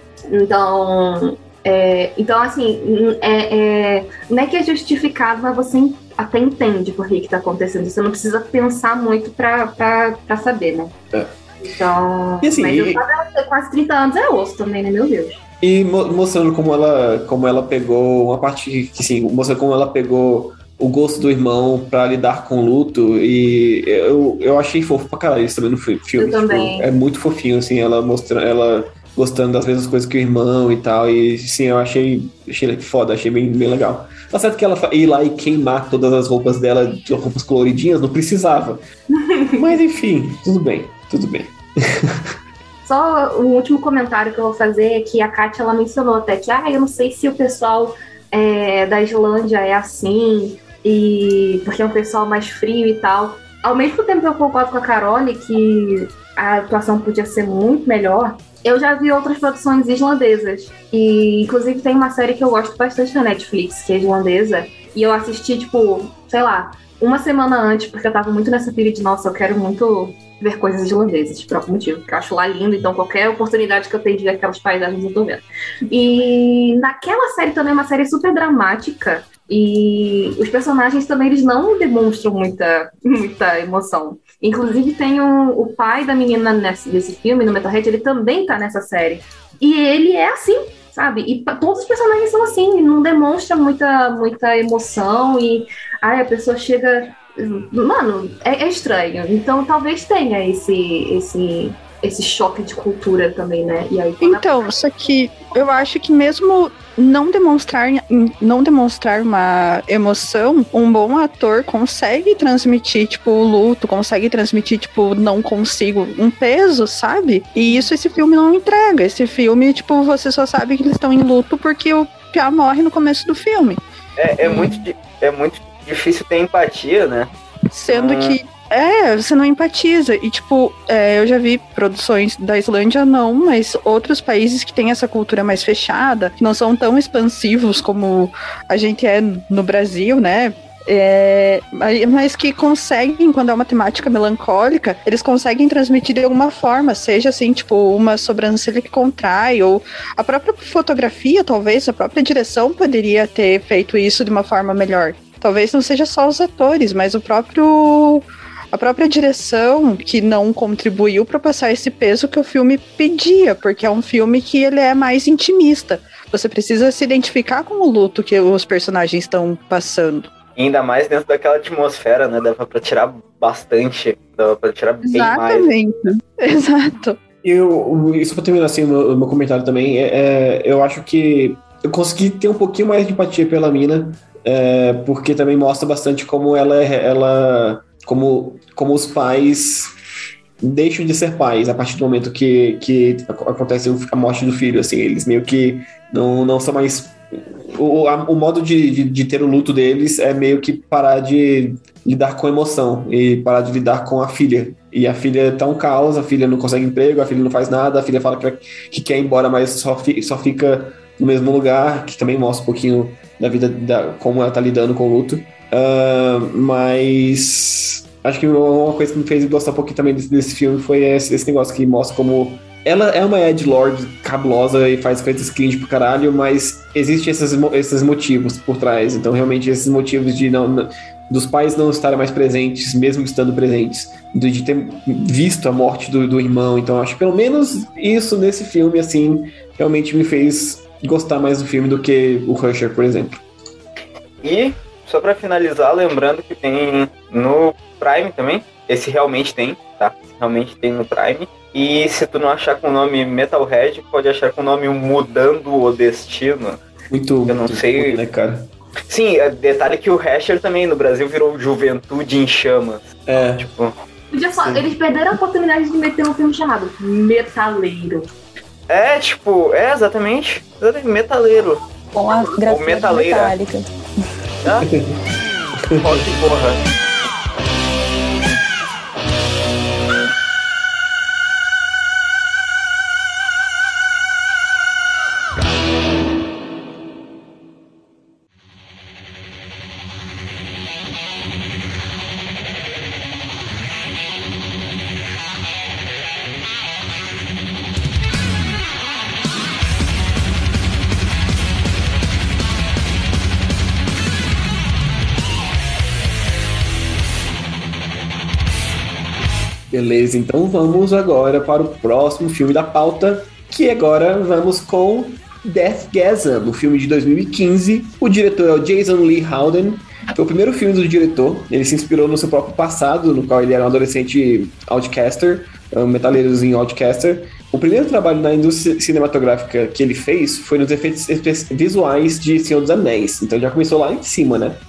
Então, é, então assim, é, é, não é que é justificado, mas você até entende por que que tá acontecendo. Você não precisa pensar muito pra, pra, pra saber, né? É. Então, E assim, mas e- eu tava ter quase trinta anos, é osso também, né? Meu Deus. E mo- mostrando como ela, como ela pegou uma parte que sim, mostrando como ela pegou o gosto do irmão pra lidar com o luto, e eu, eu achei fofo pra caralho isso também no fi- filme. Eu também. Tipo, é muito fofinho, assim, ela mostrando, ela gostando das mesmas coisas que o irmão e tal, e sim, eu achei, achei foda, achei bem, bem legal. Tá certo que ela fa- ir lá e queimar todas as roupas dela, de roupas coloridinhas, não precisava. Mas enfim, tudo bem, tudo bem. Só o último comentário que eu vou fazer é que a Kátia, ela mencionou até que, ah, eu não sei se o pessoal é, da Islândia é assim, e porque é um pessoal mais frio e tal. Ao mesmo tempo que eu concordo com a Carole que a atuação podia ser muito melhor, eu já vi outras produções islandesas. E, inclusive, tem uma série que eu gosto bastante na Netflix, que é islandesa, e eu assisti, tipo, sei lá, uma semana antes, porque eu tava muito nessa pilha de, nossa, eu quero muito ver coisas islandesas, por algum motivo, porque eu acho lá lindo, então qualquer oportunidade que eu tenho de ver aquelas paisagens eu tô vendo. E naquela série também é uma série super dramática, e os personagens também, eles não demonstram muita, muita emoção. Inclusive tem um, o pai da menina nesse, desse filme, no Metalhead, ele também tá nessa série. E ele é assim, sabe? E pa- todos os personagens são assim, não demonstra muita, muita emoção e ai, a pessoa chega... Mano, é, é estranho. Então talvez tenha esse, esse, esse choque de cultura também, né? E aí, quando a- Então, só que eu acho que mesmo não demonstrar, não demonstrar uma emoção, um bom ator consegue transmitir, tipo, o luto, consegue transmitir, tipo, não consigo, um peso, sabe? E isso esse filme não entrega. Esse filme, tipo, você só sabe que eles estão em luto porque o Pia morre no começo do filme. É, é, muito, di- é muito difícil ter empatia, né? Sendo Hum. que, é, você não empatiza. E, tipo, é, eu já vi produções da Islândia, não, mas outros países que têm essa cultura mais fechada, que não são tão expansivos como a gente é no Brasil, né? É, mas que conseguem, quando é uma temática melancólica, eles conseguem transmitir de alguma forma, seja assim, tipo, uma sobrancelha que contrai, ou a própria fotografia, talvez, a própria direção poderia ter feito isso de uma forma melhor. Talvez não seja só os atores, mas o próprio a própria direção que não contribuiu para passar esse peso que o filme pedia, porque é um filme que ele é mais intimista. Você precisa se identificar com o luto que os personagens estão passando. E ainda mais dentro daquela atmosfera, né? Dava pra tirar bastante. Dava pra tirar bem mais. Exatamente. Exato. Eu, isso pra terminar assim, o meu, o meu comentário também, é, é, eu acho que eu consegui ter um pouquinho mais de empatia pela mina, é, porque também mostra bastante como ela é, ela, como, como os pais deixam de ser pais a partir do momento que, que acontece a morte do filho, assim, eles meio que não, não são mais... O, a, o modo de, de, de ter o luto deles é meio que parar de lidar com emoção e parar de lidar com a filha. E a filha tá um caos, a filha não consegue emprego, a filha não faz nada, a filha fala que, que quer ir embora, mas só, fi, só fica no mesmo lugar, que também mostra um pouquinho da vida, da, como ela tá lidando com o luto. Uh, mas acho que uma coisa que me fez gostar um pouquinho também desse, desse filme foi esse, esse negócio que mostra como ela é uma edgelord cabulosa e faz coisas cringe pro caralho, mas existem esses, esses motivos por trás. Então, realmente, esses motivos de não, não, dos pais não estarem mais presentes, mesmo estando presentes, de, de ter visto a morte do, do irmão. Então, acho que pelo menos isso nesse filme, assim, realmente me fez gostar mais do filme do que o Usher, por exemplo. E, só pra finalizar, lembrando que tem no Prime também, esse realmente tem, tá? Realmente tem no Prime. E se tu não achar com o nome Metalhead, pode achar com o nome Mudando o Destino. Muito, eu não muito sei, muito, né, cara? Sim, detalhe que o Hasher também no Brasil virou Juventude em Chamas. É. Tipo, Podia falar, eles perderam a oportunidade de meter um filme chamado Metaleiro. É, tipo, é exatamente, exatamente metaleiro. Com a grafia metaleira. metálica. Ah? Rock, porra. Beleza, então vamos agora para o próximo filme da pauta, que agora vamos com Deathgasm, o filme de dois mil e quinze. O diretor é o Jason Lee Howden. Foi o primeiro filme do diretor. Ele se inspirou no seu próprio passado, no qual ele era um adolescente outcaster, um metaleirozinho outcaster. O primeiro trabalho na indústria cinematográfica que ele fez foi nos efeitos visuais de Senhor dos Anéis. Então já começou lá em cima, né?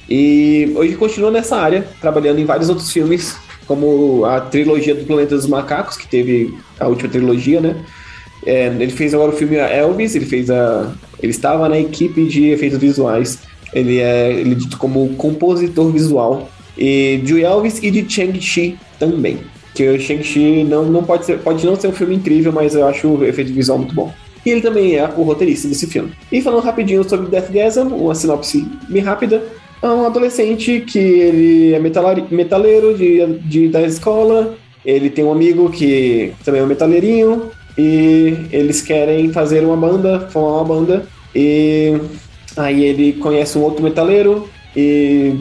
E hoje continua nessa área, trabalhando em vários outros filmes, como a trilogia do Planeta dos Macacos, que teve a última trilogia, né? É, ele fez agora o filme Elvis, ele fez a... Ele estava na equipe de efeitos visuais. Ele é, ele é dito como compositor visual. E de Elvis e de Shang-Chi também. Que o Shang-Chi não, não pode, ser, pode não ser um filme incrível, mas eu acho o efeito visual muito bom. E ele também é o roteirista desse filme. E falando rapidinho sobre Deathgasm, uma sinopse bem rápida. É um adolescente que ele é metaleiro de, de, da escola. Ele tem um amigo que também é um metaleirinho. E eles querem fazer uma banda, formar uma banda. E aí ele conhece um outro metaleiro. E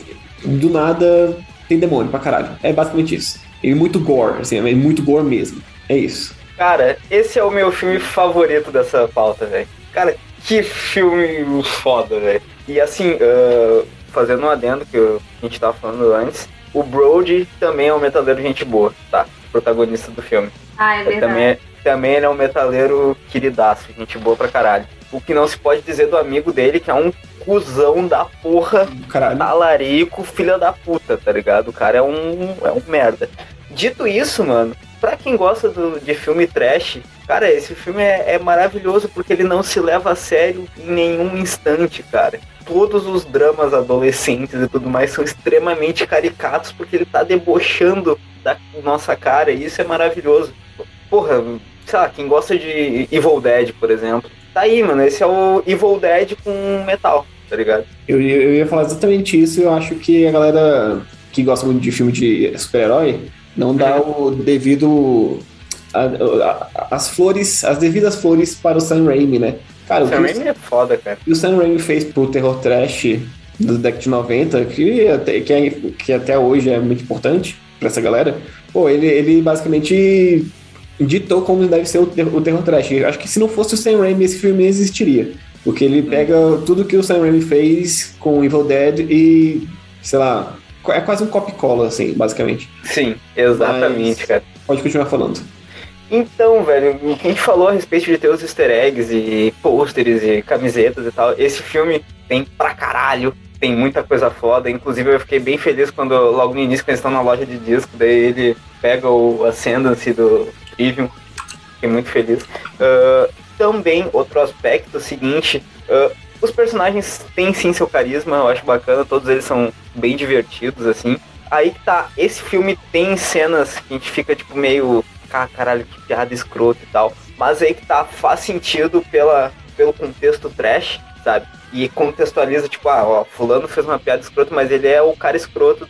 do nada tem demônio pra caralho. É basicamente isso. E muito gore, assim, é muito gore mesmo. É isso. Cara, esse é o meu filme favorito dessa pauta, velho. Cara, que filme foda, velho. E assim, uh, fazendo um adendo que a gente tava falando antes, o Brody também é um metaleiro gente boa, tá? Protagonista do filme. Ah, é verdade. Também, também ele é um metaleiro queridaço, gente boa pra caralho. O que não se pode dizer do amigo dele, que é um cuzão da porra, caralho, talarico, filha da puta, tá ligado? O cara é um, é um merda. Dito isso, mano, pra quem gosta do, de filme trash, cara, esse filme é, é maravilhoso porque ele não se leva a sério em nenhum instante, cara. Todos os dramas adolescentes e tudo mais são extremamente caricatos porque ele tá debochando da nossa cara e isso é maravilhoso. Porra, sei lá, quem gosta de Evil Dead, por exemplo, tá aí, mano, esse é o Evil Dead com metal, tá ligado? Eu, eu ia falar exatamente isso. Eu acho que a galera que gosta muito de filme de super-herói não dá uhum. o devido... A, a, as flores, as devidas flores para o Sam Raimi, né? Cara, o Sam Raimi é foda, cara. E o Sam Raimi fez pro terror trash do década de noventa, que até, que, é, que até hoje é muito importante pra essa galera. Pô, ele, ele basicamente ditou como deve ser o terror, o terror trash. Eu acho que se não fosse o Sam Raimi, esse filme nem existiria. Porque ele pega hum. tudo que o Sam Raimi fez com Evil Dead e, sei lá, é quase um copy-cola, assim, basicamente. Sim, exatamente, Mas, cara. Pode continuar falando. Então, velho, o que a gente falou a respeito de ter os easter eggs e pôsteres e camisetas e tal, esse filme tem pra caralho, tem muita coisa foda. Inclusive eu fiquei bem feliz quando, logo no início, quando eles estão na loja de disco, daí ele pega o Ascendancy do Trivium, fiquei muito feliz. Uh, também, outro aspecto, o seguinte, uh, os personagens têm sim seu carisma, eu acho bacana, todos eles são bem divertidos, assim. Aí que tá, esse filme tem cenas que a gente fica, tipo, meio... Ah, caralho, que piada escrota e tal. Mas aí que tá, faz sentido pela, pelo contexto trash, sabe? E contextualiza, tipo, ah, ó, fulano fez uma piada escrota, mas ele é o cara escroto da,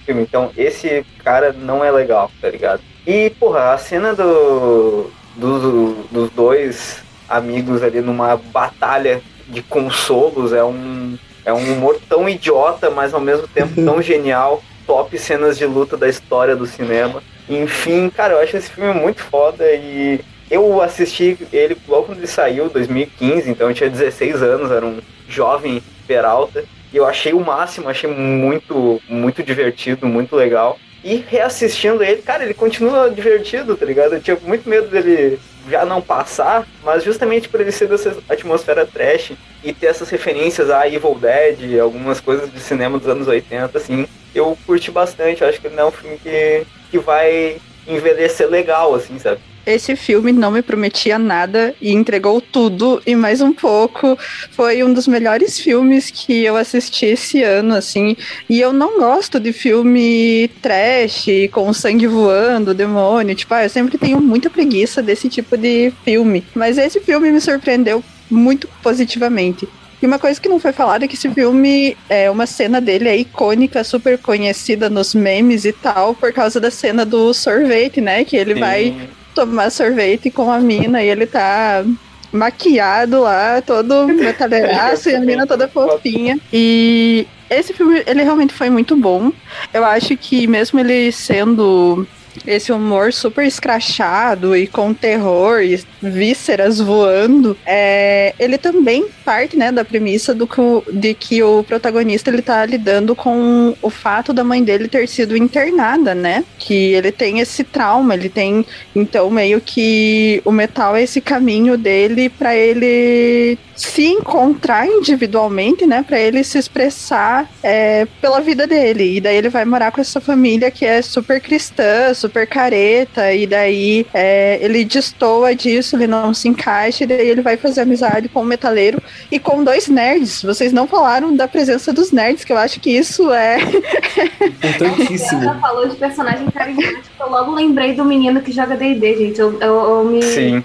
filme. Então, esse cara não é legal, tá ligado? E, porra, a cena do, do, dos dois amigos ali numa batalha de consolos é um, é um humor tão idiota, mas ao mesmo tempo tão genial. Top cenas de luta da história do cinema. Enfim, cara, eu acho esse filme muito foda e eu assisti ele logo quando ele saiu, dois mil e quinze, então eu tinha dezesseis anos, era um jovem Peralta, e eu achei o máximo, achei muito, muito divertido, muito legal. E reassistindo ele, cara, ele continua divertido, tá ligado? Eu tinha muito medo dele já não passar, mas justamente por ele ser dessa atmosfera trash e ter essas referências a Evil Dead, algumas coisas de cinema dos anos oitenta, assim, eu curti bastante. Eu acho que ele não é um filme que, que vai envelhecer legal, assim, sabe? Esse filme não me prometia nada e entregou tudo e mais um pouco. Foi um dos melhores filmes que eu assisti esse ano, assim. E eu não gosto de filme trash, com sangue voando, demônio. Tipo, ah, eu sempre tenho muita preguiça desse tipo de filme. Mas esse filme me surpreendeu muito positivamente. E uma coisa que não foi falada é que esse filme, é, uma cena dele é icônica, super conhecida nos memes e tal, por causa da cena do sorvete, né? Que ele Sim. vai tomar sorvete com a mina e ele tá maquiado lá, todo metaleiraço e a mina toda fofinha. E esse filme, ele realmente foi muito bom. Eu acho que mesmo ele sendo esse humor super escrachado e com terror e vísceras voando, é, ele também parte, né, da premissa do que o, de que o protagonista ele tá lidando com o fato da mãe dele ter sido internada, né? Que ele tem esse trauma, ele tem, então, meio que o metal é esse caminho dele pra ele se encontrar individualmente, né? Pra ele se expressar é, pela vida dele. E daí ele vai morar com essa família que é super cristã, super careta, e daí é, ele destoa disso, ele não se encaixa, e daí ele vai fazer amizade com um metaleiro e com dois nerds. Vocês não falaram da presença dos nerds, que eu acho que isso é... importantíssimo. Ela falou de personagem carismático, eu logo lembrei do menino que joga D e D, gente. Eu, eu, eu me... Sim.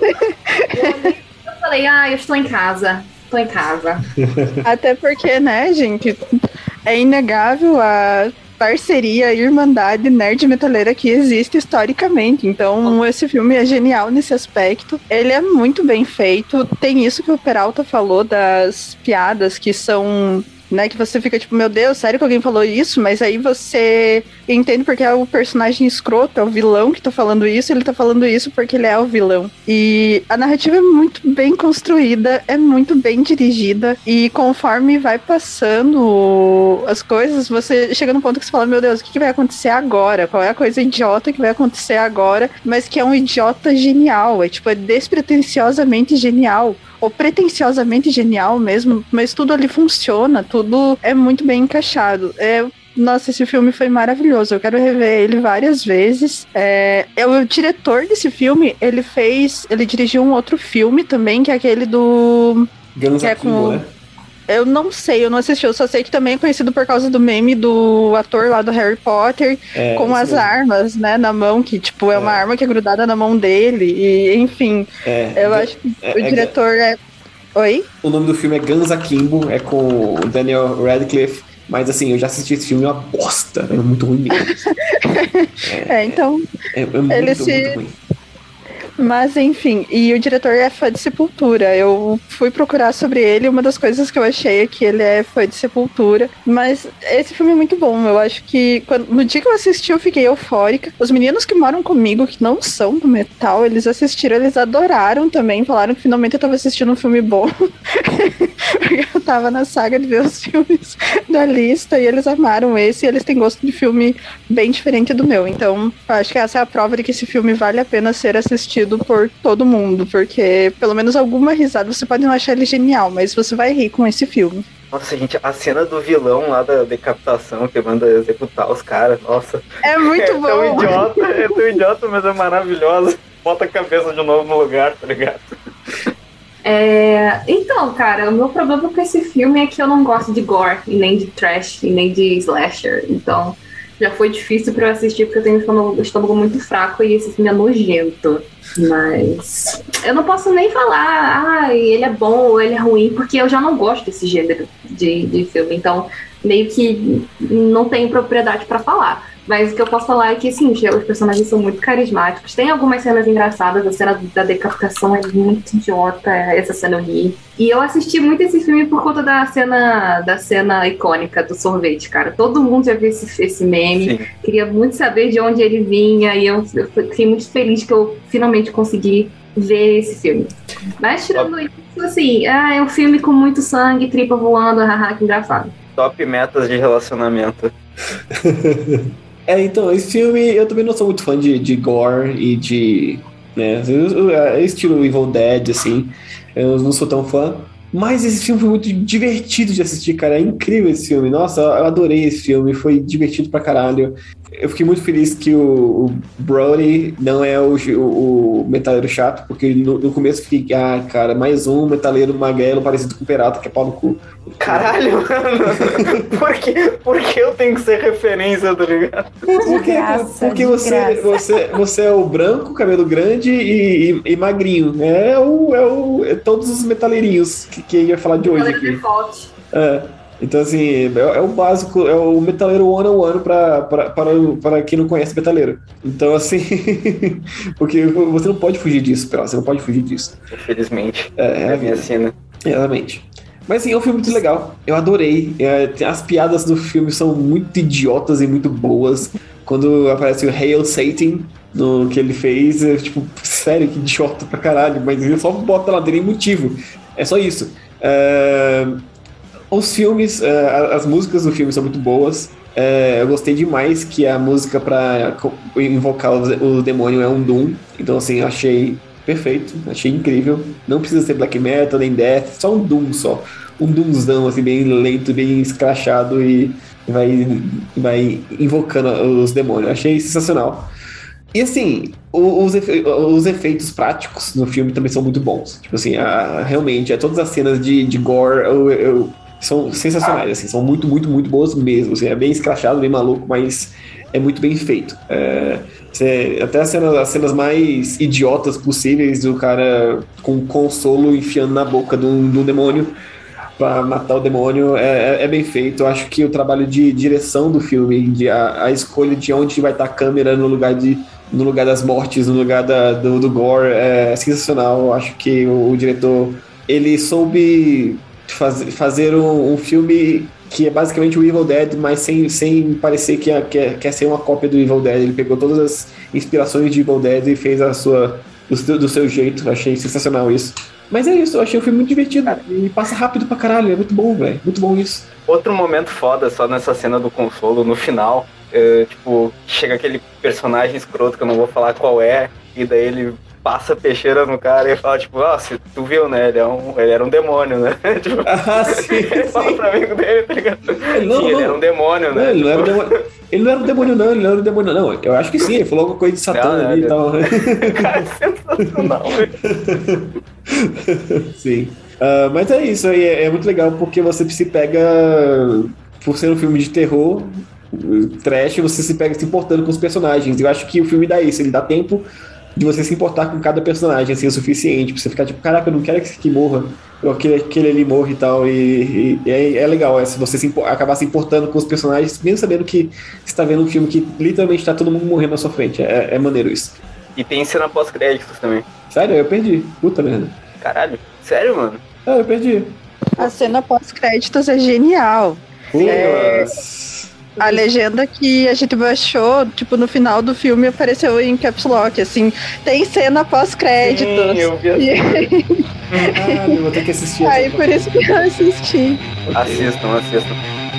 Eu, eu falei, ah, eu estou em casa. Estou em casa. Até porque, né, gente, é inegável a parceria, a irmandade nerd metaleira que existe historicamente. Então, esse filme é genial nesse aspecto. Ele é muito bem feito. Tem isso que o Peralta falou das piadas que são... né, que você fica tipo, meu Deus, sério que alguém falou isso? Mas aí você entende porque é o personagem escroto, é o vilão que tá falando isso, ele tá falando isso porque ele é o vilão. E a narrativa é muito bem construída, é muito bem dirigida, e conforme vai passando as coisas, você chega num ponto que você fala, meu Deus, o que, que vai acontecer agora? Qual é a coisa idiota que vai acontecer agora? Mas que é um idiota genial, é tipo, é despretensiosamente genial, ou pretensiosamente genial mesmo, mas tudo ali funciona, tudo é muito bem encaixado. É, nossa, esse filme foi maravilhoso, eu quero rever ele várias vezes. É, é, o diretor desse filme, ele fez, ele dirigiu um outro filme também, que é aquele do... Guns que é Akimbo, com, né? Eu não sei, eu não assisti, eu só sei que também é conhecido por causa do meme do ator lá do Harry Potter, é, com as mesmo. armas, né, na mão, que tipo, é, é uma arma que é grudada na mão dele, e enfim, é, eu acho que é, o é, diretor é... Oi? O nome do filme é Guns Akimbo, é com o Daniel Radcliffe, mas assim, eu já assisti esse filme, é uma bosta, é muito ruim mesmo. é, é, então, é, é muito, ele se... muito ruim. Mas, enfim, e o diretor é fã de Sepultura. Eu fui procurar sobre ele, uma das coisas que eu achei é que ele é fã de Sepultura. Mas esse filme é muito bom. Eu acho que quando, no dia que eu assisti, eu fiquei eufórica. Os meninos que moram comigo, que não são do metal, eles assistiram, eles adoraram também. Falaram que finalmente eu tava assistindo um filme bom. Porque eu tava na saga de ver os filmes da lista e eles amaram esse. E eles têm gosto de filme bem diferente do meu. Então, eu acho que essa é a prova de que esse filme vale a pena ser assistido por todo mundo, porque pelo menos alguma risada você pode não achar ele genial, mas você vai rir com esse filme. Nossa, gente, a cena do vilão lá da decapitação que manda executar os caras, nossa. É muito é bom. É tão idiota, é tão idiota, mas é maravilhosa. Bota a cabeça de novo no lugar, tá ligado? É, então, cara, o meu problema com esse filme é que eu não gosto de gore, e nem de trash, e nem de slasher. Então, já foi difícil pra eu assistir, porque eu tenho um estômago, estômago muito fraco e esse filme é nojento. Mas eu não posso nem falar, ah, ele é bom ou ele é ruim, porque eu já não gosto desse gênero de, de filme. Então, meio que não tenho propriedade pra falar. Mas o que eu posso falar é que, sim, os personagens são muito carismáticos. Tem algumas cenas engraçadas. A cena da decapitação é muito idiota. Essa cena eu ri. E eu assisti muito esse filme por conta da cena, da cena icônica do sorvete, cara. Todo mundo já viu esse, esse meme. Sim. Queria muito saber de onde ele vinha. E eu, eu fiquei muito feliz que eu finalmente consegui ver esse filme. Mas, tirando Top. isso, assim, é um filme com muito sangue, tripa voando. Haha, que engraçado. Top metas de relacionamento. É, então, esse filme, eu também não sou muito fã de, de gore e de, né, estilo Evil Dead, assim, eu não sou tão fã, mas esse filme foi muito divertido de assistir, cara, é incrível esse filme, nossa, eu adorei esse filme, foi divertido pra caralho. Eu fiquei muito feliz que o, o Brody não é o, o, o metaleiro chato, porque no, no começo eu fiquei, ah, cara, mais um metaleiro magrelo parecido com o Peralta, que é pau no cu. Caralho, mano, por que, por que eu tenho que ser referência, tá ligado? Porque, graça, porque você, você, você é o branco, cabelo grande e, e, e magrinho, é, o, é, o, é todos os metaleirinhos que, que ia falar de hoje aqui. É. Então, assim, é, é o básico, é o metaleiro one-on-one pra, pra, para, para quem não conhece metaleiro. Então, assim, porque você não pode fugir disso, Pela, você não pode fugir disso. Infelizmente. É, é a minha cena. Exatamente. Mas, assim, é um filme muito legal. Eu adorei. É, as piadas do filme são muito idiotas e muito boas. Quando aparece o Hail Satan, no que ele fez, é tipo, sério, que idiota pra caralho. Mas ele só bota lá dele motivo. É só isso. É... Os filmes, uh, as músicas do filme são muito boas. Uh, eu gostei demais que a música pra invocar o, o demônio é um Doom. Então, assim, achei perfeito, achei incrível. Não precisa ser black metal nem death, só um Doom só. Um Doomzão, assim, bem lento, bem escrachado e vai, vai invocando os demônios. Achei sensacional. E, assim, os, efe- os efeitos práticos no filme também são muito bons. Tipo assim, a, realmente, a, todas as cenas de, de gore, eu... eu são sensacionais, assim, são muito, muito, muito boas mesmo, assim, é bem escrachado, bem maluco, mas é muito bem feito. É, você, até as cenas, as cenas mais idiotas possíveis, do cara com consolo enfiando na boca de um, de um demônio pra matar o demônio, é, é, é bem feito. Eu acho que o trabalho de direção do filme, de, a, a escolha de onde vai estar a câmera no lugar, de, no lugar das mortes, no lugar da, do, do gore, é sensacional. Eu acho que o, o diretor, ele soube Faz, fazer um, um filme que é basicamente o Evil Dead, mas sem, sem parecer que é, quer, quer ser uma cópia do Evil Dead. Ele pegou todas as inspirações de Evil Dead e fez a sua, do, do seu jeito. Achei sensacional isso. Mas é isso, eu achei o filme muito divertido. E passa rápido pra caralho, é muito bom, velho. Muito bom isso. Outro momento foda, só nessa cena do consolo, no final, é, tipo, chega aquele personagem escroto que eu não vou falar qual é, e daí ele passa peixeira no cara e fala, tipo, ah, se tu viu, né? Ele, é um, ele era um demônio, né? tipo, ah, sim, ele sim. fala pro amigo dele, tá ligado? Ele, não, sim, não. ele era um demônio, não, né? Ele não, tipo... era um demônio, ele não era um demônio, não. Ele não era um demônio, não. Eu acho que sim, ele falou alguma coisa de Satã não, ali não, e tal. Cara, sensacional, velho. Sim. Uh, mas é isso, aí é, é muito legal porque você se pega, por ser um filme de terror, trash, você se pega se importando com os personagens. Eu acho que o filme dá isso, ele dá tempo de você se importar com cada personagem, assim, o suficiente, pra você ficar tipo, caraca, eu não quero que esse aqui morra, ou aquele, aquele ali morra e tal, e, e é, é legal, é, se você se, acabar se importando com os personagens, mesmo sabendo que você tá vendo um filme que literalmente tá todo mundo morrendo na sua frente, é, é maneiro isso. E tem cena pós-créditos também. Sério? Eu perdi, puta merda. Caralho, sério, mano? Ah, eu perdi. A cena pós-créditos é genial. Sim, é... A legenda que a gente baixou, tipo, no final do filme apareceu em caps lock, assim, tem cena pós-créditos. Sim, eu vi assim. Ah, eu vou ter que assistir. Aí por isso que eu assisti. Okay. Assistam, assistam.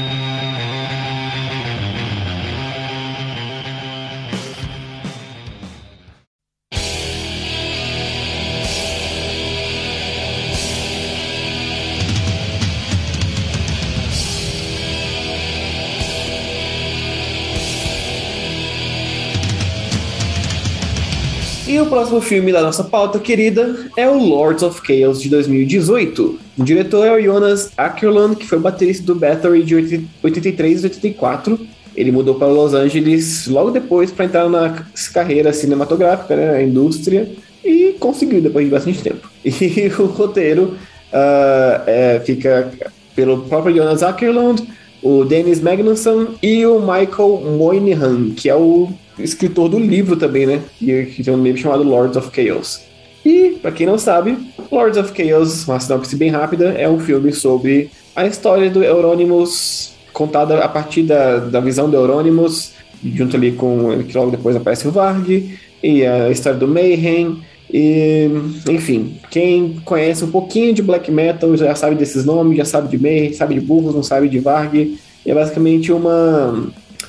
E o próximo filme da nossa pauta querida é o Lords of Chaos de dois mil e dezoito. O diretor é o Jonas Åkerlund, que foi o baterista do Bathory de oitenta e três e oitenta e quatro. Ele mudou para Los Angeles logo depois para entrar na carreira cinematográfica, né, na indústria, e conseguiu depois de bastante tempo. E o roteiro uh, é, fica pelo próprio Jonas Åkerlund, o Dennis Magnusson e o Michael Moynihan, que é o escritor do livro também, né, que, que tem um livro chamado Lords of Chaos. E, para quem não sabe, Lords of Chaos, uma sinopse bem rápida, é um filme sobre a história do Euronymous, contada a partir da, da visão do Euronymous, junto ali com que logo depois aparece o Varg, e a história do Mayhem, e, enfim, quem conhece um pouquinho de black metal já sabe desses nomes, já sabe de Mayhem, sabe de Burros, não sabe de Varg, é basicamente uma...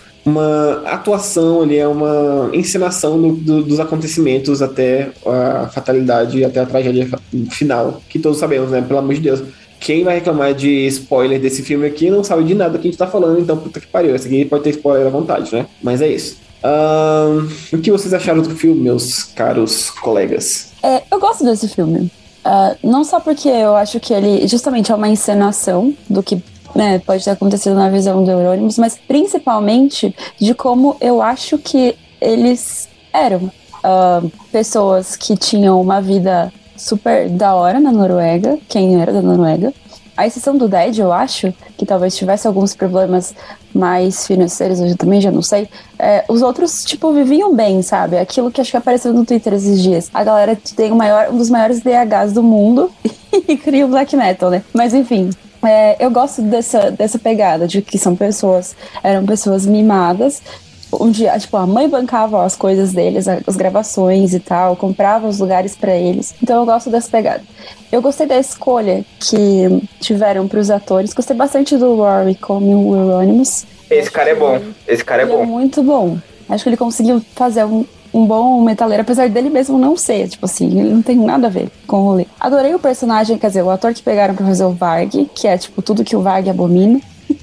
uma atuação ali, é uma encenação do, do, dos acontecimentos até a fatalidade, até a tragédia final, que todos sabemos, né? Pelo amor de Deus. Quem vai reclamar de spoiler desse filme aqui não sabe de nada que a gente tá falando, então puta que pariu. Esse aqui pode ter spoiler à vontade, né? Mas é isso. Um, o que vocês acharam do filme, meus caros colegas? É, eu gosto desse filme. Uh, não só porque eu acho que ele justamente é uma encenação do que né, pode ter acontecido na visão do Euronymous, mas principalmente de como eu acho que eles eram uh, pessoas que tinham uma vida super da hora na Noruega, quem era da Noruega. A exceção do Dead, eu acho, que talvez tivesse alguns problemas mais financeiros, eu também já não sei. É, os outros, tipo, viviam bem, sabe? Aquilo que acho que apareceu no Twitter esses dias. A galera tem o maior, um dos maiores D Hs do mundo e cria o black metal, né? Mas enfim... É, eu gosto dessa, dessa pegada de que são pessoas, eram pessoas mimadas, onde tipo, a mãe bancava as coisas deles, as gravações e tal, comprava os lugares pra eles. Então eu gosto dessa pegada. Eu gostei da escolha que tiveram pros atores, gostei bastante do Rory como o Euronymous. Esse cara é bom, esse cara é bom. É muito bom. Acho que ele conseguiu fazer um um bom metaleiro, apesar dele mesmo não ser, tipo assim, ele não tem nada a ver com o rolê. Adorei o personagem, quer dizer, o ator que pegaram pra fazer o Varg, que é, tipo, tudo que o Varg abomina.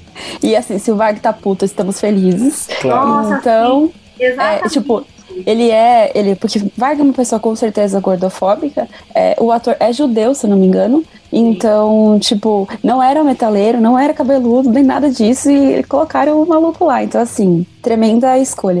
E, assim, se o Varg tá puto, estamos felizes. Claro. Nossa, então, é, tipo, ele é, ele, porque Varg é uma pessoa com certeza gordofóbica, é, o ator é judeu, se não me engano, então, tipo, não era metaleiro, não era cabeludo, nem nada disso, e colocaram o maluco lá, então, assim, tremenda escolha.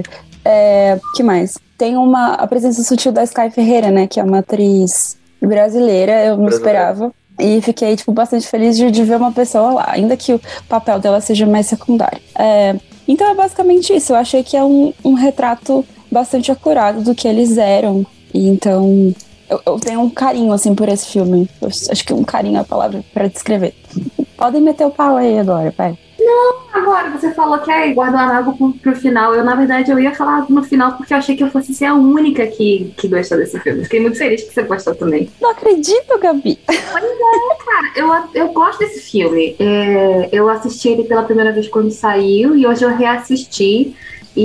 É, que mais? Tem uma, a presença sutil da Sky Ferreira, né? Que é uma atriz brasileira, eu não esperava. E fiquei, tipo, bastante feliz de, de ver uma pessoa lá, ainda que o papel dela seja mais secundário. É, então é basicamente isso. Eu achei que é um, um retrato bastante acurado do que eles eram. E então, eu, eu tenho um carinho, assim, por esse filme. Eu acho que um carinho é a palavra pra descrever. Podem meter o pau aí agora, pai. Não, agora você falou que é guardanapo pro, pro final. Eu, na verdade, eu ia falar no final porque eu achei que eu fosse ser a única que, que gostou desse filme. Fiquei muito feliz que você gostou também. Não acredito, Gabi. Pois é, cara. Eu, eu gosto desse filme. É, eu assisti ele pela primeira vez quando saiu e hoje eu reassisti.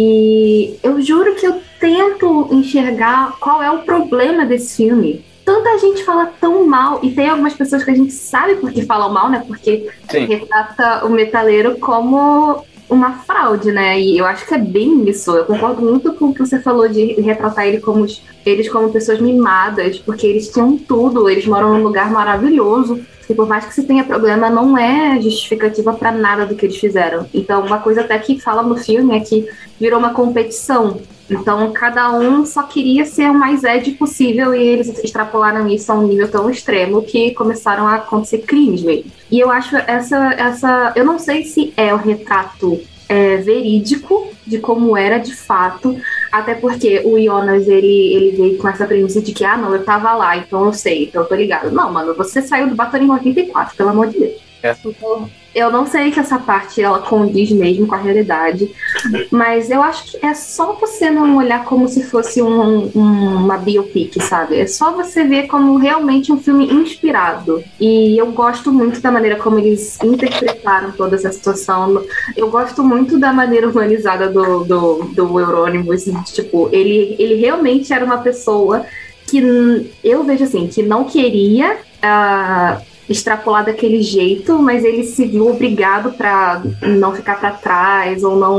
E eu juro que eu tento enxergar qual é o problema desse filme. Tanta gente fala tão mal, e tem algumas pessoas que a gente sabe porque falam mal, né? Porque Sim. retrata o metaleiro como uma fraude, né? E eu acho que é bem isso. Eu concordo muito com o que você falou de retratar ele como, eles como pessoas mimadas, porque eles tinham tudo, eles moram num lugar maravilhoso. E por mais que se tenha problema, não é justificativa pra nada do que eles fizeram. Então, uma coisa até que fala no filme é que virou uma competição. Então, cada um só queria ser o mais Ed possível e eles extrapolaram isso a um nível tão extremo que começaram a acontecer crimes mesmo. E eu acho essa... essa eu não sei se é o retrato é, verídico de como era de fato, até porque o Jonas, ele, ele veio com essa premissa de que, ah, não, eu tava lá, então eu sei, então eu tô ligado. Não, mano, você saiu do Batalha em oitenta e quatro, pelo amor de Deus. É. Então, eu não sei que essa parte ela condiz mesmo com a realidade, mas eu acho que é só você não olhar como se fosse um, um, uma biopic, sabe? É só você ver como realmente um filme inspirado. E eu gosto muito da maneira como eles interpretaram toda essa situação. Eu gosto muito da maneira humanizada do, do, do Euronymous. Tipo, ele, ele realmente era uma pessoa que eu vejo assim, que não queria... Uh, extrapolar daquele jeito, mas ele se viu obrigado para não ficar para trás ou não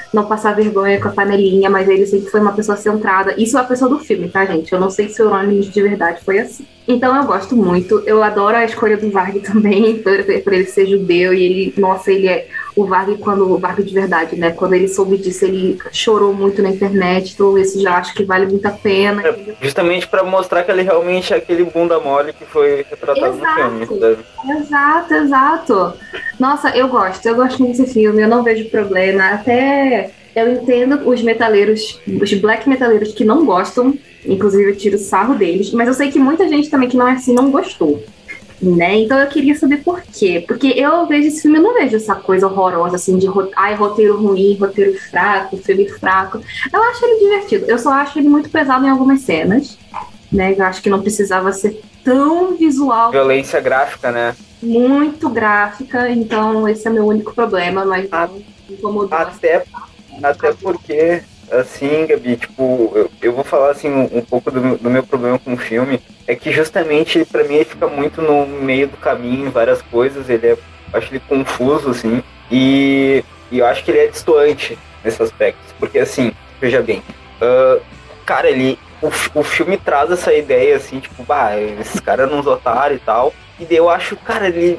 não passar vergonha com a panelinha, mas ele sempre foi uma pessoa centrada. Isso é a pessoa do filme, tá, gente? Eu não sei se o Euronymous de verdade foi assim. Então eu gosto muito, eu adoro a escolha do Varg também, por, por ele ser judeu, e ele, nossa, ele é o Varg quando, o Varg de verdade, né, quando ele soube disso, ele chorou muito na internet, então isso já acho que vale muito a pena. É, justamente pra mostrar que ele realmente é aquele bunda mole que foi retratado exato, no filme. Sabe? Exato, exato. Nossa, eu gosto, eu gosto muito desse filme, eu não vejo problema, até eu entendo os metaleiros, os black metaleiros que não gostam. Inclusive eu tiro sarro deles, mas eu sei que muita gente também que não é assim não gostou, né? Então eu queria saber por quê. Porque eu vejo esse filme, eu não vejo essa coisa horrorosa assim de ai, roteiro ruim, roteiro fraco, filme fraco. Eu acho ele divertido, eu só acho ele muito pesado em algumas cenas, né? Eu acho que não precisava ser tão visual. Violência gráfica, né? Muito gráfica, então esse é meu único problema, mas a, não me incomodou. Até, até porque... Assim, Gabi, tipo, eu, eu vou falar assim um, um pouco do meu, do meu problema com o filme, é que justamente pra mim ele fica muito no meio do caminho em várias coisas, ele é, acho ele confuso, assim, e, e eu acho que ele é distoante nesse aspecto, porque assim, veja bem, uh, cara, ele, o, o filme traz essa ideia, assim, tipo, bah, esses caras não otário e tal, e daí eu acho, cara, ele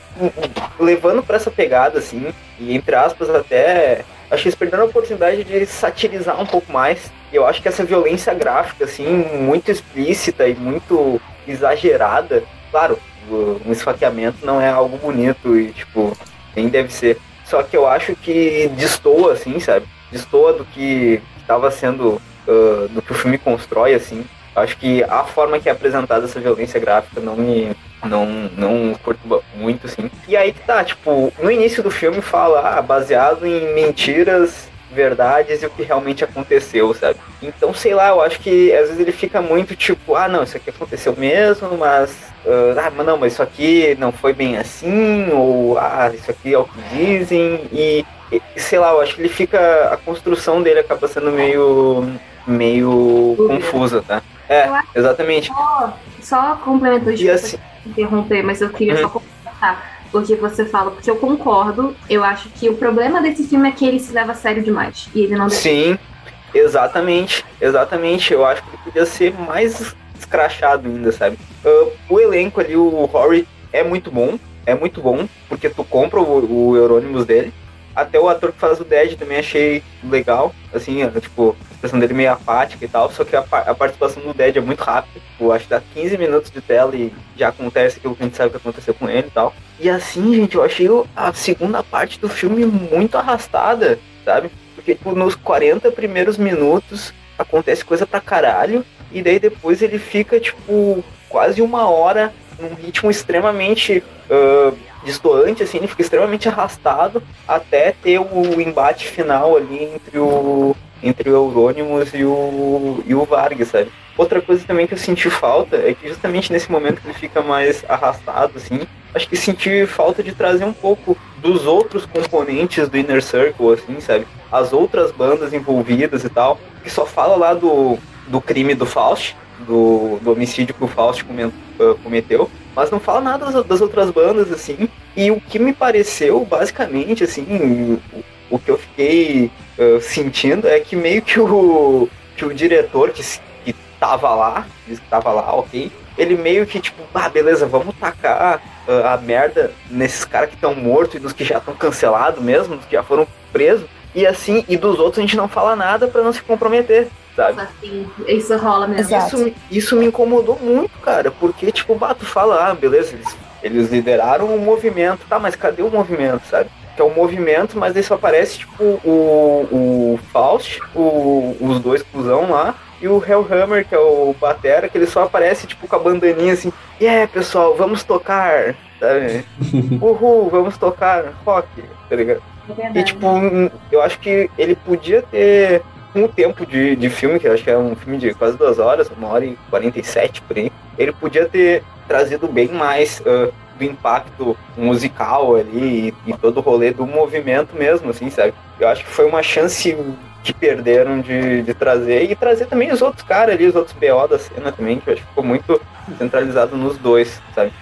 levando pra essa pegada, assim, e entre aspas até... Acho que eles perderam a oportunidade de satirizar um pouco mais. E eu acho que essa violência gráfica, assim, muito explícita e muito exagerada. Claro, um esfaqueamento não é algo bonito e, tipo, nem deve ser. Só que eu acho que destoa, assim, sabe? Destoa do que estava sendo, uh, do que o filme constrói, assim. Acho que a forma que é apresentada essa violência gráfica não me... Não, não curto muito, assim. E aí que tá, tipo, no início do filme fala, ah, baseado em mentiras, verdades e o que realmente aconteceu, sabe? Então, sei lá, eu acho que às vezes ele fica muito tipo, ah, não, isso aqui aconteceu mesmo, mas, uh, ah, mas não, mas isso aqui não foi bem assim, ou, ah, isso aqui é o que dizem, e, e sei lá, eu acho que ele fica, a construção dele acaba sendo meio, meio confusa, tá? É, exatamente. Só, só complementando isso. E assim, interromper, mas eu queria hum. só complementar porque você fala, porque eu concordo, eu acho que o problema desse filme é que ele se leva a sério demais, e ele não deixa. Sim, exatamente, exatamente, eu acho que ele podia ser mais escrachado ainda, sabe? Uh, o elenco ali, o Rory, é muito bom, é muito bom, porque tu compra o, o Euronymous dele, até o ator que faz o Dead também achei legal, assim, tipo, a expressão dele meio apática e tal, só que a, a participação do Dead é muito rápida, tipo, acho que dá quinze minutos de tela e já acontece aquilo que a gente sabe que aconteceu com ele e tal. E assim, gente, eu achei a segunda parte do filme muito arrastada, sabe? Porque, tipo, nos quarenta primeiros minutos acontece coisa pra caralho, e daí depois ele fica, tipo, quase uma hora num ritmo extremamente... Uh, distoante, assim, ele fica extremamente arrastado até ter o embate final ali entre o entre o Euronymous e o, e o Varg, sabe? Outra coisa também que eu senti falta é que justamente nesse momento que ele fica mais arrastado, assim, acho que senti falta de trazer um pouco dos outros componentes do Inner Circle, assim, sabe? As outras bandas envolvidas e tal, que só fala lá do, do crime do Faust, do, do homicídio que o Faust cometeu, mas não fala nada das, das outras bandas, assim, e o que me pareceu, basicamente, assim, o, o que eu fiquei uh, sentindo é que meio que o, que o diretor que, que tava lá, disse que tava lá, ok, ele meio que, tipo, ah, beleza, vamos tacar uh, a merda nesses caras que estão mortos e nos que já estão cancelados mesmo, nos que já foram presos, e assim, e dos outros a gente não fala nada pra não se comprometer, sabe? Assim, isso rola mesmo. Isso, isso me incomodou muito, cara, porque, tipo, bah, tu fala, ah, beleza, eles, eles lideraram o movimento, tá, mas cadê o movimento, sabe? Que é o movimento, mas daí só aparece, tipo, o, o Faust, o, os dois cuzão lá, e o Hellhammer, que é o batera, que ele só aparece, tipo, com a bandaninha assim, e yeah, é, pessoal, vamos tocar, sabe? Uhul, vamos tocar rock, tá ligado? É e, tipo, eu acho que ele podia ter um tempo de, de filme, que eu acho que é um filme de quase duas horas, uma hora e quarenta e sete por aí, ele podia ter trazido bem mais uh, do impacto musical ali e, e todo o rolê do movimento mesmo, assim, sabe? Eu acho que foi uma chance que perderam de, de trazer, e trazer também os outros caras ali, os outros B O da cena também, que eu acho que ficou muito centralizado nos dois, sabe?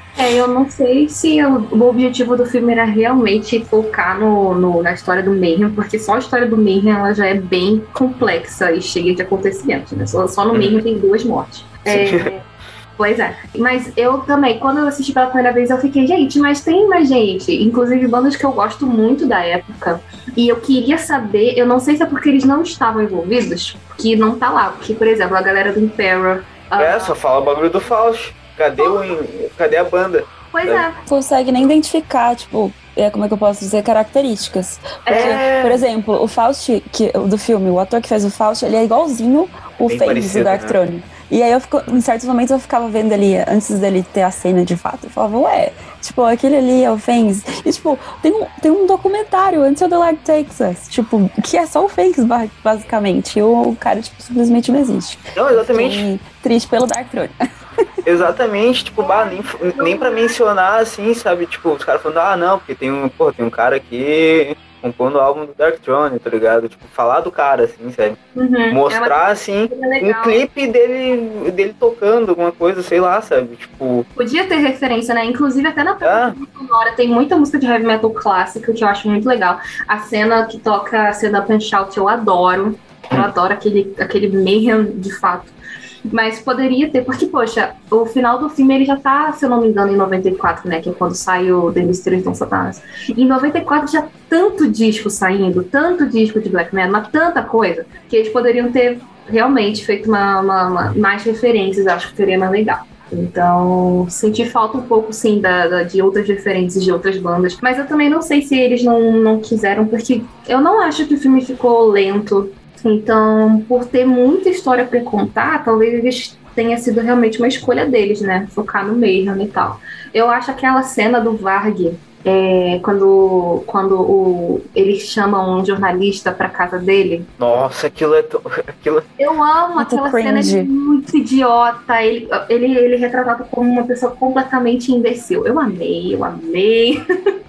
É, eu não sei se o, o objetivo do filme era realmente focar no, no, na história do Mayhem, porque só a história do Mayhem ela já é bem complexa e cheia de acontecimentos, né? Só, só no Mayhem tem duas mortes. É, pois é. Mas eu também, quando eu assisti pela primeira vez, eu fiquei, gente, mas tem mais gente. Inclusive bandas que eu gosto muito da época. E eu queria saber, eu não sei se é porque eles não estavam envolvidos, que não tá lá. Porque, por exemplo, a galera do Impera... É, uh, só fala o bagulho do Faust. Cadê, o, cadê a banda? Pois é. Não consegue nem identificar, tipo, é, como é que eu posso dizer, características. Porque, É. por exemplo, o Faust, que, do filme, o ator que fez o Faust, ele é igualzinho o Bem Fênix parecido, do Dark né? Throne. E aí eu fico, em certos momentos eu ficava vendo ali, antes dele ter a cena de fato, eu falava, ué, tipo, aquele ali é o Fênix. E tipo, tem um, tem um documentário, Until the Light Takes Us, tipo, que é só o Fênix, basicamente. E o cara, tipo, simplesmente não existe. Não, exatamente. Fiquei triste pelo Dark Throne. Exatamente, tipo, bah, nem, nem pra mencionar, assim, sabe? Tipo, os caras falando, ah, não, porque tem um, porra, tem um cara aqui compondo o álbum do Dark Throne, tá ligado? Tipo, falar do cara, assim, sabe? Uhum. Mostrar, É assim, um legal. clipe dele, dele tocando alguma coisa, sei lá, sabe? Tipo, Podia ter referência, né? Inclusive, até na Ah. própria sonora tem muita música de heavy metal clássica que eu acho muito legal. A cena que toca a cena Up and Shout eu adoro. Eu adoro aquele, aquele mayhem de fato. Mas poderia ter, porque, poxa, o final do filme ele já tá, se eu não me engano, em noventa e quatro, né? Que é quando sai o The Mysteries of Satanas. Em noventa e quatro já tanto disco saindo, tanto disco de black metal, mas tanta coisa, que eles poderiam ter realmente feito uma, uma, uma- mais referências, acho que seria mais legal. Então, senti falta um pouco, sim, da, da- de outras referências de outras bandas. Mas eu também não sei se eles não, não quiseram, porque eu não acho que o filme ficou lento. Então, por ter muita história pra contar, talvez eles tenha sido realmente uma escolha deles, né? Focar no Mayhem e tal. Eu acho aquela cena do Varg, é, quando, quando o, eles chamam um jornalista pra casa dele. nossa, aquilo é... tão- aquilo... Eu amo Muito aquela cena, cringe. ele é muito idiota. Ele, ele, ele é retratado como uma pessoa completamente imbecil. Eu amei, eu amei.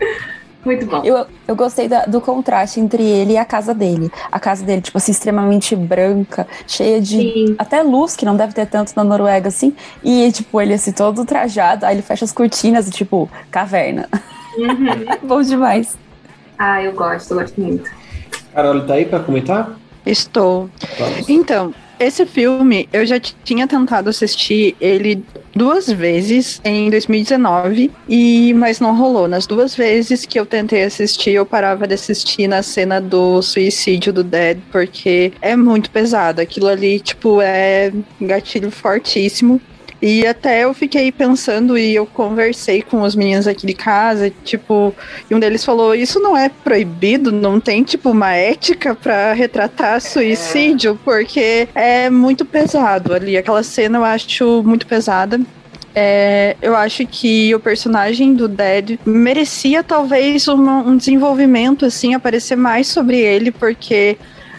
Muito bom. Eu, eu gostei da- do contraste entre ele e a casa dele. A casa dele, tipo assim, extremamente branca, cheia de Sim. até luz, que não deve ter tanto na Noruega, assim. E, tipo, ele assim, todo trajado, aí ele fecha as cortinas e, tipo, caverna. Uhum. Bom demais. Ah, eu gosto, eu gosto muito. Carol, tá aí pra comentar? Estou. Vamos. Então, esse filme, eu já t- tinha tentado assistir ele duas vezes em dois mil e dezenove, e, mas não rolou. Nas duas vezes que eu tentei assistir, eu parava de assistir na cena do suicídio do Dead, porque é muito pesado. Aquilo ali, tipo, é um gatilho fortíssimo. E até eu fiquei pensando e eu conversei com os meninos aqui de casa, tipo, e um deles falou, isso não é proibido, não tem, tipo, uma ética pra retratar suicídio, porque é muito pesado ali, aquela cena eu acho muito pesada. É, eu acho que o personagem do Dead merecia talvez uma- um desenvolvimento, assim, aparecer mais sobre ele, porque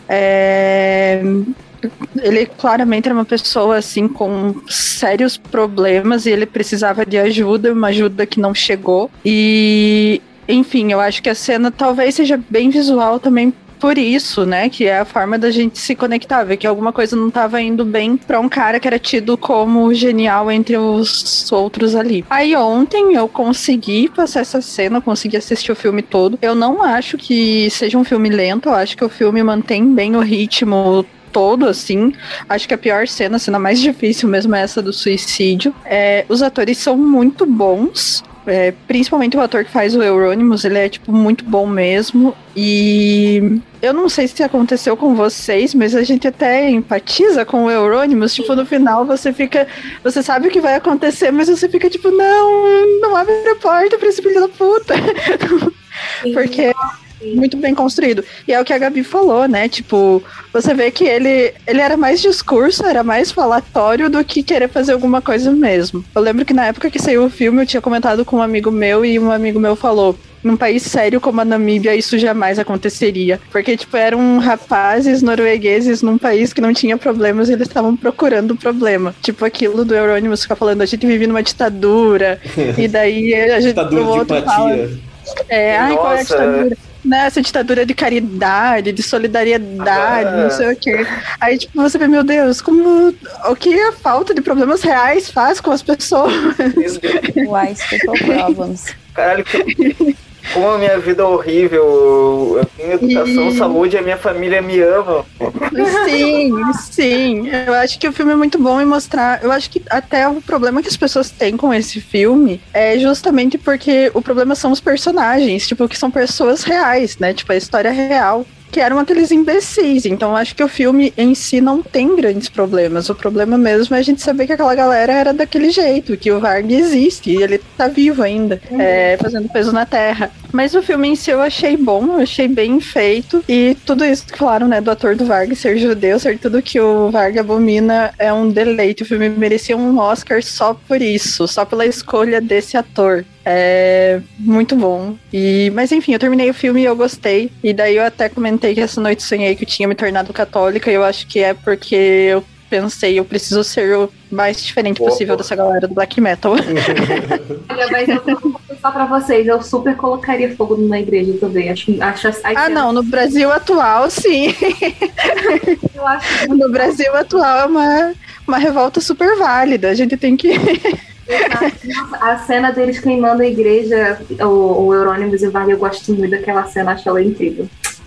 é, ele claramente era uma pessoa assim com sérios problemas e ele precisava de ajuda, uma ajuda que não chegou. E, enfim, eu acho que a cena talvez seja bem visual também por isso, né? Que é a forma da gente se conectar, ver que alguma coisa não estava indo bem pra um cara que era tido como genial entre os outros ali. Aí ontem eu consegui passar essa cena, consegui assistir o filme todo. Eu não acho que seja um filme lento, eu acho que o filme mantém bem o ritmo todo, assim. Acho que a pior cena, a cena mais difícil mesmo é essa do suicídio. É, os atores são muito bons. É, principalmente o ator que faz o Euronymous, ele é, tipo, muito bom mesmo. E eu não sei se aconteceu com vocês, mas a gente até empatiza com o Euronymous. Tipo, no final você fica... Você sabe o que vai acontecer, mas você fica tipo, não, não abre a porta pra esse filho da puta. Porque... muito bem construído. E é o que a Gabi falou, né? Tipo, você vê que ele, ele era mais discurso, era mais falatório do que querer fazer alguma coisa mesmo. Eu lembro que na época que saiu o filme, eu tinha comentado com um amigo meu e um amigo meu falou: num país sério como a Namíbia, isso jamais aconteceria. Porque, tipo, eram rapazes noruegueses num país que não tinha problemas e eles estavam procurando o problema. Tipo, aquilo do Euronymous ficar falando, a gente vive numa ditadura, e daí a gente... Ditadura o de outro empatia. fala, é, ai, qual é a Nossa, ditadura? né, essa ditadura de caridade, de solidariedade, Agora... não sei o quê. Aí, tipo, você vê, meu Deus, como o que a falta de problemas reais faz com as pessoas? White people problems. Caralho, que... como a minha vida é horrível, eu tenho educação, e... saúde, a minha família me ama. Sim, sim. Eu acho que o filme é muito bom em mostrar. Eu acho que até o problema que as pessoas têm com esse filme é justamente porque o problema são os personagens, tipo, que são pessoas reais, né? Tipo, a história real. Que eram aqueles imbecis. Então, acho que o filme em si não tem grandes problemas. O problema mesmo é a gente saber que aquela galera era daquele jeito, que o Varg existe e ele tá vivo ainda, uhum. é, fazendo peso na terra. Mas o filme em si eu achei bom, eu achei bem feito. E tudo isso que falaram, né, do ator do Varg ser judeu, ser tudo que o Varg abomina é um deleite. O filme merecia um Oscar só por isso, só pela escolha desse ator. É muito bom. E, mas enfim, eu terminei o filme e eu gostei. E daí eu até comentei que essa noite sonhei que eu tinha me tornado católica. E eu acho que é porque eu pensei, eu preciso ser o mais diferente Opa. possível dessa galera do black metal. Olha, mas eu vou confessar pra vocês, eu super colocaria fogo numa igreja também. Acho, acho, acho, ah, não, no Brasil atual, sim. Eu acho que no Brasil atual é uma, uma revolta super válida. A gente tem que... A cena deles queimando a igreja, o, o Euronymous e o Varg, eu gosto muito daquela cena, acho ela incrível.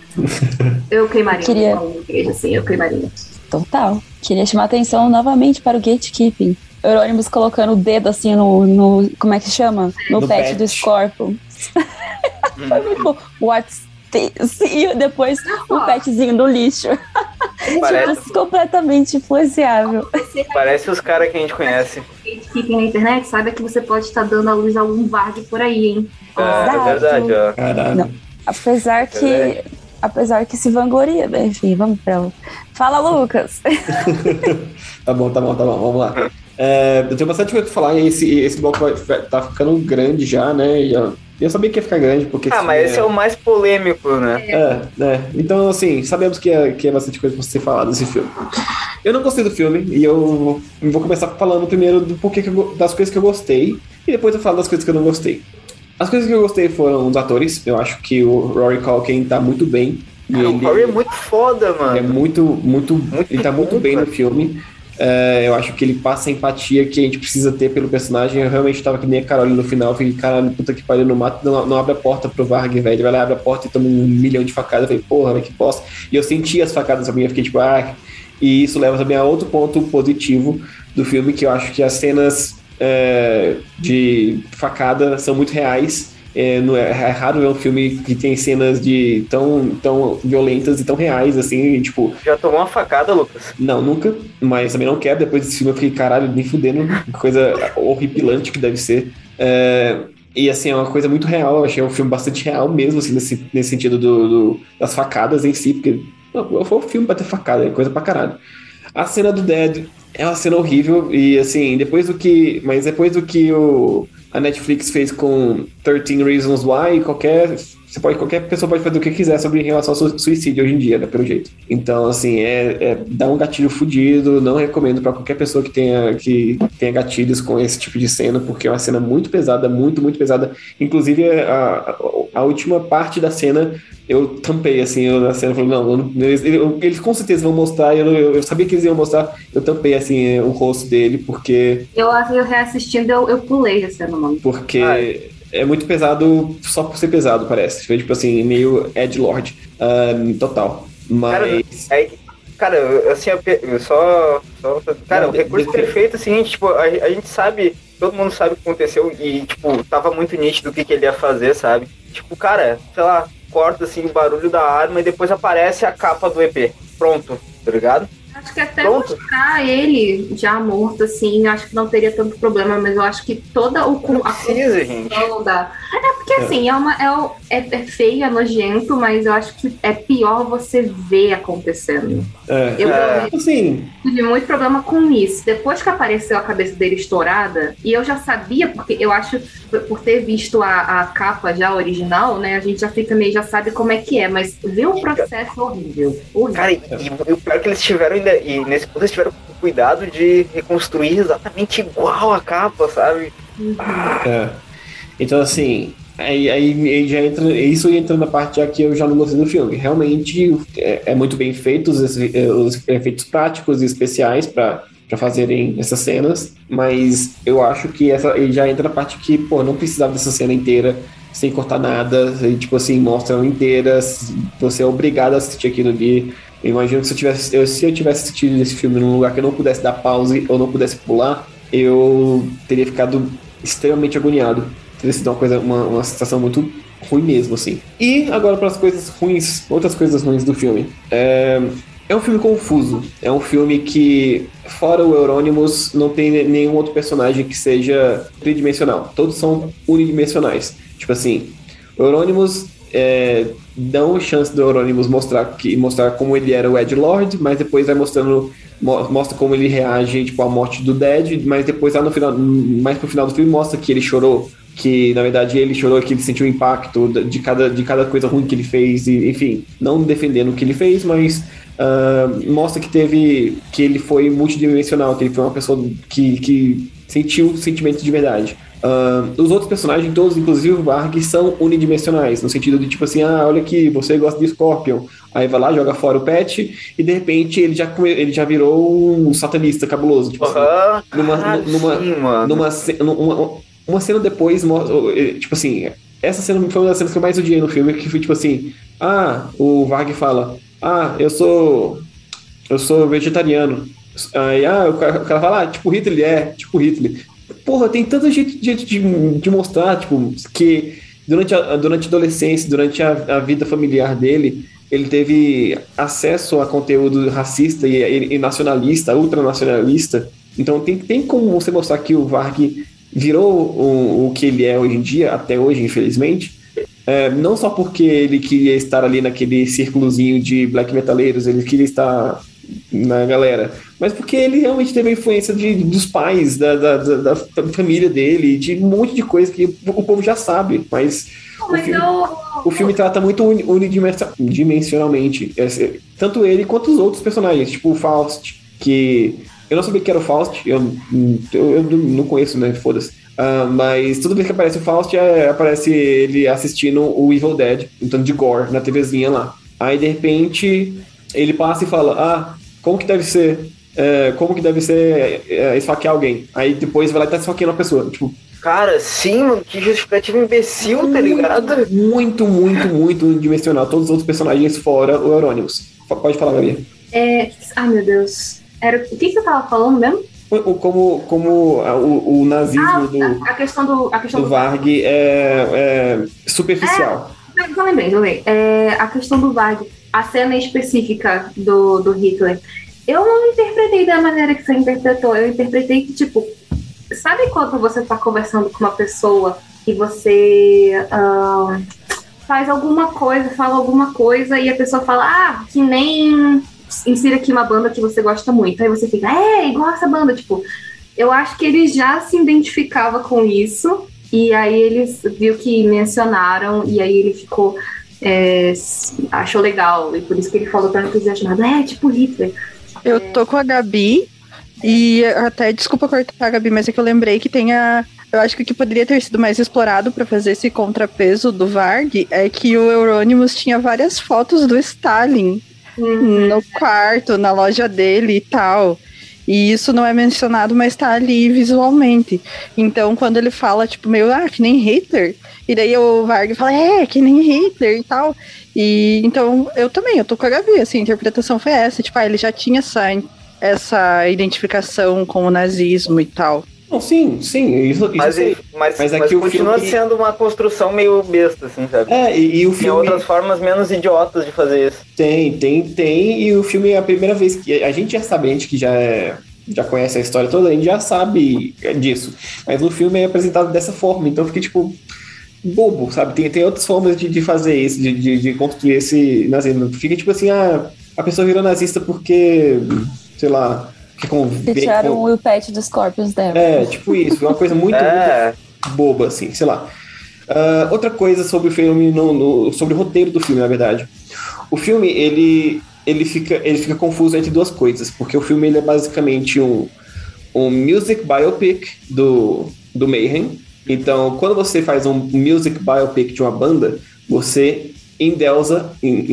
Eu queimaria eu queria... a igreja, sim, eu queimaria. Total. Queria chamar atenção novamente para o gatekeeping. Euronymous colocando o dedo assim no, no como é que chama? No, no pet, pet do Scorpion. Foi muito what's this? E depois o petzinho do lixo. Parece... Tipo, completamente influenciável. Parece os caras que a gente conhece. Gatekeeping na internet, saiba que você pode estar dando a luz a algum Varg por aí, hein? É, é verdade, ó. Caralho. Não. Apesar que... É apesar que se vangloria, enfim, vamos pra ela. Fala, Lucas! Tá bom, tá bom, tá bom, vamos lá. É, eu tenho bastante coisa pra falar, e esse, esse bloco vai, tá ficando grande já, né? E eu, eu sabia que ia ficar grande, porque... Ah, mas é... esse é o mais polêmico, né? É, é. Então, assim, sabemos que é, que é bastante coisa pra ser falado desse filme. Eu não gostei do filme, e eu vou começar falando primeiro do porquê que eu, das coisas que eu gostei, e depois eu falo das coisas que eu não gostei. As coisas que eu gostei foram os atores. Eu acho que o Rory Culkin tá muito bem. E ele, o Rory é muito foda, mano. É muito, muito, muito ele tá bom, muito bem cara. no filme. É, eu acho que ele passa a empatia que a gente precisa ter pelo personagem. Eu realmente tava que nem a Caroline no final. Eu fiquei, caralho, puta que pariu, não, mata, não, não abre a porta pro Varg, velho. Ele vai lá, abre a porta e toma um milhão de facadas. Eu falei, porra, que bosta. E eu senti as facadas também. Eu fiquei tipo, ah... E isso leva também a outro ponto positivo do filme, que eu acho que as cenas... É, de facada são muito reais. É, não é, é raro ver um filme que tem cenas de tão, tão violentas e tão reais assim, e, tipo... Já tomou uma facada, Lucas? Não, nunca, mas também não quero. Depois desse filme eu fiquei, caralho, nem fudendo, coisa horripilante que deve ser. É, e assim, é uma coisa muito real. Eu achei um filme bastante real mesmo, assim, nesse, nesse sentido do, do, das facadas em si, porque não, foi um filme pra ter facada, é coisa pra caralho. A cena do Dead é uma cena horrível, e assim, depois do que. Mas depois do que o, a Netflix fez com thirteen Reasons Why, qualquer. Você pode, qualquer pessoa pode fazer o que quiser sobre em relação ao suicídio hoje em dia, né, pelo jeito. Então, assim, é, é dá um gatilho fudido. Não recomendo pra qualquer pessoa que tenha, que tenha gatilhos com esse tipo de cena, porque é uma cena muito pesada, muito, muito pesada. Inclusive, a, a, a última parte da cena, eu tampei, assim, eu, na cena, falei, não, não eles, eles com certeza vão mostrar, eu, eu, eu sabia que eles iam mostrar, eu tampei, assim, o rosto dele, porque... Eu, eu reassistindo, eu, eu pulei a cena, mano. Porque... Ai. É muito pesado só por ser pesado, parece. Foi tipo assim, meio edgelord um, total. Mas. Cara, é, cara assim, eu só. só cara, não, o recurso de... perfeito é o seguinte, tipo, a, a gente sabe, todo mundo sabe o que aconteceu e, tipo, tava muito nítido o que, que ele ia fazer, sabe? Tipo, cara, sei lá, corta assim o barulho da arma e depois aparece a capa do E P. Pronto, tá ligado? Acho que até Pronto. mostrar ele já morto, assim, acho que não teria tanto problema, mas eu acho que toda o não precisa, gente. Da... É porque assim, é, uma, é, é, é feio, é nojento, mas eu acho que é pior você ver acontecendo. É, eu é. Assim... tive muito problema com isso. Depois que apareceu a cabeça dele estourada, e eu já sabia, porque eu acho, por ter visto a, a capa já original, né, a gente já fica meio, já sabe como é que é, mas ver o processo horrível. horrível. Cara, e, e o pior é que eles tiveram ainda, e nesse ponto eles tiveram cuidado de reconstruir exatamente igual a capa, sabe? Uhum. É. Então, assim, Aí, aí, aí já entra, isso entra na parte já que eu já não gostei do filme. Realmente é, é muito bem feito os, os efeitos práticos e especiais para para fazerem essas cenas, mas eu acho que essa aí já entra na parte que, pô, não precisava dessa cena inteira sem cortar nada, e, tipo assim, mostra ela inteira, você é obrigado a assistir aquilo ali. Eu imagino que se eu tivesse, eu, se eu tivesse assistido esse filme num lugar que eu não pudesse dar pause ou não pudesse pular, eu teria ficado extremamente agoniado. Teria sido uma coisa, uma, uma sensação muito ruim mesmo, assim. E agora para as coisas ruins, outras coisas ruins do filme. É, é um filme confuso. É um filme que, fora o Euronymous, não tem nenhum outro personagem que seja tridimensional. Todos são unidimensionais. Tipo assim, o Euronymous é, dão chance do Euronymous mostrar, que, mostrar como ele era o Edgelord, mas depois vai mostrando, mostra como ele reage tipo, à morte do Dead, mas depois lá no final, mais pro final do filme mostra que ele chorou, que na verdade ele chorou, que ele sentiu o impacto de cada, de cada coisa ruim que ele fez, e, enfim, não defendendo o que ele fez, mas uh, mostra que teve, que ele foi multidimensional, que ele foi uma pessoa que, que sentiu sentimentos de verdade. Uh, os outros personagens, todos, inclusive o Varg, são unidimensionais, no sentido de tipo assim, ah, olha aqui, você gosta de Scorpion, aí vai lá, joga fora o pet, e de repente ele já, ele já virou um satanista cabuloso, tipo assim, uhum. numa, ah, numa, sim, numa, numa, uma cena depois, tipo assim, essa cena foi uma das cenas que eu mais odiei no filme, que foi tipo assim, ah, o Varg fala, ah, eu sou, eu sou vegetariano, aí, ah, o cara, o cara fala, ah, tipo Hitler, é, tipo Hitler. Porra, tem tanta gente, gente de, de mostrar, tipo, que durante a, durante a adolescência, durante a, a vida familiar dele, ele teve acesso a conteúdo racista e, e, e nacionalista, ultranacionalista. Então tem, tem como você mostrar que o Varg virou o, o que ele é hoje em dia, até hoje, infelizmente. É, não só porque ele queria estar ali naquele círculozinho de black metaleiros, ele queria estar na galera, mas porque ele realmente teve a influência de, dos pais, da, da, da, da família dele, de um monte de coisa que o povo já sabe, mas, mas o, filme, eu... o filme trata muito unidimensionalmente, tanto ele quanto os outros personagens, tipo o Faust, que eu não sabia que era o Faust, eu, eu, eu não conheço, né, foda-se. Uh, mas toda vez que aparece o Faust, é, aparece ele assistindo o Evil Dead, então de gore, na TVzinha lá. Aí, de repente, ele passa e fala, ah, como que deve ser, é, como que deve ser é, esfaquear alguém? Aí depois vai lá e tá esfaqueando a pessoa, tipo... Cara, sim, mano, que justificativa imbecil, muito, tá ligado? Muito, muito, muito unidimensional. Todos os outros personagens fora o Euronymous. Pode falar, Gabi. É... Ai, meu Deus. Era... O que você tava falando mesmo? Como, como o, o nazismo ah, do, a questão do, a questão do do Varg é, é superficial. É, eu lembrei, eu lembrei. É, a questão do Varg, a cena específica do, do Hitler, eu não interpretei da maneira que você interpretou. Eu interpretei que, tipo, sabe quando você tá conversando com uma pessoa e você uh, faz alguma coisa, fala alguma coisa e a pessoa fala, ah, que nem... insira aqui uma banda que você gosta muito. Aí você fica, é, igual essa banda. Tipo, eu acho que ele já se identificava com isso. E aí eles viu que mencionaram. E aí ele ficou... É, achou legal. E por isso que ele falou tão entusiasmado. É, tipo Hitler. Eu tô com a Gabi. E até, desculpa cortar a Gabi, mas é que eu lembrei que tem a... Eu acho que o que poderia ter sido mais explorado para fazer esse contrapeso do Varg é que o Euronymous tinha várias fotos do Stalin Uhum. no quarto, na loja dele e tal. E isso não é mencionado, mas tá ali visualmente. Então, quando ele fala, tipo, meio, ah, que nem Hitler. E daí o Varg fala, é, que nem Hitler e tal. E então, eu também, eu tô com a Gabi, assim, a interpretação foi essa. Tipo, ah, ele já tinha essa, essa identificação com o nazismo e tal. Não, sim, sim. Isso, mas, isso mas, mas, mas aqui continua o filme... sendo uma construção meio besta, assim, sabe? É, e, e o filme... Tem outras formas menos idiotas de fazer isso. Tem, tem, tem. E o filme é a primeira vez que... A gente já sabe, a gente que já, é, já conhece a história toda, a gente já sabe disso. Mas no filme é apresentado dessa forma, então fica, tipo, bobo, sabe? Tem, tem outras formas de, de fazer isso, de, de, de construir esse nazismo. Fica, tipo assim, ah, a pessoa virou nazista porque, sei lá... Com, tiraram com... o Will Pet dos Scorpions dela. É, tipo isso, uma coisa muito, é. muito boba, assim, sei lá. Uh, outra coisa sobre o filme, no, no, sobre o roteiro do filme, na verdade. O filme, ele, ele, fica, ele fica confuso entre duas coisas, porque o filme ele é basicamente um, um music biopic do, do Mayhem, Então, quando você faz um music biopic de uma banda, você endeusa,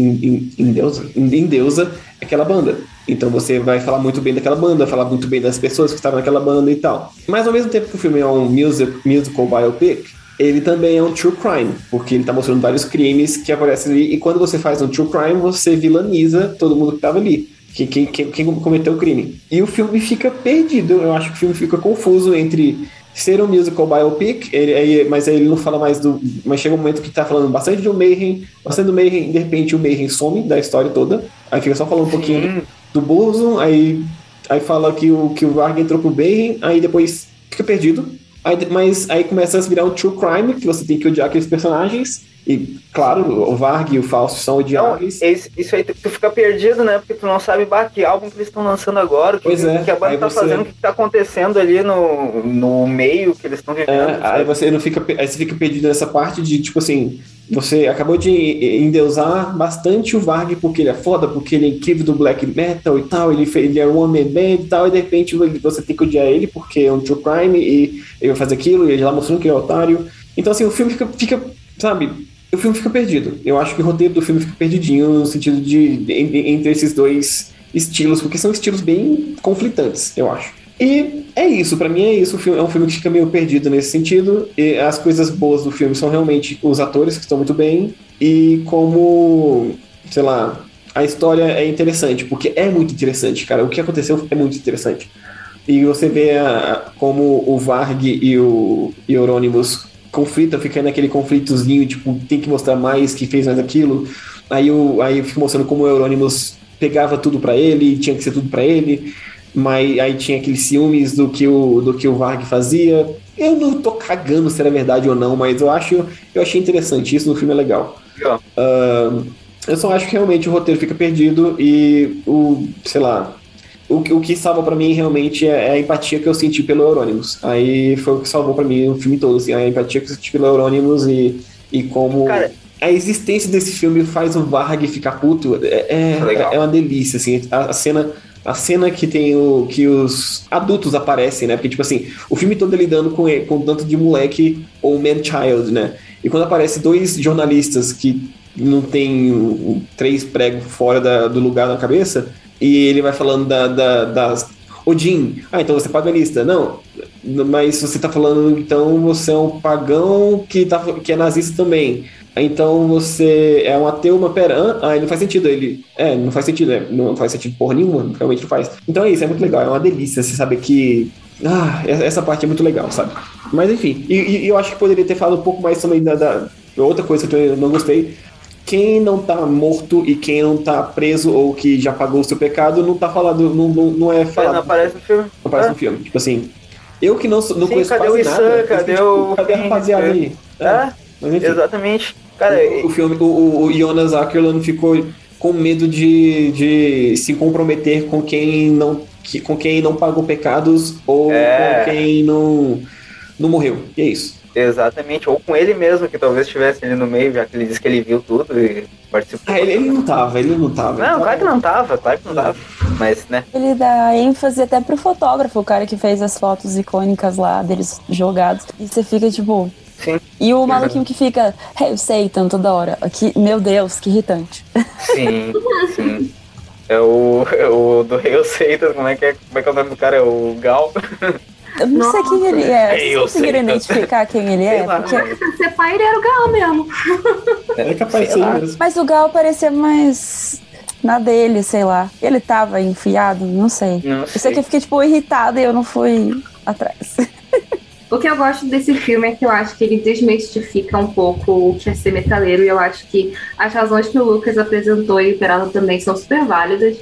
endeusa, endeusa aquela banda. Então você vai falar muito bem daquela banda, falar muito bem das pessoas que estavam naquela banda e tal. Mas ao mesmo tempo que o filme é um music, musical biopic, ele também é um true crime, porque ele tá mostrando vários crimes que aparecem ali, e quando você faz um true crime, você vilaniza todo mundo que tava ali, quem, quem, quem cometeu o crime. E o filme fica perdido, eu acho que o filme fica confuso entre ser um musical biopic, ele, ele, mas aí ele não fala mais do... Mas chega um momento que tá falando bastante do Mayhem, bastante do Mayhem, e de repente o Mayhem some da história toda, aí fica só falando um pouquinho do Burzum, aí, aí fala que o, que o Varg entrou pro Mayhem, aí depois fica perdido, aí, mas aí começa a virar um true crime, que você tem que odiar aqueles personagens, e claro, o Varg e o Fausto são odiáveis. Não, isso, isso aí tu, tu fica perdido, né? Porque tu não sabe, bah, que álbum que eles estão lançando agora, o que, pois é, que a banda tá você... fazendo, o que tá acontecendo ali no, no meio que eles estão vivendo. É, aí você não fica, aí você fica perdido nessa parte de, tipo assim, você acabou de endeusar bastante o Varg porque ele é foda, porque ele é incrível do black metal e tal, ele, ele é one man band e tal, e de repente você tem que odiar ele porque é um true crime e ele vai fazer aquilo, e ele lá mostrando que ele é otário. Então assim, o filme fica, fica sabe... O filme fica perdido. Eu acho que o roteiro do filme fica perdidinho no sentido de, de entre esses dois estilos, porque são estilos bem conflitantes, eu acho. E é isso, pra mim é isso. O filme é um filme que fica meio perdido nesse sentido. E as coisas boas do filme são realmente os atores, que estão muito bem, e como, sei lá, a história é interessante, porque é muito interessante, cara. O que aconteceu é muito interessante. E você vê a, como o Varg e o e Euronymous conflito, fica naquele conflitozinho, tipo, tem que mostrar mais, que fez mais aquilo. Aí eu, aí eu fico mostrando como o Euronymous pegava tudo pra ele, tinha que ser tudo pra ele, mas aí tinha aqueles ciúmes do que o, do que o Varg fazia. Eu não tô cagando se era verdade ou não, mas eu acho, eu achei interessante, isso no filme é legal. Uh, eu só acho que realmente o roteiro fica perdido e o, sei lá, O, o que salva pra mim realmente é, é a empatia que eu senti pelo Euronymous. Aí foi o que salvou pra mim o filme todo, assim, a empatia que eu senti pelo Euronymous e, e como Cara, a existência desse filme faz o Varg ficar puto. É, é, é uma delícia, assim, a, a cena... A cena que tem o que os adultos aparecem, né? Porque, tipo assim, o filme todo é lidando com, com tanto de moleque ou man-child, né? E quando aparece dois jornalistas que não tem um, três pregos fora da, do lugar na cabeça, e ele vai falando da, da, das... Odin, ah, então você é paganista. Não, mas você tá falando, então você é um pagão que, tá, que é nazista também. Então você é um ateu, uma pera, ah, não faz sentido. Ele, é, não faz sentido, é, não faz sentido porra nenhuma, realmente não faz. Então é isso, é muito legal, é uma delícia você saber que, ah, essa parte é muito legal, sabe? Mas enfim, e, e eu acho que poderia ter falado um pouco mais também da, da outra coisa que eu não gostei. Quem não tá morto e quem não tá preso ou que já pagou o seu pecado não tá falado, não, não, não é falado. Não aparece no filme. Não aparece é. no filme, tipo assim, eu que não, não Sim, conheço cadê quase o Issan, nada. cadê tipo, o... Cadê a rapaziada aí? É, é. Exatamente. Cara, o, o filme, o, o Jonas Åkerlund ficou com medo de, de se comprometer com quem não, que, com quem não pagou pecados ou é. com quem não, não morreu. E é isso. Exatamente, ou com ele mesmo, que talvez estivesse ali no meio, já que ele disse que ele viu tudo e participou. Ah, ele, ele não tava, ele não tava. Não, tava... claro que não tava, claro que não tava. Mas, né? Ele dá ênfase até pro fotógrafo, o cara que fez as fotos icônicas lá deles jogados. E você fica tipo. Sim. E o maluquinho que fica, hey, Satan, toda hora. Que, meu Deus, que irritante. Sim, sim. É o, é o do Hail Satan, como é que é, como é que é o nome do cara? É o Gal? Eu não Nossa. sei quem ele é. Vocês conseguiram identificar quem ele é? Lá, porque... Se ser pai, ele era o Gal mesmo. É capaz de ser mesmo. Mas o Gal parecia mais na dele, sei lá. Ele tava enfiado, não sei. Não sei. Eu sei que eu fiquei, tipo, irritada e eu não fui atrás. O que eu gosto desse filme é que eu acho que ele desmistifica um pouco o que é ser metaleiro, e eu acho que as razões que o Lucas apresentou e o Peralta também são super válidas,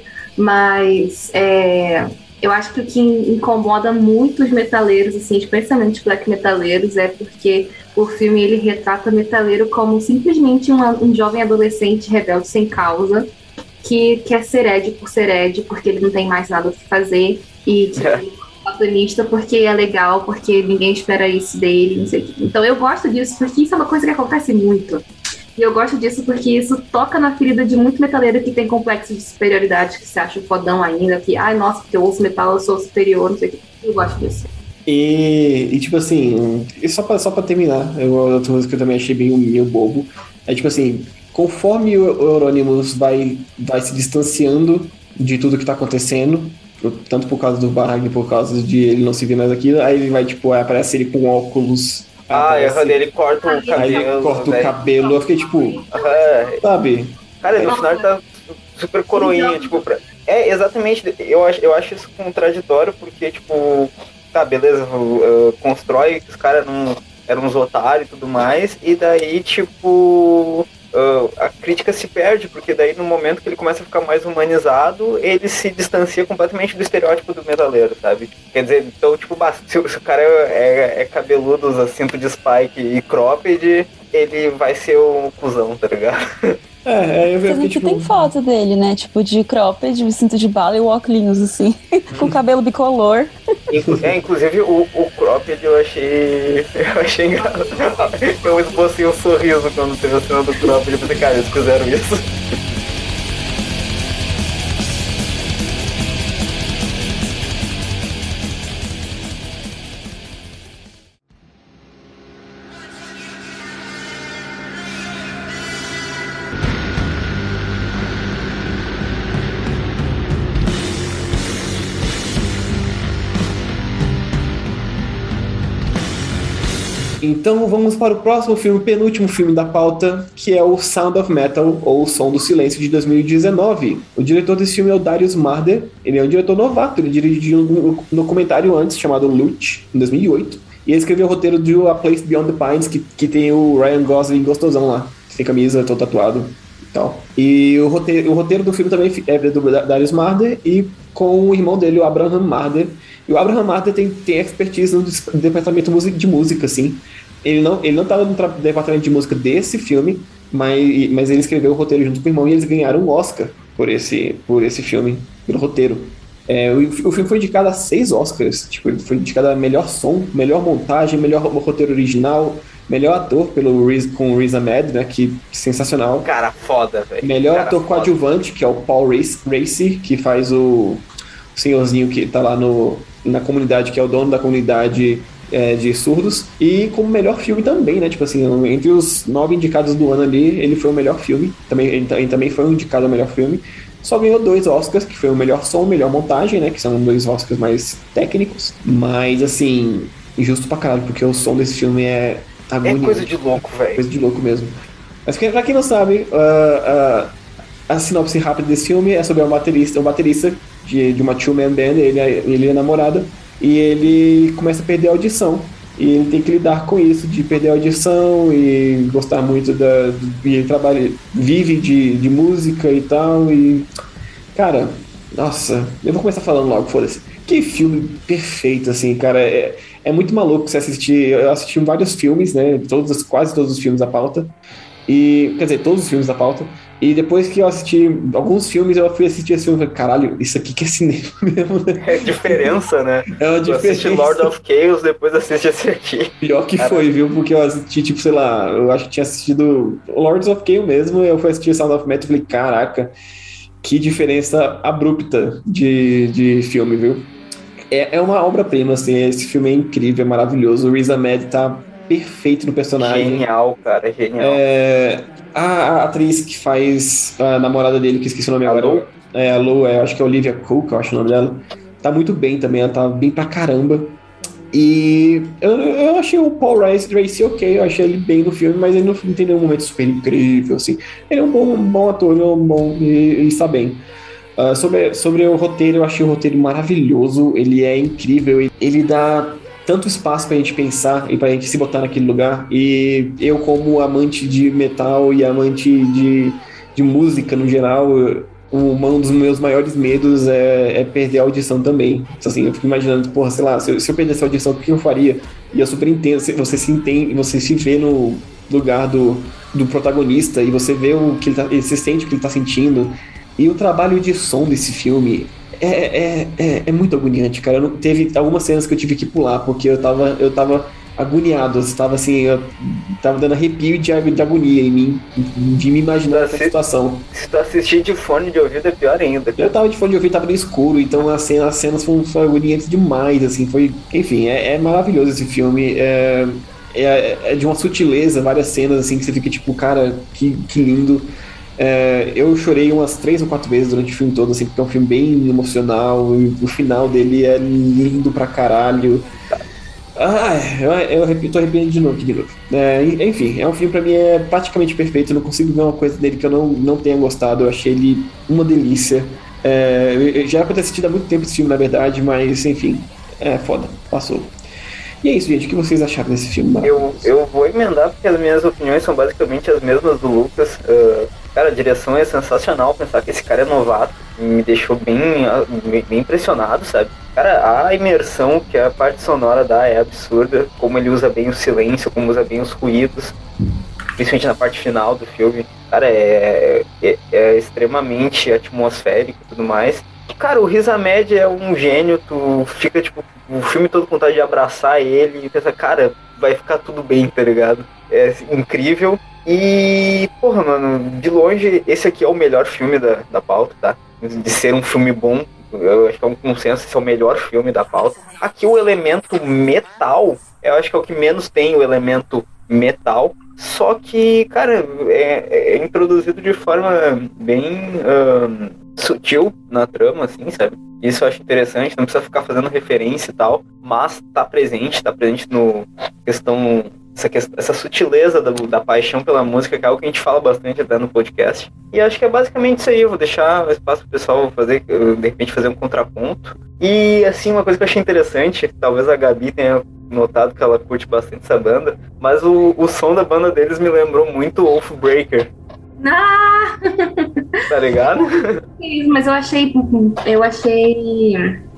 mas é, eu acho que o que incomoda muito os metaleiros, assim, especialmente os black metaleiros, é porque o filme ele retrata o metaleiro como simplesmente uma, um jovem adolescente rebelde sem causa, que quer ser Ed por ser Ed, porque ele não tem mais nada o que fazer, e que ele satanista porque é legal, porque ninguém espera isso dele, não sei o que. Então eu gosto disso porque isso é uma coisa que acontece muito. E eu gosto disso porque isso toca na ferida de muito metaleiro que tem complexo de superioridade, que se acha fodão ainda, que, ai, nossa, porque eu ouço metal, eu sou superior, não sei o que. Eu gosto disso. E, e tipo assim, e só pra, só pra terminar, eu, outra coisa que eu também achei bem meio bobo, é tipo assim, conforme o Euronymous vai, vai se distanciando de tudo que tá acontecendo, tanto por causa do Varg, por causa de ele não se ver mais aquilo, aí ele vai, tipo, aí aparece ele com óculos. Ah, aparece, ele corta o cabelo. Aí ele corta né? o cabelo, eu fiquei tipo, Ah, sabe? cara, no final ele tá super coroinha, tipo, pra... é exatamente, eu acho, eu acho isso contraditório, porque, tipo, tá, beleza, uh, constrói que os caras não eram uns otários e tudo mais, e daí, tipo, uh, a crítica se perde, porque daí no momento que ele começa a ficar mais humanizado, ele se distancia completamente do estereótipo do metaleiro, sabe? Quer dizer, então, tipo, se, se o cara é, é, é cabeludo, usa cinto de spike e cropped, ele vai ser um cuzão, tá ligado? É, é eu Você fiquei que tipo... tem foto dele, né? Tipo, de cropped, de cinto de bala e o óculos, assim, com o cabelo bicolor. Inclu- é, inclusive o, o cropped eu achei. Eu achei engraçado. Eu esbocei um sorriso quando teve a cena do cropped. Eu pensei, cara, eles fizeram isso. Então vamos para o próximo filme, penúltimo filme da pauta, que é o Sound of Metal, ou O Som do Silêncio, de dois mil e dezenove. O diretor desse filme é o Darius Marder. Ele é um diretor novato, ele dirigiu um documentário antes, chamado Loot, em dois mil e oito. E ele escreveu o roteiro de A Place Beyond the Pines, que, que tem o Ryan Gosling gostosão lá, sem camisa, todo tatuado e tal. E o roteiro, o roteiro do filme também é do Darius Marder, e com o irmão dele, o Abraham Marder. E o Abraham Marder tem, tem expertise no departamento de música, assim. Ele não, ele não estava no departamento de música desse filme, mas, mas ele escreveu o roteiro junto com o irmão e eles ganharam um Oscar por esse, por esse filme, pelo roteiro. É, o, o filme foi indicado a seis Oscars. Tipo, ele foi indicado a melhor som, melhor montagem, melhor roteiro original, melhor ator pelo Riz, com o Riz Ahmed, né, que sensacional. Cara, foda, velho. Melhor Cara, ator foda. coadjuvante, que é o Paul Raci, que faz o senhorzinho que tá lá no, na comunidade, que é o dono da comunidade é, de surdos. E como melhor filme também, né? Tipo assim, entre os nove indicados do ano ali, ele foi o melhor filme. Também, ele, ele também foi um indicado ao melhor filme. Só ganhou dois Oscars, que foi o melhor som, melhor montagem, né? Que são dois Oscars mais técnicos. Mas, assim, injusto pra caralho, porque o som desse filme é agoniante. É coisa de louco, velho. Coisa de louco mesmo. Mas pra quem não sabe, uh, uh, a sinopse rápida desse filme é sobre um baterista, um baterista de, de uma two-man band, ele, ele é namorada, e ele começa a perder a audição. E ele tem que lidar com isso, de perder a audição e gostar muito da... Do, e ele trabalha, vive de, de música e tal, e... Cara, nossa, eu vou começar falando logo, foda-se. Que filme perfeito, assim, cara. É, é muito maluco você assistir. Eu assisti vários filmes, né? Todos, quase todos os filmes da pauta. E, quer dizer, todos os filmes da pauta. E depois que eu assisti alguns filmes, eu fui assistir esse filme e falei, caralho, isso aqui que é cinema mesmo, né? É diferença, né? É uma tu diferença. assiste Lord of Chaos, depois assiste esse aqui. Pior que Caralho. foi, viu? Porque eu assisti, tipo, sei lá, eu acho que tinha assistido Lords of Chaos mesmo, e eu fui assistir Sound of Metal e falei, caraca, que diferença abrupta de, de filme, viu? É, é uma obra-prima, assim, esse filme é incrível, é maravilhoso, o Riz Ahmed tá perfeito no personagem. Genial, cara, genial. É, a, a atriz que faz a namorada dele, que esqueci o nome A agora, Lou? é a Lou, é, acho que é Olivia Cook, eu acho o nome dela, tá muito bem também, ela tá bem pra caramba. E eu, eu achei o Paul Raci, Raci ok, eu achei ele bem no filme, mas ele não, não tem nenhum momento super incrível, assim. Ele é um bom, um bom ator, ele é um bom, ele, ele está bem. Uh, sobre, sobre o roteiro, eu achei o roteiro maravilhoso, ele é incrível, ele dá tanto espaço pra gente pensar e pra gente se botar naquele lugar. E eu, como amante de metal e amante de, de música no geral, eu, um dos meus maiores medos é, é perder a audição também. Assim, eu fico imaginando, porra, sei lá, se eu, se eu perdesse a audição, o que eu faria? E eu super entendo, você se entende, você se vê no lugar do, do protagonista e você vê o que ele tá, você sente o que ele tá sentindo. E o trabalho de som desse filme é, é, é, é muito agoniante, cara. Eu não, teve algumas cenas que eu tive que pular, porque eu tava, eu tava agoniado. Eu estava assim, eu tava dando arrepio de, de agonia em mim, de me imaginar nessa situação. Se tu assistir de fone de ouvido é pior ainda. Eu tava de fone de ouvido, tava no escuro, então as cenas, as cenas foram, foram agoniantes demais, assim, foi... Enfim, é, é maravilhoso esse filme, é, é, é de uma sutileza, várias cenas, assim, que você fica tipo, cara, que, que lindo. É, eu chorei umas três ou quatro vezes durante o filme todo, assim, porque é um filme bem emocional, e o final dele é lindo pra caralho. Ah, eu, eu, eu tô arrependido de novo, de novo. É, enfim, é um filme pra mim é praticamente perfeito. Eu não consigo ver uma coisa dele que eu não, não tenha gostado. Eu achei ele uma delícia. É, eu, já era pra ter assistido há muito tempo esse filme, na verdade, mas enfim, é foda, passou. E é isso, gente. O que vocês acharam desse filme? Eu, eu vou emendar porque as minhas opiniões são basicamente as mesmas do Lucas. Uh, cara, a direção é sensacional. Pensar que esse cara é novato me deixou bem, bem impressionado, sabe? Cara, a imersão que a parte sonora dá é absurda. Como ele usa bem o silêncio, como usa bem os ruídos, principalmente na parte final do filme. Cara, é, é, é extremamente atmosférico e tudo mais. Cara, o Riz Ahmed é um gênio, tu fica, tipo, o filme todo com vontade de abraçar ele e pensa, cara, vai ficar tudo bem, tá ligado? É incrível. E, porra, mano, de longe, esse aqui é o melhor filme da, da pauta, tá? De ser um filme bom, eu acho que é um consenso, esse é o melhor filme da pauta. Aqui o elemento metal, eu acho que é o que menos tem o elemento metal. Só que, cara, é, é introduzido de forma bem um, sutil na trama, assim, sabe? Isso eu acho interessante, não precisa ficar fazendo referência e tal, mas tá presente, tá presente no questão, essa, questão, essa sutileza da, da paixão pela música, que é algo que a gente fala bastante até no podcast. E acho que é basicamente isso aí, eu vou deixar o espaço pro pessoal fazer, de repente fazer um contraponto. E, assim, uma coisa que eu achei interessante, talvez a Gabi tenha notado que ela curte bastante essa banda, mas o, o som da banda deles me lembrou muito Oathbreaker. Ah! Tá ligado? Mas eu achei eu achei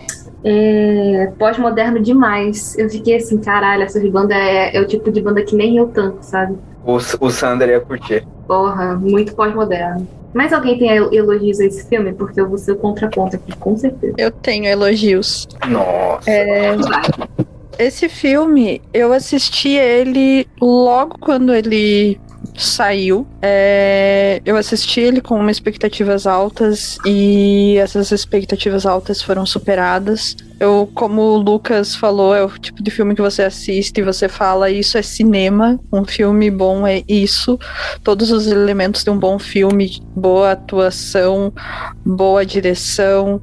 é, pós-moderno demais. Eu fiquei assim, caralho, essa banda é, é o tipo de banda que nem eu tanto, sabe? O, o Sander ia curtir. Porra, muito pós-moderno. Mas alguém tem elogios a esse filme? Porque eu vou ser o contraponto aqui, com certeza. Eu tenho elogios. Nossa. É... Esse filme, eu assisti ele logo quando ele saiu. É, eu assisti ele com expectativas altas e essas expectativas altas foram superadas. Eu, como o Lucas falou, é o tipo de filme que você assiste e você fala, isso é cinema, um filme bom é isso. Todos os elementos de um bom filme, boa atuação, boa direção,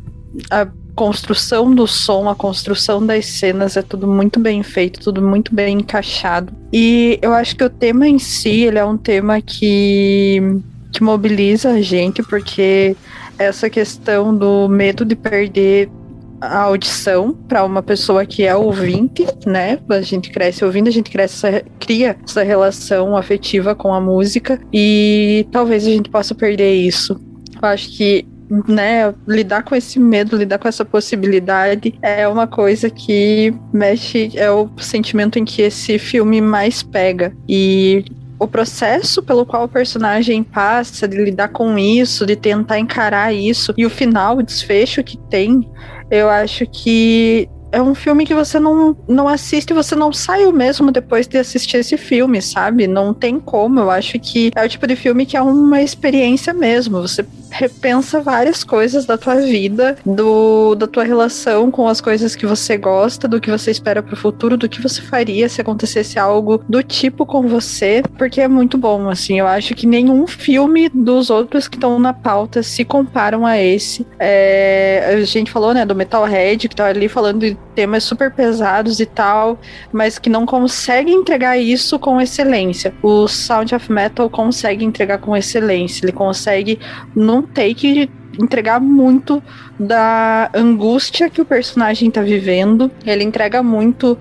a construção do som, a construção das cenas é tudo muito bem feito, tudo muito bem encaixado. E eu acho que o tema em si, ele é um tema que, que mobiliza a gente, porque essa questão do medo de perder a audição para uma pessoa que é ouvinte, né? A gente cresce ouvindo, a gente cresce, essa, cria essa relação afetiva com a música e talvez a gente possa perder isso. Eu acho que né, lidar com esse medo, lidar com essa possibilidade é uma coisa que mexe, é o sentimento em que esse filme mais pega. E o processo pelo qual o personagem passa, de lidar com isso, de tentar encarar isso, e o final, o desfecho que tem, eu acho que é um filme que você não, não assiste e você não saiu mesmo depois de assistir esse filme, sabe? Não tem como. Eu acho que é o tipo de filme que é uma experiência mesmo. Você repensa várias coisas da tua vida, do, da tua relação com as coisas que você gosta, do que você espera pro futuro, do que você faria se acontecesse algo do tipo com você, porque é muito bom, assim. Eu acho que nenhum filme dos outros que estão na pauta se comparam a esse. É, a gente falou, né, do Metalhead, que tá ali falando de temas super pesados e tal, mas que não consegue entregar isso com excelência. O Sound of Metal consegue entregar com excelência. Ele consegue, num take, entregar muito da angústia que o personagem tá vivendo. Ele entrega muito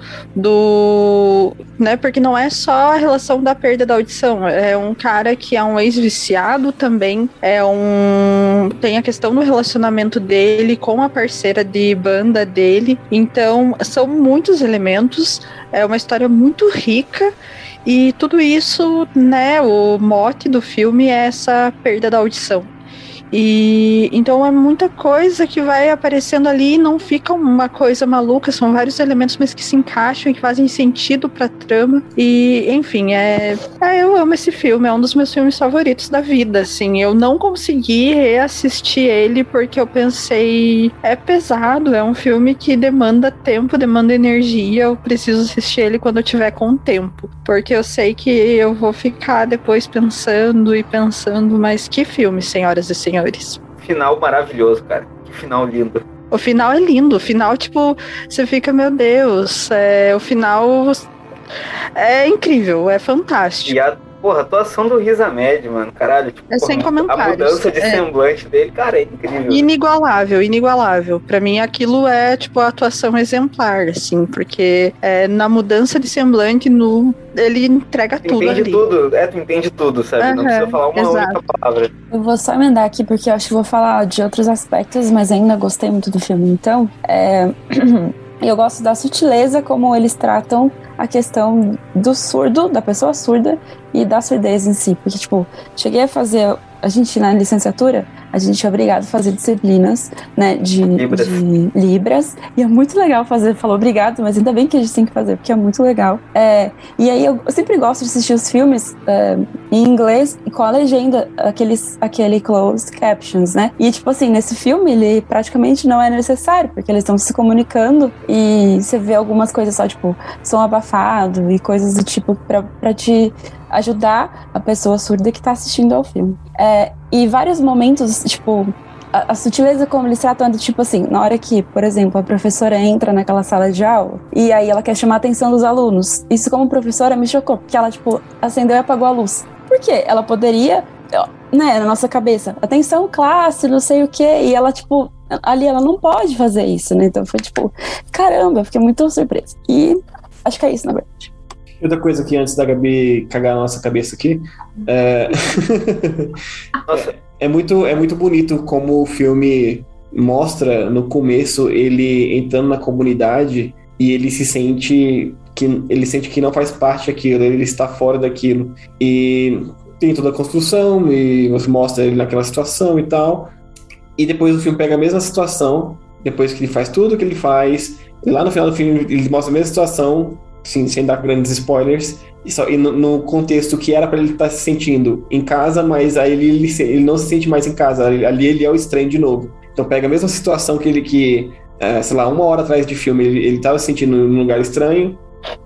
do... né, porque não é só a relação da perda da audição. É um cara que é um ex-viciado também. É um... tem a questão do relacionamento dele com a parceira de banda dele. Então, são muitos elementos. É uma história muito rica. E tudo isso, né, o mote do filme é essa perda da audição. E então é muita coisa que vai aparecendo ali e não fica uma coisa maluca, são vários elementos, mas que se encaixam e que fazem sentido pra trama. E, enfim, é, é eu amo esse filme, é um dos meus filmes favoritos da vida, assim. Eu não consegui reassistir ele porque eu pensei, é pesado, é um filme que demanda tempo, demanda energia, eu preciso assistir ele quando eu tiver com tempo, porque eu sei que eu vou ficar depois pensando e pensando, mas que filme, senhoras e senhores. Final maravilhoso, cara. Que final lindo. O final é lindo, o final, tipo, você fica, meu Deus, é, o final é incrível, é fantástico. E a, porra, a atuação do Riz Ahmed, mano, caralho. Tipo, é sem porra, comentários. A mudança de é. semblante dele, cara, é incrível. Inigualável, inigualável. Pra mim, aquilo é, tipo, a atuação exemplar, assim, porque é, na mudança de semblante, no, ele entrega tu tudo entende ali. tudo, é, tu entende tudo, sabe? Uhum, não precisa falar uma exato. única palavra. Eu vou só emendar aqui, porque eu acho que vou falar de outros aspectos, mas ainda gostei muito do filme. Então, é... eu gosto da sutileza como eles tratam a questão do surdo, da pessoa surda e da surdez em si. Porque, tipo, cheguei a fazer... A gente, na licenciatura, a gente é obrigado a fazer disciplinas, né, de libras. de libras. E é muito legal fazer, falou obrigado, mas ainda bem que a gente tem que fazer, porque é muito legal. É, e aí eu, eu sempre gosto de assistir os filmes é, em inglês e com a legenda, aqueles, aquele closed captions, né? E, tipo assim, nesse filme, ele praticamente não é necessário, porque eles estão se comunicando e você vê algumas coisas só, tipo, som abafado e coisas do tipo pra, pra te ajudar a pessoa surda que tá assistindo ao filme. É, e vários momentos, tipo, a, a sutileza como eles tratam é do tipo assim, na hora que, por exemplo, a professora entra naquela sala de aula e aí ela quer chamar a atenção dos alunos. Isso como professora me chocou, porque ela, tipo, acendeu e apagou a luz. Por quê? Ela poderia, né, na nossa cabeça, atenção classe, não sei o quê, e ela, tipo, ali ela não pode fazer isso, né? Então foi tipo, caramba, eu fiquei muito surpresa. E acho que é isso, na verdade. Outra coisa aqui, antes da Gabi cagar na nossa cabeça aqui, é... é, muito, é muito bonito como o filme mostra, no começo, ele entrando na comunidade e ele se sente que, ele sente que não faz parte daquilo, ele está fora daquilo. E tem toda a construção, e você mostra ele naquela situação e tal. E depois o filme pega a mesma situação, depois que ele faz tudo o que ele faz, e lá no final do filme ele mostra a mesma situação, sim, sem dar grandes spoilers, e, só, e no, no contexto que era para ele estar se sentindo em casa, mas aí ele, ele, ele não se sente mais em casa, ali ele é o estranho de novo. Então pega a mesma situação que ele, que, é, sei lá, uma hora atrás de filme, ele estava se sentindo num lugar estranho,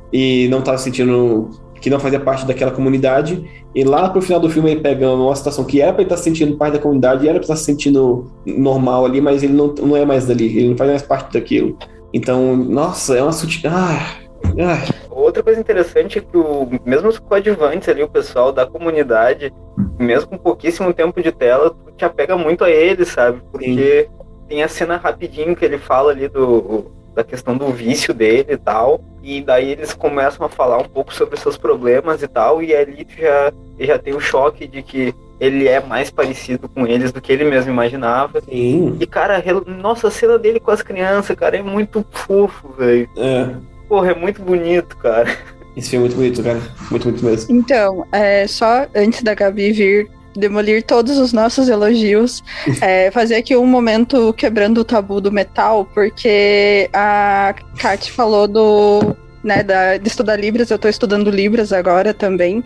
e não estava se sentindo que não fazia parte daquela comunidade, e lá pro final do filme ele pega uma situação que era para ele estar se sentindo parte da comunidade, e era para estar se sentindo normal ali, mas ele não, não é mais dali, ele não faz mais parte daquilo. Então, nossa, é uma sutil... Ah, ah. Outra coisa interessante é que o, mesmo os coadjuvantes ali, o pessoal da comunidade, mesmo com pouquíssimo tempo de tela, tu te apega muito a eles, sabe? Porque sim, tem a cena rapidinho que ele fala ali do, da questão do vício dele e tal, e daí eles começam a falar um pouco sobre seus problemas e tal, e ali tu já, já tem o choque de que ele é mais parecido com eles do que ele mesmo imaginava. Sim. E, cara, nossa, a cena dele com as crianças, cara, é muito fofo, velho. É. Porra, é muito bonito, cara. Esse filme é muito bonito, cara. Muito, muito mesmo. Então, é, só antes da Gabi vir demolir todos os nossos elogios, é, fazer aqui um momento quebrando o tabu do metal, porque a Kat falou do... né, da, de estudar Libras, eu tô estudando Libras agora também,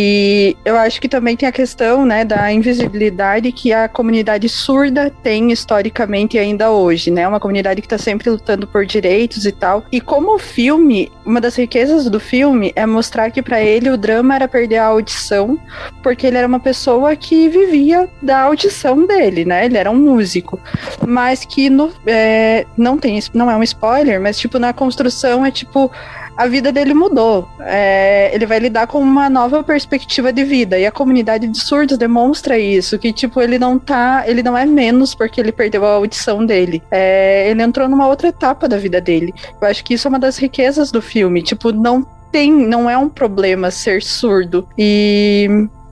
e eu acho que também tem a questão, né, da invisibilidade que a comunidade surda tem historicamente ainda hoje, né, uma comunidade que tá sempre lutando por direitos e tal, e como o filme, uma das riquezas do filme é mostrar que pra ele o drama era perder a audição, porque ele era uma pessoa que vivia da audição dele, né, ele era um músico, mas que no, é, não tem, não é um spoiler, mas tipo, na construção é tipo, a vida dele mudou. É, ele vai lidar com uma nova perspectiva de vida. E a comunidade de surdos demonstra isso. Que, tipo, ele não tá... Ele não é menos porque ele perdeu a audição dele. É, ele entrou numa outra etapa da vida dele. Eu acho que isso é uma das riquezas do filme. Tipo, não tem... Não é um problema ser surdo. E...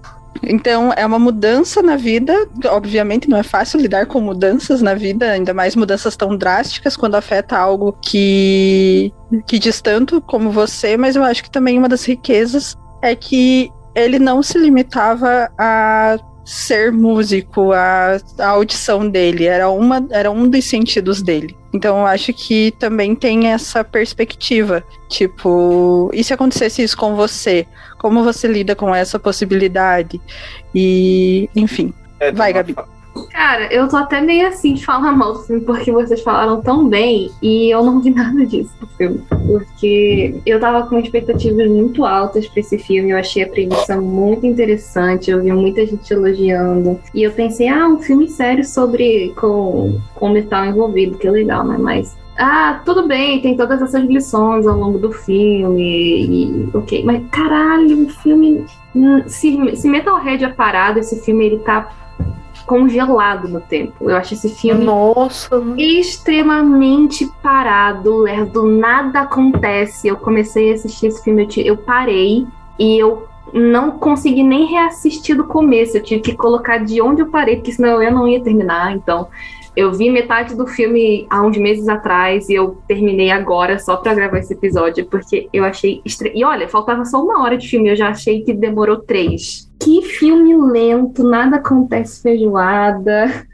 Então, é uma mudança na vida. Obviamente, não é fácil lidar com mudanças na vida, ainda mais mudanças tão drásticas quando afeta algo que, que diz tanto como você, mas eu acho que também uma das riquezas é que ele não se limitava a ser músico, a, a audição dele, era, uma, era um dos sentidos dele. Então eu acho que também tem essa perspectiva, tipo, e se acontecesse isso com você? Como você lida com essa possibilidade? E, enfim, É, vai, uma- Gabi. Cara, eu tô até meio assim de falar mal do filme, porque vocês falaram tão bem e eu não vi nada disso do filme. Porque eu tava com expectativas muito altas pra esse filme, eu achei a premissa muito interessante, eu vi muita gente elogiando. E eu pensei, ah, um filme sério sobre com, com metal envolvido, que legal, né? Mas. Ah, tudo bem, tem todas essas lições ao longo do filme, e ok, mas caralho, o filme. hum, Se, se Metalhead é parado, esse filme ele tá congelado no tempo. Eu acho esse filme Nossa, extremamente parado, lerdo, nada acontece. Eu comecei a assistir esse filme, eu, ti- eu parei e eu não consegui nem reassistir do começo. Eu tive que colocar de onde eu parei, porque senão eu não ia terminar. Então, eu vi metade do filme há uns meses atrás e eu terminei agora só pra gravar esse episódio, porque eu achei estranho. E olha, faltava só uma hora de filme, eu já achei que demorou três. Que filme lento, nada acontece feijoada.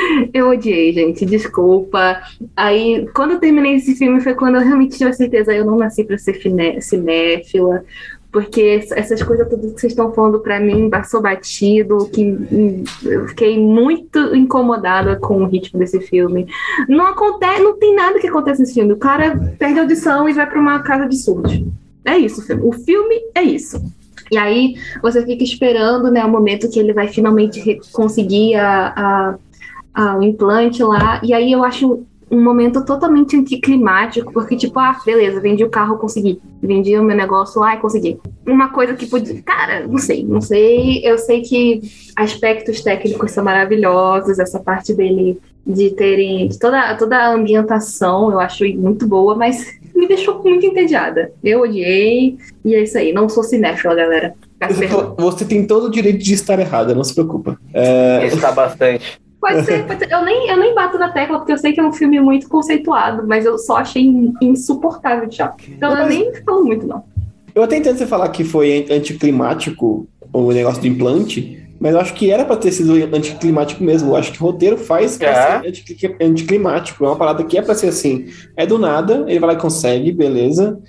Eu odiei, gente, desculpa. Aí, quando eu terminei esse filme, foi quando eu realmente tive a certeza, eu não nasci pra ser finé- cinéfila, porque essas coisas todas que vocês estão falando pra mim passou batido, que hum, eu fiquei muito incomodada com o ritmo desse filme. Não acontece, não tem nada que acontece nesse filme. O cara perde a audição e vai pra uma casa de surdos. É isso, o filme. O filme é isso. E aí você fica esperando, né, o momento que ele vai finalmente re- conseguir a, a, a- o implante lá. E aí eu acho um momento totalmente anticlimático, porque tipo, ah, beleza, vendi o carro, consegui. Vendi o meu negócio lá e consegui. Uma coisa que podia... Cara, não sei, não sei. Eu sei que aspectos técnicos são maravilhosos, essa parte dele de terem... De toda, toda a ambientação eu acho muito boa, mas me deixou muito entediada. Eu odiei, e é isso aí. Não sou cinéfila, galera. Peço Você, perdão. você tem todo o direito de estar errada, não se preocupa. É, está bastante. Pode ser, pode ser. Eu nem, eu nem bato na tecla, porque eu sei que é um filme muito conceituado, mas eu só achei insuportável de chato. Então eu Mas- nem falo muito, não. eu até entendo você falar que foi anticlimático o negócio do implante, mas eu acho que era pra ter sido anticlimático mesmo. Eu acho que o roteiro faz pra É. ser anticli- anticlimático. É uma parada que é pra ser assim. É do nada, ele vai lá e consegue, beleza.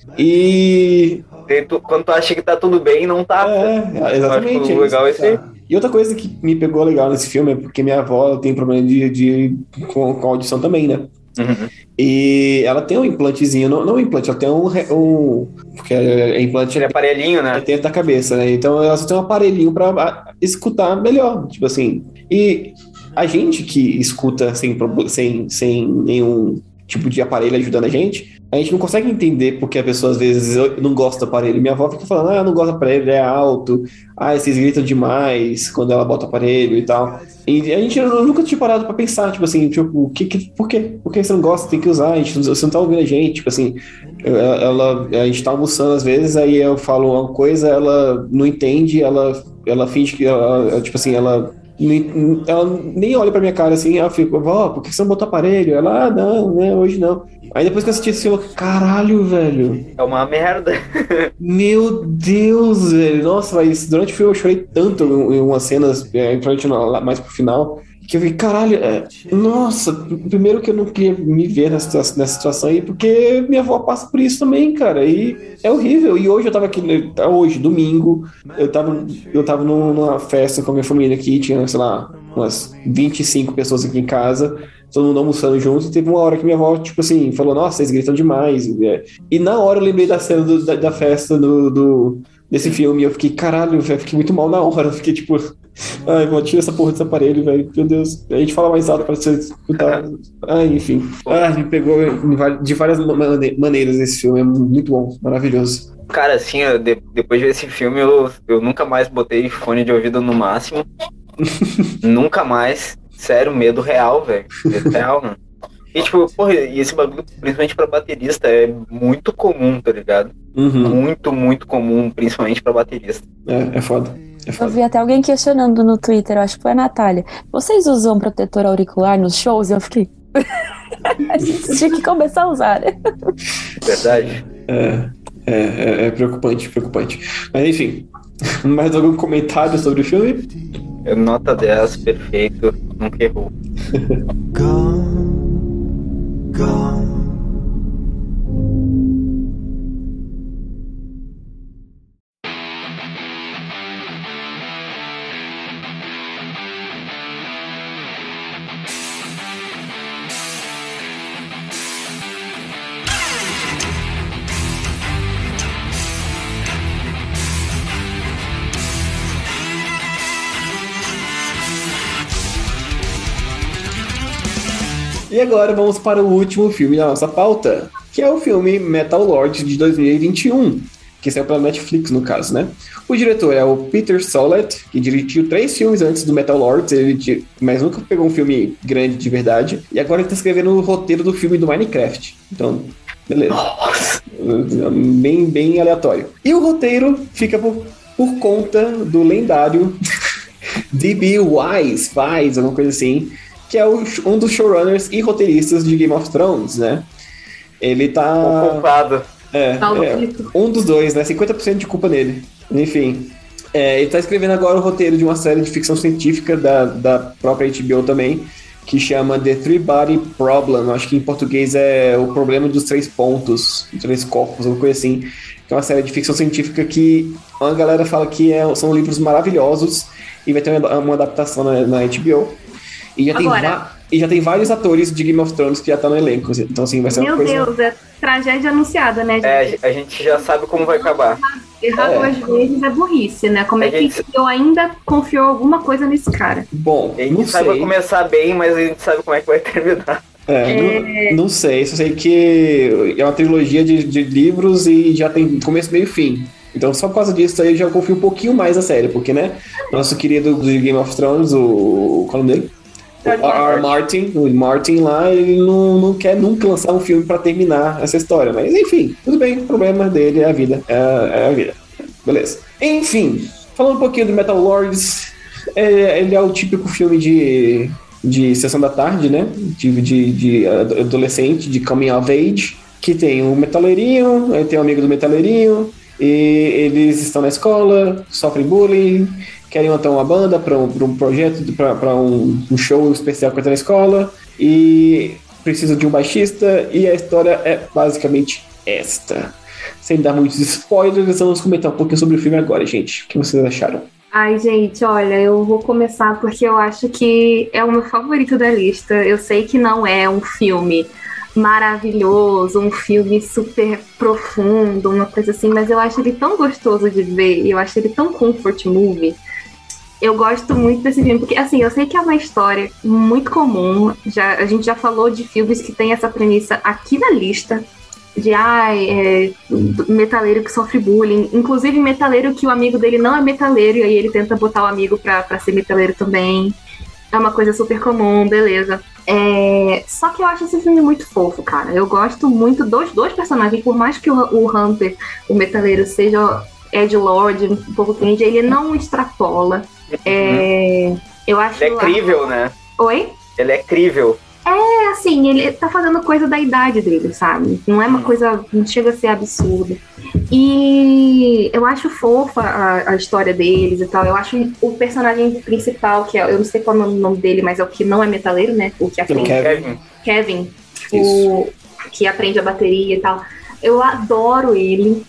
E. E tu- quando tu acha que tá tudo bem, não tá. É, exatamente. Eu acho é legal isso, esse- tá. E outra coisa que me pegou legal nesse filme é porque minha avó tem problema de, de, com, com audição também, né? Uhum. E ela tem um implantezinho, não, não um implante, ela tem um. re- um porque é, é implante Aquele aparelhinho, é né? dentro da cabeça, né? Então ela só tem um aparelhinho pra a, escutar melhor, tipo assim. E a gente que escuta sem, proble- sem, sem nenhum tipo de aparelho ajudando a gente, a gente não consegue entender porque a pessoa às vezes não gosta do aparelho. Minha avó fica falando, ah, eu não gosto do aparelho, é alto, ah, vocês gritam demais quando ela bota o aparelho e tal. E a gente eu nunca tinha parado pra pensar, tipo assim, tipo, o que, que, por quê? Por que você não gosta? Tem que usar, a gente, você não tá ouvindo a gente, tipo assim, ela, ela- a gente tá almoçando às vezes, aí eu falo uma coisa, ela não entende, ela, ela finge que, ela, ela, tipo assim, ela, nem- ela nem olha pra minha cara assim, ela fica, vó, por que você não botou aparelho? Ela, ah, não, né, hoje não. Aí depois que eu assisti esse filme, eu, caralho, velho, É uma merda. meu Deus, velho. Nossa, mas durante o filme eu chorei tanto em em umas cenas, é, principalmente na- lá mais pro final, que eu fiquei, caralho, é, nossa, primeiro que eu não queria me ver nessa, situa- nessa situação aí, porque minha avó passa por isso também, cara, e é horrível. E hoje eu tava aqui, né, hoje, domingo, eu tava, eu tava num- numa festa com a minha família aqui, tinha, sei lá, umas vinte e cinco pessoas aqui em casa, todo mundo almoçando junto, e teve uma hora que minha avó, tipo assim, falou, nossa, vocês gritam demais. E, é, e na hora eu lembrei da cena do- da, da festa do, do- desse filme, e eu fiquei, caralho, velho, fiquei muito mal na hora, eu fiquei tipo, ai, vou tirar essa porra desse aparelho, velho, meu Deus. A gente fala mais alto pra você escutar. Ai, enfim. Ah, me pegou em va- de várias mane- maneiras esse filme, é muito bom, maravilhoso. Cara, assim, eu, de- depois de ver esse filme, eu, eu nunca mais botei fone de ouvido no máximo. Nunca mais. Sério, medo real, velho. Medo real, mano. E tipo, porra, e esse bagulho, principalmente pra baterista, é muito comum, tá ligado? Uhum. Muito, muito comum, principalmente pra baterista. É, é foda. É Eu foda. vi até alguém questionando no Twitter, eu acho que foi a Natália. Vocês usam protetor auricular nos shows? Eu fiquei. A gente tinha que começar a usar, né? Verdade? É, é, é, é preocupante, preocupante. Mas enfim, mais algum comentário sobre o filme? Nota dez, perfeito, nunca errou. Gone, gone. E agora vamos para o último filme da nossa pauta, que é o filme Metal Lords de dois mil e vinte e um, que saiu pela Netflix no caso, né? O diretor é o Peter Sollett, que dirigiu três filmes antes do Metal Lords, ele, mas nunca pegou um filme grande de verdade, e agora ele tá escrevendo o roteiro do filme do Minecraft. Então, beleza. Bem, bem aleatório. E o roteiro fica por, por conta do lendário D B Wise, Wise, alguma coisa assim, que é o, um dos showrunners e roteiristas de Game of Thrones, né? Ele tá... Culpado. É, é, um dos dois, né? cinquenta por cento de culpa nele. Enfim. É, ele tá escrevendo agora o roteiro de uma série de ficção científica da, da própria H B O também, que chama The Three Body Problem. Acho que em português é o problema dos três pontos, três corpos, alguma coisa assim. Que é uma série de ficção científica que a galera fala que é, são livros maravilhosos e vai ter uma, uma adaptação na, na H B O. E já, tem va- e já tem vários atores de Game of Thrones que já estão no elenco. Então, assim, vai ser Meu uma coisa... Deus, é tragédia anunciada, né, gente? É, a gente já sabe como vai acabar. Errar É. duas vezes é burrice, né? Como A é que gente- eu ainda confiou alguma coisa nesse cara? Bom, A não gente sabe que vai sei. começar bem, mas a gente sabe como é que vai terminar. É, Não, não sei, só sei que é uma trilogia de, de livros e já tem começo, meio e fim. Então, só por causa disso aí eu já confio um pouquinho mais na série, porque, né? Nosso querido do Game of Thrones, o. Qual é o nome dele? O R R. Martin, o Martin lá, ele não, não quer nunca lançar um filme pra terminar essa história. Mas, enfim, tudo bem, o problema dele é a vida. É, é a vida. Beleza. Enfim, falando um pouquinho do Metal Lords, é, ele é o típico filme de, de sessão da tarde, né? De, de, de adolescente, de coming of age, que tem um metaleirinho, aí tem um amigo do metaleirinho, e eles estão na escola, sofrem bullying, querem montar uma banda para um, um projeto, para um, um show especial que vai ter na escola, e precisam de um baixista, e a história é basicamente esta. Sem dar muitos spoilers, vamos comentar um pouquinho sobre o filme agora, gente. O que vocês acharam? Ai, gente, olha, eu vou começar porque eu acho que é o meu favorito da lista. Eu sei que não é um filme maravilhoso, um filme super profundo, uma coisa assim, mas eu acho ele tão gostoso de ver, eu acho ele tão comfort movie. Eu gosto muito desse filme, porque assim, eu sei que é uma história muito comum, já, a gente já falou de filmes que tem essa premissa aqui na lista, de ai, é, metaleiro que sofre bullying, inclusive metaleiro que o amigo dele não é metaleiro, e aí ele tenta botar o amigo pra, pra ser metaleiro também. É uma coisa super comum, beleza. É, só que eu acho esse filme muito fofo, cara. Eu gosto muito dos dois personagens, por mais que o, o Hunter, o metaleiro, seja edgelord, um pouco cringe, ele não extrapola. É, eu acho... Ele é crível, né? Oi? Ele é crível. É, assim, ele tá fazendo coisa da idade dele, sabe? Não é uma coisa, não chega a ser absurda. E eu acho fofa a, a história deles e tal. Eu acho o personagem principal, que é, eu não sei qual é o nome dele, mas é o que não é metaleiro, né? O que aprende. Kevin. Kevin, o que aprende a bateria e tal. Eu adoro ele.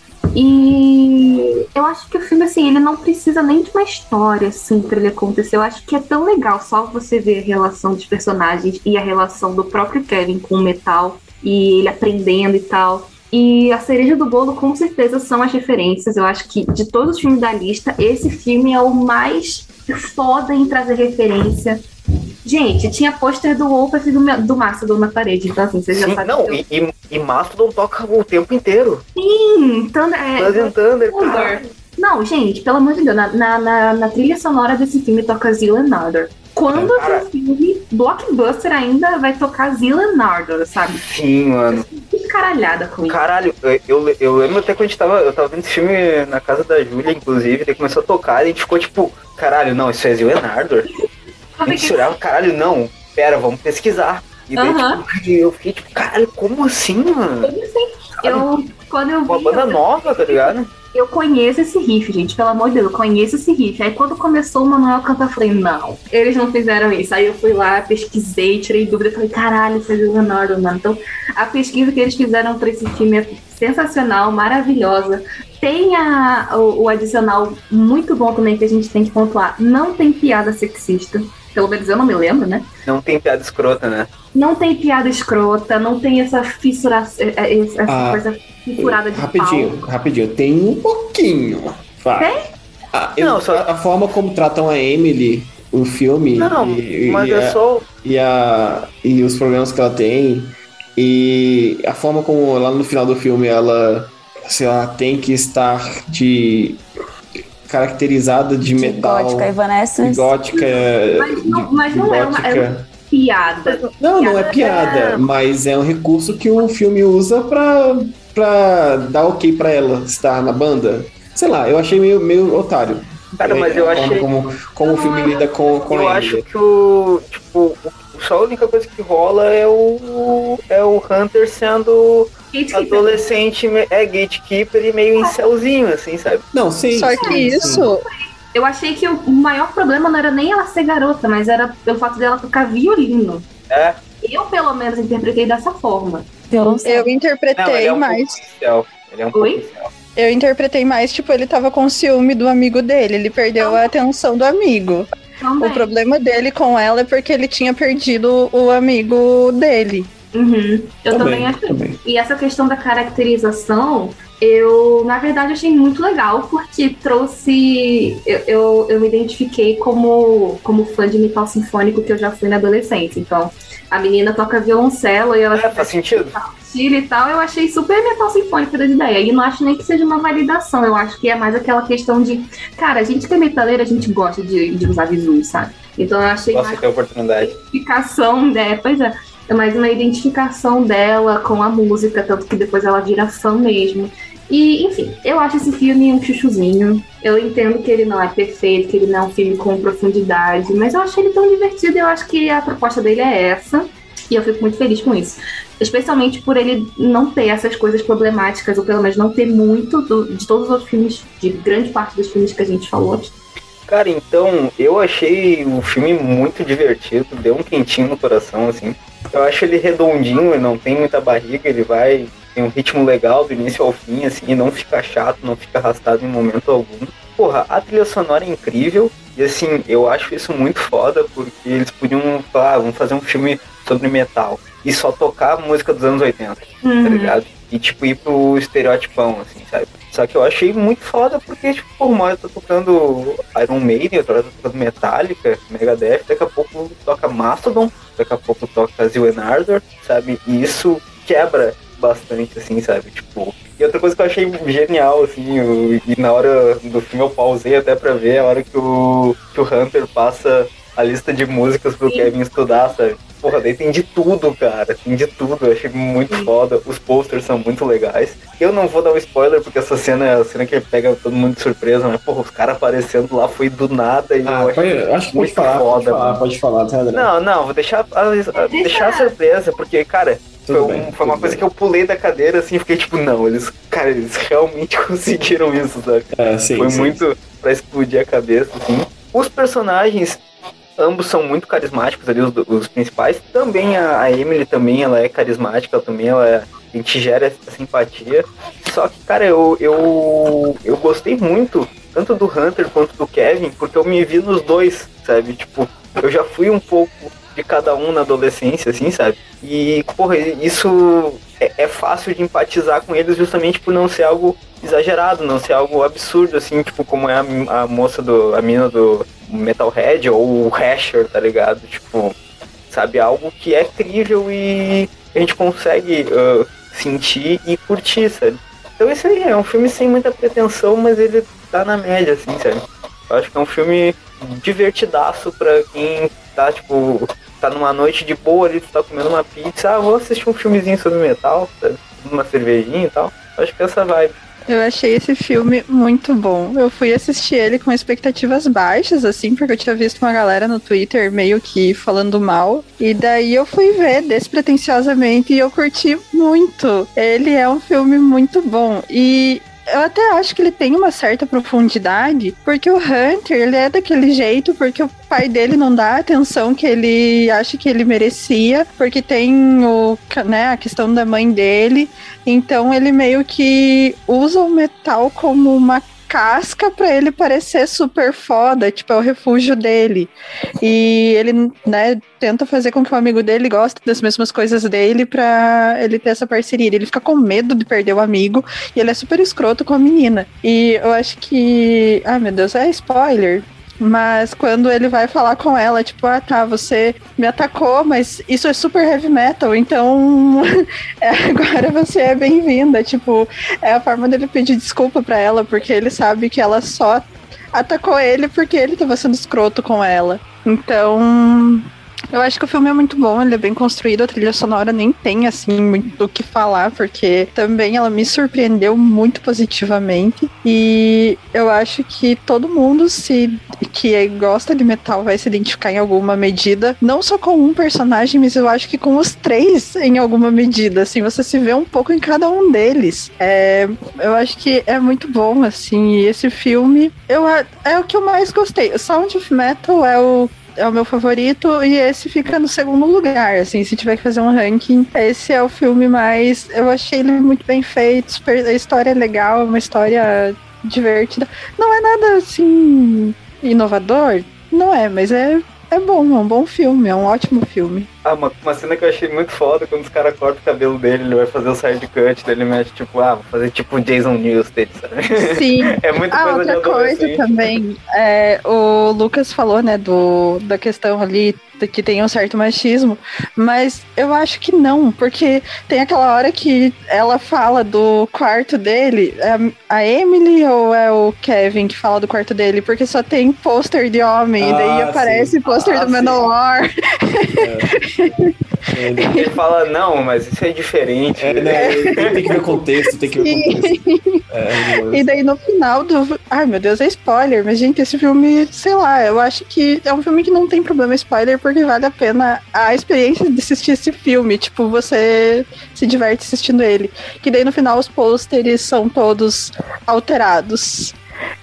E eu acho que o filme, assim, ele não precisa nem de uma história, assim, pra ele acontecer. Eu acho que é tão legal só você ver a relação dos personagens e a relação do próprio Kevin com o metal e ele aprendendo e tal. E a cereja do bolo, com certeza, são as referências. Eu acho que de todos os filmes da lista, esse filme é o mais foda em trazer referência. Gente, tinha pôster do Opeth e do, do Mastodon na parede, então assim, vocês já Sim, sabem. não, que eu... e, e, e Mastodon toca o tempo inteiro. Sim, Thunder, é, Thunder, Thunder, cara. Não, gente, pelo amor de Deus, na, na, na, na trilha sonora desse filme toca Zilla and Ardor. Quando Cara. esse filme, blockbuster ainda, vai tocar Zilla and Ardor, sabe? Sim, mano. Que caralhada com isso. Caralho, eu, eu, eu lembro até quando a gente tava, eu tava vendo esse filme na casa da Júlia, inclusive, daí começou a tocar e a gente ficou tipo, caralho, não, isso é Zilla and Ardor? A gente se olhava, caralho, não, pera, vamos pesquisar. E daí, Aham. tipo, eu fiquei tipo, caralho, como assim, mano? Eu, quando eu Uma vi, banda eu- nova, tá ligado? Eu conheço esse riff, gente, pelo amor de Deus, eu conheço esse riff. Aí quando começou o Manuel cantar, eu falei, não, eles não fizeram isso. Aí eu fui lá, pesquisei, tirei dúvida, falei, caralho, isso é do Leonardo, mano. Então, a pesquisa que eles fizeram pra esse filme é sensacional, maravilhosa. Tem a, o, o adicional muito bom também que a gente tem que pontuar. Não tem piada sexista. Pelo menos eu não me lembro, né? Não tem piada escrota, né? Não tem piada escrota, não tem essa fissura, essa Ah, coisa fissurada de Rapidinho, pau. rapidinho. Tem um pouquinho. Vai. Tem? Ah, eu- Não, só- a forma como tratam a Emily, o filme, Não, e, mas e, é a- só. e, a, e os problemas que ela tem, e a forma como lá no final do filme ela, se ela tem que estar de caracterizada de, De metal, gótica, de Evanescence. gótica, Mas não, de- mas de não é uma, é gótica. uma piada. Não, não é piada, mas é um recurso que o filme usa pra, pra dar ok pra ela estar na banda. Sei lá, eu achei meio, meio otário. Cara, mas eu a forma achei. Como, como o filme lida com, com Eu a acho Emily. que o. Tipo, o- só a única coisa que rola é o. É o Hunter sendo adolescente, me- é gatekeeper e meio incelzinho, assim, sabe? Não, sim. Só sim, que sim. isso, Eu achei que o o maior problema não era nem ela ser garota, mas era pelo fato dela tocar violino. É. Eu, pelo menos, interpretei dessa forma. Eu não sei. eu Não, ele interpretei é um mais. pouco incel. Ele é um Oi? pouco incel. Eu interpretei mais, tipo, ele tava com ciúme do amigo dele. Ele perdeu a atenção do amigo. Também. O problema dele com ela é porque ele tinha perdido o amigo dele. Uhum. Eu também, achei. também. E essa questão da caracterização, eu, na verdade, achei muito legal, porque trouxe. Eu, eu, eu me identifiquei como, como fã de metal sinfônico que eu já fui na adolescência. Então, a menina toca violoncelo e ela É, faz sentido. estilo e tal, eu achei super metal sinfônico das ideias. E não acho nem que seja uma validação, eu acho que é mais aquela questão de, cara, a gente que é metaleira, a gente gosta de, de usar visu, sabe? Então eu achei Gosto mais de ter oportunidade. identificação dela, pois é, é mais uma identificação dela com a música, tanto que depois ela vira fã mesmo. E, enfim, eu acho esse filme um chuchuzinho. Eu entendo que ele não é perfeito, que ele não é um filme com profundidade, mas eu acho ele tão divertido e eu acho que a proposta dele é essa. E eu fico muito feliz com isso. Especialmente por ele não ter essas coisas problemáticas, ou pelo menos não ter muito do- de todos os outros filmes, de grande parte dos filmes que a gente falou aqui. Cara, então, eu achei o filme muito divertido, deu um quentinho no coração, assim. Eu acho ele redondinho, ele não tem muita barriga, ele vai, tem um ritmo legal do início ao fim, assim, não fica chato, não fica arrastado em momento algum. Porra, a trilha sonora é incrível, e assim, eu acho isso muito foda, porque eles podiam falar, ah, vamos fazer um filme sobre metal, e só tocar a música dos anos oitenta, tá ligado? E tipo, ir pro estereotipão, assim, sabe? Só que eu achei muito foda porque, tipo, pô, uma hora tá tocando Iron Maiden, outra hora tá tocando Metallica, Megadeth, daqui a pouco toca Mastodon, daqui a pouco toca Zil and Ardor, sabe? E isso quebra bastante, assim, sabe? Tipo, e outra coisa que eu achei genial, assim, eu, e na hora do filme eu pausei até pra ver a hora que o, que o Hunter passa a lista de músicas pro Kevin estudar, sabe? Porra, daí tem de tudo, cara. Tem de tudo. Eu achei muito foda. Os posters são muito legais. Eu não vou dar um spoiler, porque essa cena é a cena que pega todo mundo de surpresa, mas, porra, os caras aparecendo lá foi do nada. E Ah, eu achei pode, acho que pode muito falar, pode foda, falar, mano. pode falar, tá, André? Não, não, vou deixar a, a- deixar a surpresa, porque, cara, foi, Tudo um- bem, foi uma tudo coisa bem. que eu pulei da cadeira, assim, e fiquei tipo, não, eles, cara, eles realmente conseguiram isso, sabe? É, sim, Foi sim. muito pra explodir a cabeça, assim. Os personagens, ambos são muito carismáticos ali, os, os principais. Também a, a Emily também, ela é carismática, ela também ela é, a gente gera essa simpatia. Só que, cara, eu, eu, eu gostei muito, tanto do Hunter quanto do Kevin, porque eu me vi nos dois, sabe? Tipo, eu já fui um pouco de cada um na adolescência, assim, sabe? E, porra, isso é, é fácil de empatizar com eles justamente por não ser algo exagerado, não ser algo absurdo, assim, tipo, como é a, a moça do, a mina do Metalhead ou o Hasher, tá ligado? Tipo, sabe, algo que é crível e a gente consegue uh, sentir e curtir, sabe? Então esse aí é um filme sem muita pretensão, mas ele tá na média, assim, sabe? Eu acho que é um filme divertidaço pra quem tá, tipo, tá numa noite de boa ali, tu tá comendo uma pizza, ah, vou assistir um filmezinho sobre metal, sabe? Uma cervejinha e tal. Eu acho que é essa vibe. Eu achei esse filme muito bom. Eu fui assistir ele com expectativas baixas, assim, porque eu tinha visto uma galera no Twitter meio que falando mal. E daí eu fui ver despretensiosamente e eu curti muito. Ele é um filme muito bom. E eu até acho que ele tem uma certa profundidade, porque o Hunter, ele é daquele jeito, porque o pai dele não dá a atenção que ele acha que ele merecia, porque tem o, né, a questão da mãe dele, então ele meio que usa o metal como uma casca pra ele parecer super foda, tipo, é o refúgio dele. E ele, né, tenta fazer com que o amigo dele goste das mesmas coisas dele pra ele ter essa parceria. Ele fica com medo de perder o amigo e ele é super escroto com a menina. E eu acho que... Ah, meu Deus, é spoiler. Mas quando ele vai falar com ela, tipo, ah, tá, você me atacou, mas isso é super heavy metal, então agora você é bem-vinda. Tipo, é a forma dele pedir desculpa pra ela, porque ele sabe que ela só atacou ele porque ele tava sendo escroto com ela. Então... eu acho que o filme é muito bom, ele é bem construído, a trilha sonora nem tem, assim, muito o que falar, porque também ela me surpreendeu muito positivamente, e eu acho que todo mundo se, que gosta de metal vai se identificar em alguma medida, não só com um personagem, mas eu acho que com os três em alguma medida, assim, você se vê um pouco em cada um deles. É, eu acho que é muito bom, assim, e esse filme eu, é o que eu mais gostei. O Sound of Metal é o é o meu favorito, e esse fica no segundo lugar, assim, se tiver que fazer um ranking, esse é o filme mais... eu achei ele muito bem feito, super, a história é legal, uma história divertida. Não é nada, assim, inovador, não é, mas é, é bom, é um bom filme, é um ótimo filme. Ah, uma, uma cena que eu achei muito foda, quando os caras cortam o cabelo dele, ele vai fazer o side cut, daí ele mexe, tipo, ah, vou fazer tipo o Jason Newsted, sabe? Sim. É muita ah, coisa de outra coisa também, é, o Lucas falou, né, do, da questão ali, que tem um certo machismo, mas eu acho que não, porque tem aquela hora que ela fala do quarto dele, é a Emily ou é o Kevin que fala do quarto dele? Porque só tem pôster de homem, ah, e daí aparece pôster ah, do Manowar. É. Ele, ele fala, não, mas isso é diferente. É, né? Tem que ver o contexto, tem que ver o contexto. É, e daí no final do... ai, meu Deus, é spoiler, mas, gente, esse filme, sei lá, eu acho que é um filme que não tem problema spoiler, porque vale a pena a experiência de assistir esse filme. Tipo, você se diverte assistindo ele. Que daí no final os pôsteres são todos alterados.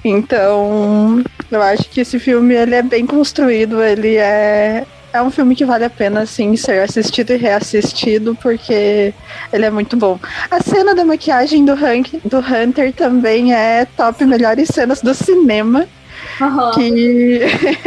Então, eu acho que esse filme, ele é bem construído, ele é... é um filme que vale a pena, assim, ser assistido e reassistido, porque ele é muito bom. A cena da maquiagem do, Hank, do Hunter também é top melhores cenas do cinema. Uhum. Que...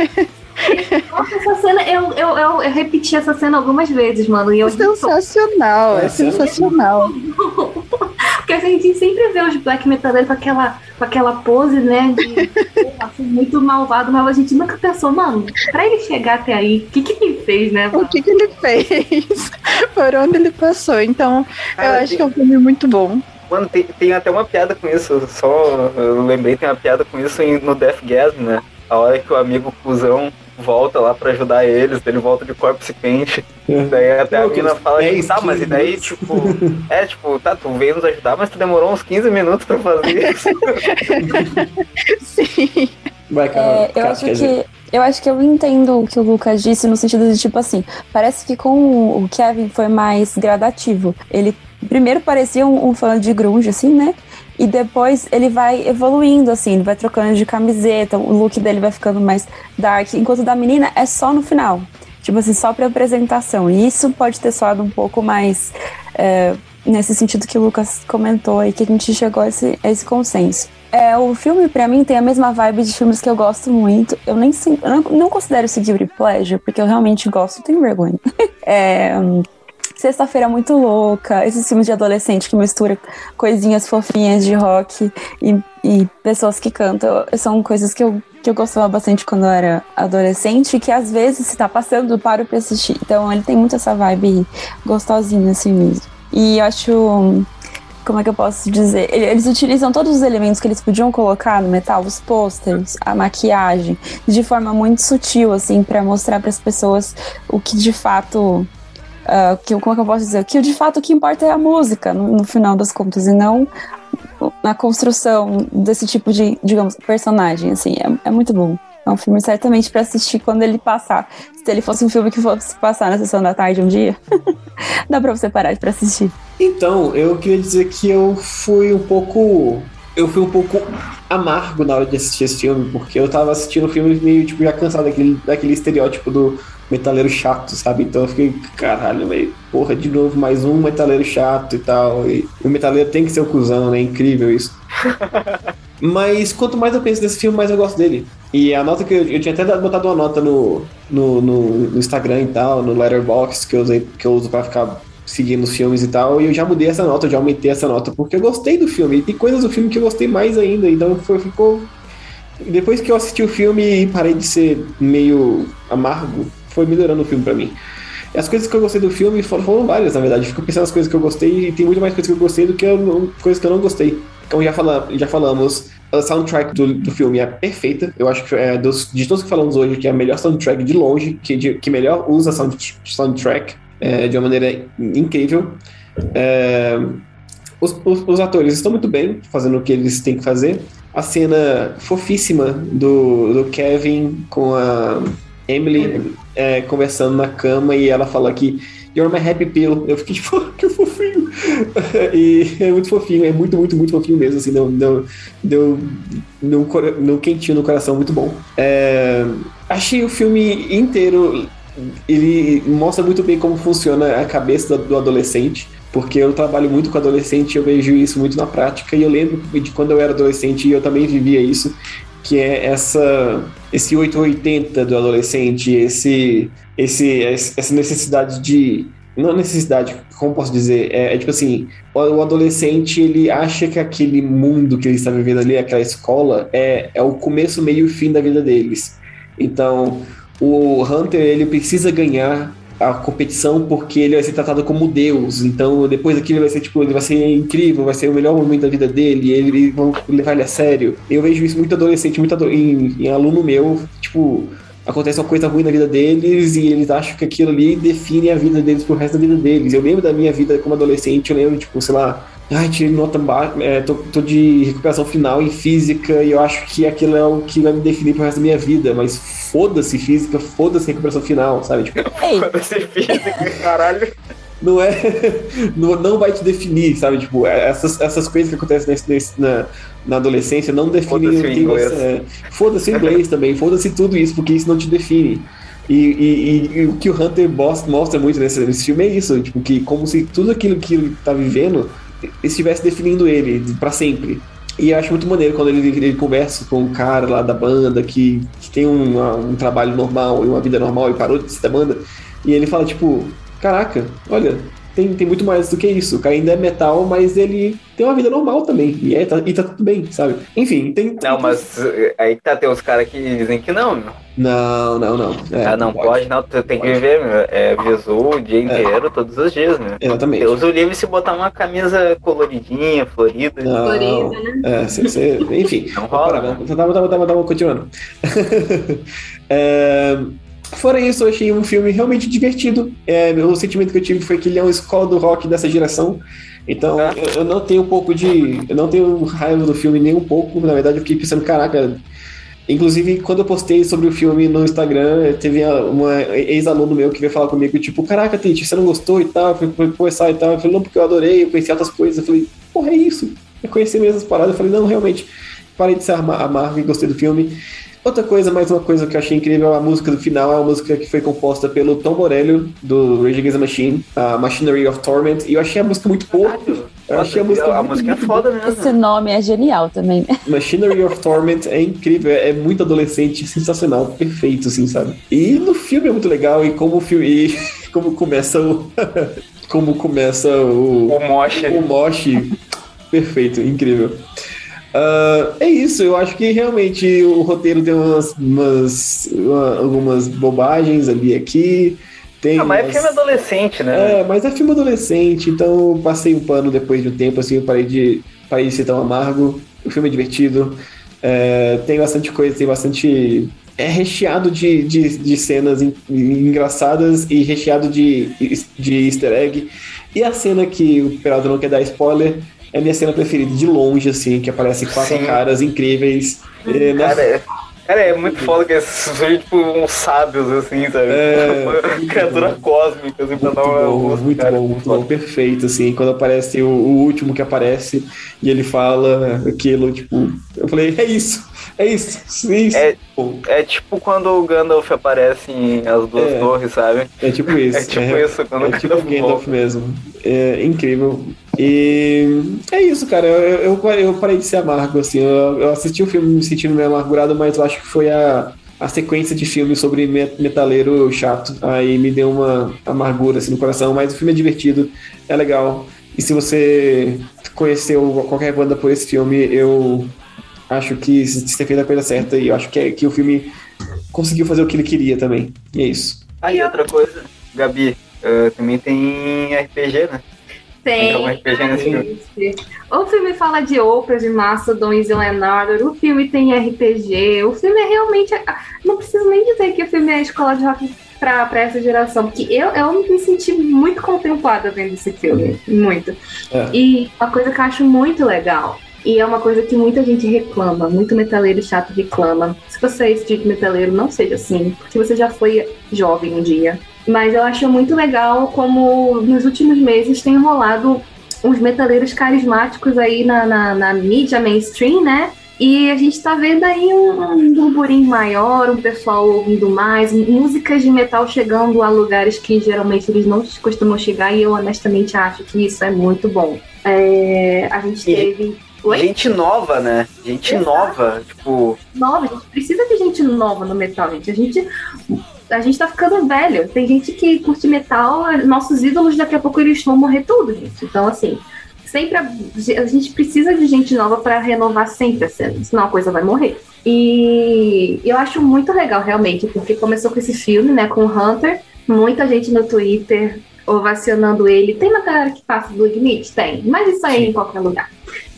Nossa, essa cena, eu, eu, eu, eu repeti essa cena algumas vezes, mano. E eu é sensacional, é, é sensacional. Porque a gente sempre vê os black metaleiros com aquela, com aquela pose, né, de assim, muito malvado, mas a gente nunca pensou, mano, pra ele chegar até aí, o que que ele fez, né? Mano? O que que ele fez? Por onde ele passou? Então, Cara, eu acho tem... que é um filme muito bom. Mano, tem, tem até uma piada com isso, só eu lembrei, tem uma piada com isso no Deathgasm, né? A hora que o amigo cuzão volta lá pra ajudar eles, ele volta de corpse paint, é. Daí até a mina fala, tipo, tá, mas e daí, tipo, é, tipo, tá, tu veio nos ajudar, mas tu demorou uns quinze minutos pra fazer isso. Sim. Vai, Carol, é, eu acho que dizer. Eu acho que eu entendo o que o Lucas disse no sentido de, tipo assim, parece que com o Kevin foi mais gradativo. Ele primeiro parecia um, um fã de grunge, assim, né? E depois ele vai evoluindo, assim, ele vai trocando de camiseta, o look dele vai ficando mais dark, enquanto o da menina é só no final. Tipo assim, só pra apresentação. E isso pode ter soado um pouco mais é, nesse sentido que o Lucas comentou e que a gente chegou a esse, a esse consenso. É, o filme, pra mim, tem a mesma vibe de filmes que eu gosto muito. Eu nem eu não, não considero esse guilty pleasure, porque eu realmente gosto, tenho vergonha. É... Sexta-feira Muito Louca, esses filmes de adolescente que misturam coisinhas fofinhas de rock e, e pessoas que cantam, são coisas que eu, que eu gostava bastante quando eu era adolescente e que às vezes, se tá passando, eu paro pra assistir. Então ele tem muito essa vibe gostosinha assim mesmo. E eu acho... Como é que eu posso dizer? Eles utilizam todos os elementos que eles podiam colocar no metal, os pôsteres, a maquiagem, de forma muito sutil, assim, pra mostrar pras pessoas o que de fato... Uh, que, como é que eu posso dizer? Que de fato o que importa é a música, no, no final das contas, e não na construção desse tipo de, digamos, personagem, assim, é, é muito bom. É um filme certamente pra assistir quando ele passar. Se ele fosse um filme que fosse passar na sessão da tarde um dia, dá pra você parar pra assistir. Então, eu queria dizer que eu fui um pouco eu fui um pouco amargo na hora de assistir esse filme, porque eu tava assistindo o filme meio, tipo, já cansado daquele, daquele estereótipo do metaleiro chato, sabe? Então eu fiquei, caralho, velho, porra, de novo, mais um metaleiro chato e tal. E o metaleiro tem que ser o cuzão, né? É incrível isso. Mas quanto mais eu penso nesse filme, mais eu gosto dele. E a nota que eu, eu tinha até botado uma nota no, no, no, no Instagram e tal, no Letterboxd, que eu, usei, que eu uso pra ficar seguindo os filmes e tal, e eu já mudei essa nota, eu já aumentei essa nota, porque eu gostei do filme. E tem coisas do filme que eu gostei mais ainda, então foi, ficou... Depois que eu assisti o filme e parei de ser meio amargo, foi melhorando o filme pra mim. E as coisas que eu gostei do filme foram, foram várias, na verdade. Fico pensando nas coisas que eu gostei e tem muito mais coisas que eu gostei do que eu, coisas que eu não gostei. Então já, fala, já falamos, a soundtrack do, do filme é perfeita. Eu acho que é dos, de todos que falamos hoje, que é a melhor soundtrack de longe, que, de, que melhor usa sound, soundtrack é, de uma maneira incrível. É, os, os, os atores estão muito bem fazendo o que eles têm que fazer. A cena fofíssima do, do Kevin com a Emily é, conversando na cama e ela fala que "You're my happy pill". Eu fiquei tipo, que fofinho. E é muito fofinho, é muito, muito, muito fofinho mesmo, assim, deu, deu, deu, deu, deu um quentinho no coração, muito bom. É, achei o filme inteiro, ele mostra muito bem como funciona a cabeça do, do adolescente, porque eu trabalho muito com adolescente e eu vejo isso muito na prática, e eu lembro de quando eu era adolescente e eu também vivia isso, que é essa, esse oitocentos e oitenta do adolescente, esse, esse, essa necessidade de... Não necessidade, como posso dizer? É, é tipo assim, o, o adolescente, ele acha que aquele mundo que ele está vivendo ali, aquela escola, é, é o começo, meio e fim da vida deles. Então, o Hunter, ele precisa ganhar a competição porque ele vai ser tratado como Deus. Então, depois daquilo ele vai ser, tipo, ele vai ser incrível, vai ser o melhor momento da vida dele, e eles vão levar ele a sério. Eu vejo isso muito adolescente, muito ado- em, em aluno meu, tipo, acontece uma coisa ruim na vida deles e eles acham que aquilo ali define a vida deles pro resto da vida deles. Eu lembro da minha vida como adolescente, eu lembro, tipo, sei lá, ai, tirei nota baixa, é, tô, tô de recuperação final em física e eu acho que aquilo é o que vai me definir pro resto da minha vida, mas foda-se física, foda-se recuperação final, sabe? Tipo, foda-se física, caralho. Não é. Não, não vai te definir, sabe? Tipo, essas, essas coisas que acontecem nesse, nesse, na, na adolescência não definem Foda-se o quem inglês. você é. Foda-se o inglês também, foda-se tudo isso, porque isso não te define. E, e, e o que o Hunter mostra muito nesse, nesse filme é isso, tipo, que como se tudo aquilo que ele tá vivendo estivesse definindo ele pra sempre. E eu acho muito maneiro quando ele, ele conversa com um cara lá da banda que, que tem um, um trabalho normal e uma vida normal e parou de ser da banda, e ele fala, tipo, caraca, olha, tem, tem muito mais do que isso. O cara ainda é metal, mas ele tem uma vida normal também. E, é, tá, e tá tudo bem, sabe? Enfim, tem... Não, mas aí tá, tem uns caras que dizem que não, meu. Não, não, não. É, ah, não, pode. pode não, tu tem que Pode. viver, meu. É visu o dia inteiro, é. Todos os dias, meu. Exatamente. Deus o livre se botar uma camisa coloridinha, florida. Não, Florida, né? É, você, você, enfim. Não rola, parar, né? Tava, tava, tava, tava continuando. é... Fora isso, eu achei um filme realmente divertido. É, o sentimento que eu tive foi que ele é uma escola do rock dessa geração. Então, eu, eu não tenho um pouco de... Eu não tenho raiva do filme nem um pouco. Na verdade, eu fiquei pensando, caraca... Inclusive, quando eu postei sobre o filme no Instagram, teve uma ex-aluno meu que veio falar comigo, tipo, caraca, Tite, você não gostou e tal? Eu falei, conversar e tal. Eu falei, não, porque eu adorei, eu conheci outras coisas. Eu falei, porra, é isso. Eu conheci mesmo as paradas. Eu falei, não, realmente, parei de ser amargo e gostei do filme. Outra coisa, mais uma coisa que eu achei incrível, a música do final é uma música que foi composta pelo Tom Morello, do Rage Against the Machine, a Machinery of Torment, e eu achei a música muito boa. Eu achei a música a muito, música muito é foda boa. mesmo. Esse nome é genial também. Machinery of Torment é incrível, é muito adolescente, sensacional, perfeito, assim, sabe? E no filme é muito legal, e como o filme, e como começa o... como começa o... O moche. O moche, perfeito, incrível. Uh, é isso, eu acho que realmente o roteiro tem umas, umas uma, algumas bobagens ali aqui. Tem ah, mas umas... é filme adolescente, né? É, mas é filme adolescente, então eu passei um pano depois de um tempo, assim, eu parei de, parei de ser tão amargo. O filme é divertido, é, tem bastante coisa, tem bastante... É recheado de, de, de cenas en, engraçadas e recheado de, de easter egg. E a cena que o Peralta não quer dar spoiler... É a minha cena preferida, de longe, assim, que aparece quatro Sim. caras incríveis. É, né? Cara, Cara, é muito foda que esses são tipo uns sábios, assim, sabe? É, Uma criatura bom. cósmica, assim, pra Muito dar uma. bom, uma- muito cara, bom, muito bom, perfeito, assim, quando aparece o, o último que aparece e ele fala aquilo, tipo, eu falei, é isso, é isso, é isso. É- Bom, É tipo quando o Gandalf aparece em As Duas É. Torres, sabe? é tipo isso. É tipo isso, quando é o tipo Gandalf Gandalf volta. mesmo. É incrível. E é isso, cara. Eu, eu, eu parei de ser amargo, assim. Eu, eu assisti o filme me sentindo meio amargurado, mas eu acho que foi a, a sequência de filmes sobre me- metaleiro chato. Aí me deu uma amargura assim, no coração. Mas o filme é divertido, é legal. E se você conheceu qualquer banda por esse filme, eu acho que você fez a coisa certa. E eu acho que, é, que o filme conseguiu fazer o que ele queria também. E é isso. Aí outra coisa, Gabi, eh, também tem R P G, né? Tem algum Tem. R P G nesse filme? Gente, o filme fala de Oprah, de Mastodon e Leonardo, o filme tem R P G, o filme é realmente. Não preciso nem dizer que o filme é a escola de rock pra, pra essa geração, porque eu, eu me senti muito contemplada vendo esse filme, muito. É. E uma coisa que eu acho muito legal, e é uma coisa que muita gente reclama, muito metaleiro chato reclama. Se você é esse tipo de metaleiro, não seja assim, porque você já foi jovem um dia. Mas eu acho muito legal como nos últimos meses tem rolado uns metaleiros carismáticos aí na, na, na mídia mainstream, né? E a gente tá vendo aí um, um burburinho maior, um pessoal ouvindo mais, músicas de metal chegando a lugares que geralmente eles não costumam chegar, e eu honestamente acho que isso é muito bom. É, a gente E- teve... Oi? Gente nova, né? Gente Exato. nova, tipo. Nova, a gente precisa de gente nova no metal, gente. A gente, a gente tá ficando velho. Tem gente que curte metal, nossos ídolos daqui a pouco eles vão morrer tudo, gente. Então, assim, sempre a, a gente precisa de gente nova para renovar sempre a cena, senão a coisa vai morrer. E eu acho muito legal, realmente, porque começou com esse filme, né, com o Hunter, muita gente no Twitter ovacionando ele. Tem uma galera que passa do limite? Tem, mas isso aí é em qualquer lugar.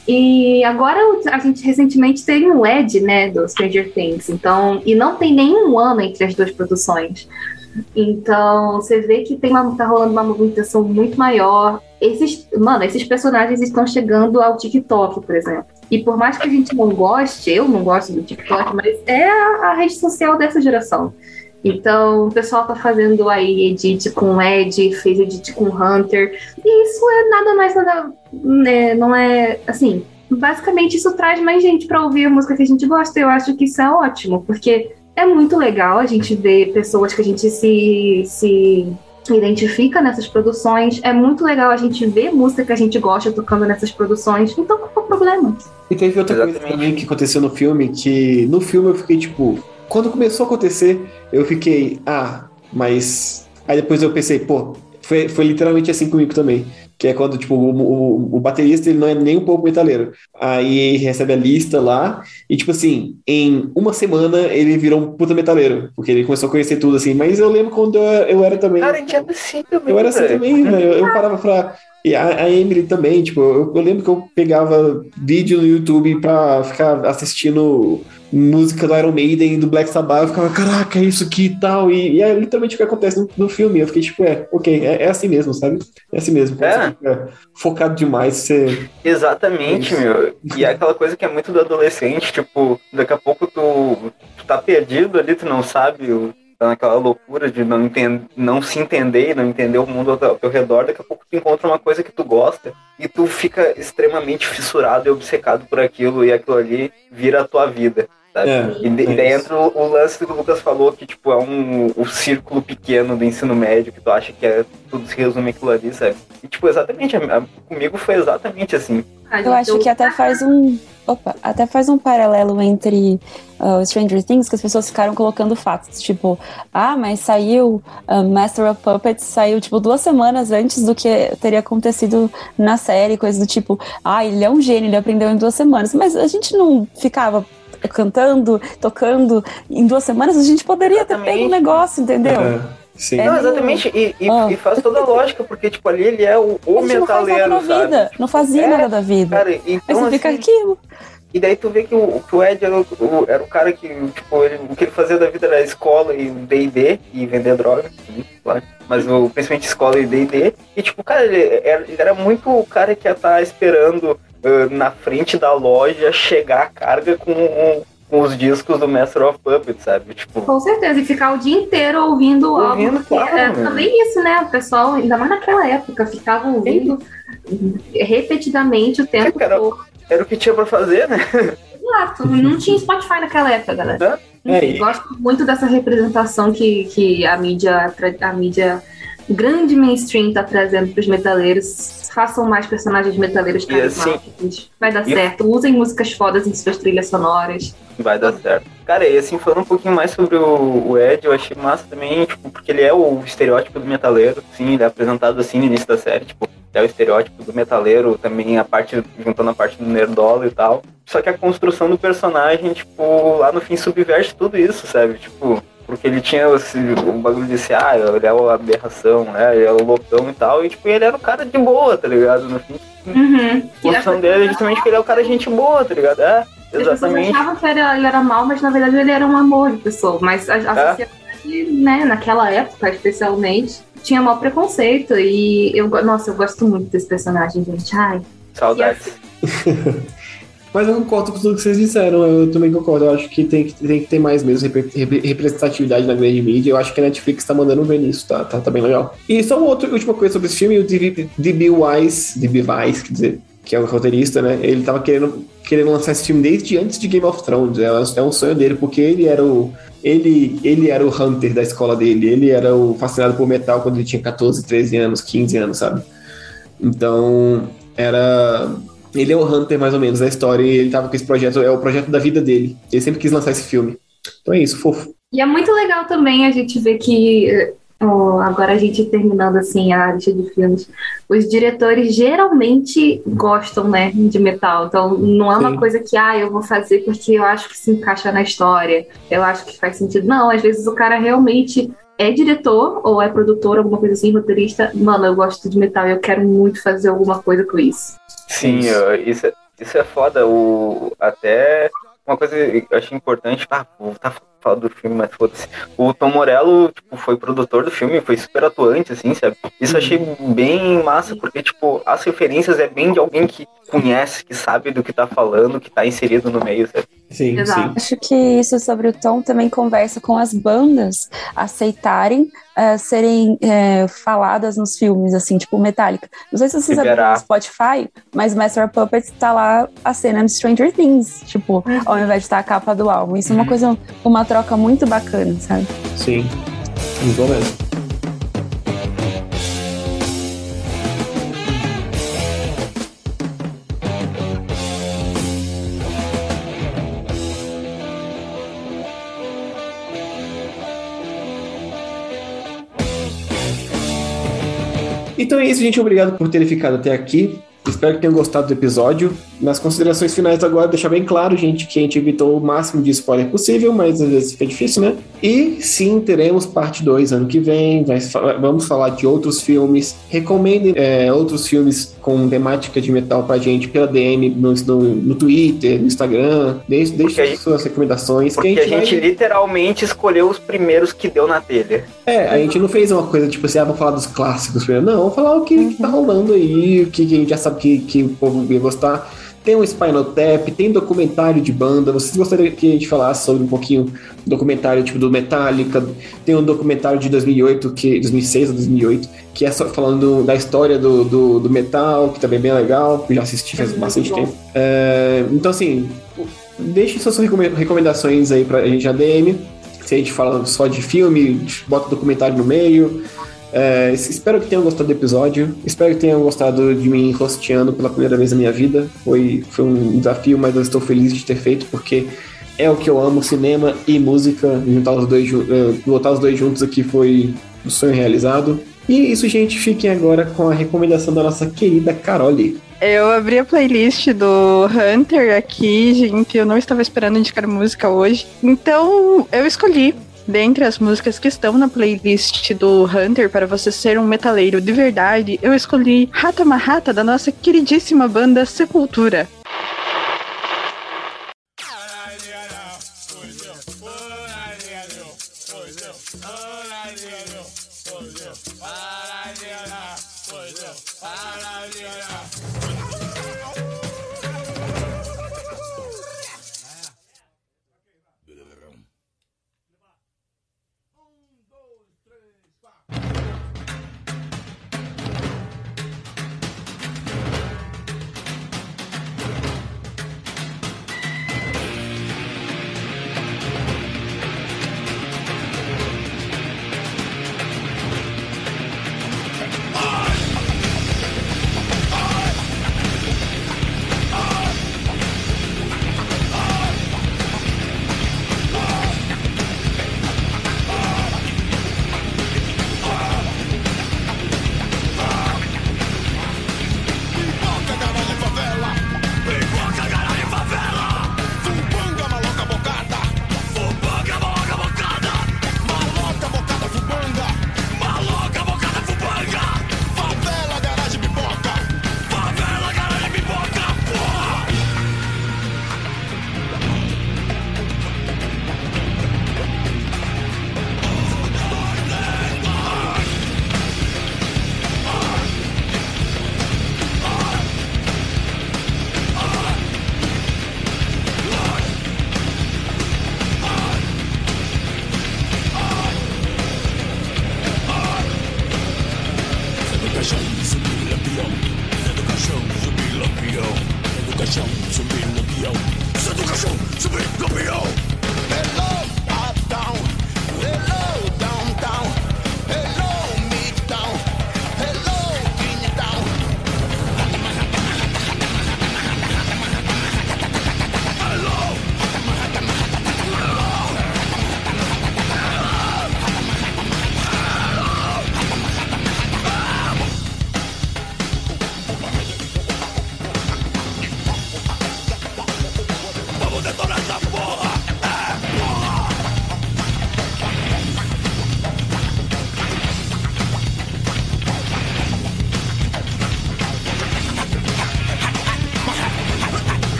E agora a gente recentemente teve um Ed, né, do Stranger Things, então, e não tem nenhum ano entre as duas produções. Então, você vê que tem uma, tá rolando uma movimentação muito maior. Esses, mano, esses personagens estão chegando ao TikTok, por exemplo. E por mais que a gente não goste, eu não gosto do TikTok, mas é a, a rede social dessa geração. Então, o pessoal tá fazendo aí edit com Ed, fez edit com Hunter, e isso é nada mais, nada, né, não é, assim, basicamente isso traz mais gente pra ouvir a música que a gente gosta. Eu acho que isso é ótimo, porque é muito legal a gente ver pessoas que a gente se, se identifica nessas produções, é muito legal a gente ver música que a gente gosta tocando nessas produções, então qual é o problema? E teve outra coisa Exatamente. também que aconteceu no filme, que no filme eu fiquei tipo, quando começou a acontecer, eu fiquei, ah, mas... Aí depois eu pensei, pô, foi, foi literalmente assim comigo também. Que é quando, tipo, o, o, o baterista, ele não é nem um pouco metaleiro. Aí recebe a lista lá, e tipo assim, em uma semana ele virou um puta metaleiro, porque ele começou a conhecer tudo, assim. Mas eu lembro quando eu, eu era também... Cara, a gente é assim também. Eu era assim velho. também, velho. Eu, eu parava pra... E a, a Emily também, tipo, eu, eu lembro que eu pegava vídeo no YouTube pra ficar assistindo música do Iron Maiden e do Black Sabbath, eu ficava, caraca, é isso aqui e tal, e, e é literalmente o que acontece no, no filme. Eu fiquei tipo, é, ok, é, é assim mesmo, sabe? É assim mesmo. Quando É. você fica focado demais, você... Exatamente, Isso. meu. E é aquela coisa que é muito do adolescente, tipo, daqui a pouco tu, tu tá perdido ali, tu não sabe, o- tá naquela loucura de não, entend, não se entender, não entender o mundo ao teu, ao teu redor, daqui a pouco tu encontra uma coisa que tu gosta e tu fica extremamente fissurado e obcecado por aquilo, e aquilo ali vira a tua vida, sabe? É, e, de- é e daí isso. entra o, o lance que o Lucas falou, que tipo, é um o círculo pequeno do ensino médio, que tu acha que é, tudo se resume aquilo ali, sabe? E tipo, exatamente, a- a- comigo foi exatamente assim. Eu acho que até faz um. Opa, até faz um paralelo entre uh, Stranger Things, que as pessoas ficaram colocando fatos, tipo, ah, mas saiu uh, Master of Puppets, saiu, tipo, duas semanas antes do que teria acontecido na série, coisa do tipo, ah, ele é um gênio, ele aprendeu em duas semanas, mas a gente não ficava cantando, tocando em duas semanas, a gente poderia ter Exatamente. pego um negócio, entendeu? É, sim. É Não, meio- exatamente, e, e, Ah. e faz toda a lógica, porque tipo, ali ele é o, o a gente não faz nada metaleiro, da sabe? vida, não fazia É, nada da vida. Cara, Aí então você fica assim, aquilo. e daí tu vê que o, que o Ed era o, o- era o cara que, tipo, ele, o que ele fazia da vida era escola e D e D e vender droga, sim, claro. Mas o, principalmente escola e D e D. E tipo, cara, ele era, ele era muito o cara que ia estar esperando uh, na frente da loja chegar a carga com, com os discos do Master of Puppets, sabe? Tipo, Com certeza, e ficar o dia inteiro ouvindo o álbum. Ouvindo, Porque claro, é né? também isso, né? O pessoal, ainda mais naquela época, ficava ouvindo repetidamente o tempo Era- todo. era o que tinha pra fazer, né? Exato, não tinha Spotify naquela época, galera. É, Enfim, e- gosto muito dessa representação que, que a mídia, a mídia grande mainstream tá trazendo pros metaleiros. Façam mais personagens metaleiros E assim- carismáticos. Vai dar e- certo. Usem músicas fodas em suas trilhas sonoras. Vai dar certo. Cara, e assim, falando um pouquinho mais sobre o, o Ed, eu achei massa também, tipo, porque ele é o estereótipo do metaleiro, sim, ele é apresentado assim no início da série, tipo, é o estereótipo do metaleiro, também a parte, juntando a parte do nerdola e tal. Só que a construção do personagem, tipo, lá no fim subverte tudo isso, sabe? Tipo, porque ele tinha esse, um bagulho de ser, ah, ele é a aberração, né? Ele é o loucão e tal, e tipo, ele era um cara de boa, tá ligado? No fim, Uhum. a construção dele é justamente que ele é o cara de gente boa, tá ligado? É, As pessoas exatamente. achavam que era, ele era mal, mas na verdade ele era um amor de pessoa. Mas a, a É. sociedade, né, naquela época especialmente, tinha mau preconceito. E eu, go- nossa, eu gosto muito desse personagem, gente. Ai, Saudades. Mas eu concordo com tudo que vocês disseram, eu também concordo. Eu acho que tem que, tem que ter mais mesmo repre- repre- representatividade na grande mídia. Eu acho que a Netflix tá mandando ver nisso, tá, tá, tá bem legal. E só uma outra última coisa sobre esse filme, o D B. Wise, D B. Wise, quer dizer, que é o roteirista, né? Ele tava querendo, querendo lançar esse filme desde antes de Game of Thrones. É, é um sonho dele, porque ele era o. Ele, ele era o Hunter da escola dele, ele era o fascinado por metal quando ele tinha catorze, treze anos, quinze anos, sabe? Então, era. Ele é o Hunter, mais ou menos, da história, e ele tava com esse projeto, é o projeto da vida dele. Ele sempre quis lançar esse filme. Então é isso, fofo. e é muito legal também a gente ver que, eh, ó, agora a gente terminando assim a lista de filmes, os diretores geralmente gostam, né, de metal. Então não é uma Sim. coisa que, ah, eu vou fazer porque eu acho que se encaixa na história, eu acho que faz sentido. Não, às vezes o cara realmente é diretor ou é produtor, alguma coisa assim, roteirista. Mano, eu gosto de metal e eu quero muito fazer alguma coisa com isso. Sim, Isso. eu- isso, é- isso é foda. O, até uma coisa que eu achei importante, ah, vou voltar a falar do filme, mas foda-se. O Tom Morello, tipo, foi produtor do filme, foi super atuante, assim, sabe? Isso eu achei bem massa, porque, tipo, as referências é bem de alguém que conhece, que sabe do que tá falando, que tá inserido no meio, sabe? Sim, Exato. sim. Acho que isso sobre o Tom também conversa com as bandas aceitarem eh, serem eh, faladas nos filmes, assim, tipo Metallica. Não sei se vocês Liberar. abriram no Spotify, mas Master of Puppets tá lá a cena de Stranger Things, tipo, ao invés de estar a capa do álbum. Isso é uma coisa, uma troca muito bacana, sabe? Sim. Muito bom mesmo. Então é isso, gente. Obrigado por terem ficado até aqui. Espero que tenham gostado do episódio. Nas considerações finais agora, deixar bem claro, gente, que a gente evitou o máximo de spoiler possível, mas às vezes fica difícil, né? E sim, teremos parte dois ano que vem. Vai, vamos falar de outros filmes. Recomendem é, outros filmes com temática de metal pra gente pela D M no, no, no Twitter, no Instagram. Deixe, deixe Porque a suas recomendações. Porque que a gente vai... literalmente escolheu os primeiros que deu na telha. É, a gente não fez uma coisa tipo assim, ah, vamos falar dos clássicos primeiro. Não, vamos falar o que, que tá rolando aí, o que, que a gente já sabe que, que o povo ia gostar. Tem um Spinal Tap, tem documentário de banda. Vocês gostariam que a gente falasse sobre um pouquinho do documentário tipo do Metallica? Tem um documentário de dois mil e oito, que, dois mil e seis ou dois mil e oito, que é só falando da história do, do, do metal, que também é bem legal, que eu já assisti faz bastante tempo. É, então, assim, deixe suas recomendações aí pra gente na D M. Se a gente fala só de filme, bota documentário no meio. É, espero que tenham gostado do episódio. Espero que tenham gostado de mim rosteando pela primeira vez na minha vida. Foi, foi um desafio, mas eu estou feliz de ter feito, porque é o que eu amo, cinema e música. Juntar os dois, botar os dois juntos aqui foi um sonho realizado. E isso, gente, fiquem agora com a recomendação da nossa querida Carole. Eu abri a playlist do Hunter aqui, gente. Eu não estava esperando indicar música hoje. Então, eu escolhi, dentre as músicas que estão na playlist do Hunter, para você ser um metaleiro de verdade, eu escolhi Rata Marrata, da nossa queridíssima banda Sepultura.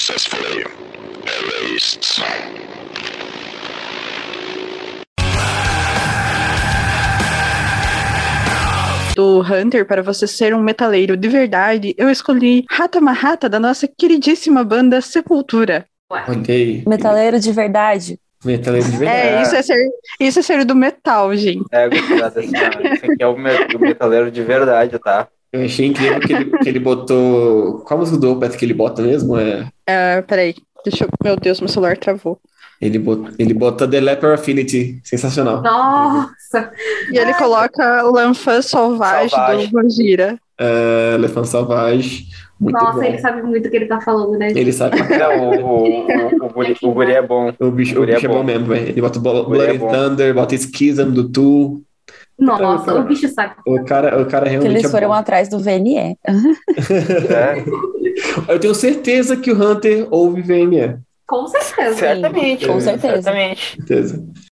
Successfully erased. Do Hunter, para você ser um metaleiro de verdade, eu escolhi Rata Marrata, da nossa queridíssima banda Sepultura. Olha aí. Metaleiro de verdade. Metaleiro de verdade. É, isso é ser, isso é ser do metal, gente. É, gostado assim, ó. Esse aqui é o, me- o metaleiro de verdade, tá? Eu achei incrível que ele, que ele botou. Qual música do Opeth que ele bota mesmo? É... É, peraí, deixa eu... Meu Deus, meu celular travou. Ele, bota, ele bota The Leper Affinity. Sensacional. Nossa! E ele coloca o Lanfan Sauvage, Sauvage. do Gojira. É, Elefante Salvage. Muito Nossa, bom. ele sabe muito o que ele tá falando, né? Ele sabe pra caralho. Não, o, o, o, o, guri, o guri é bom. O bicho, O o guri é bicho é bom bom. mesmo, velho. Ele bota Blo- O guri é Bloody bom. Thunder, bota Schism do Tool. Nossa, o bicho sabe. O cara, o cara Que realmente eles é foram bom. atrás do V N E. É, Eu tenho certeza que o Hunter ouve V N E. Com certeza. certamente. com certeza. Certamente. Certeza.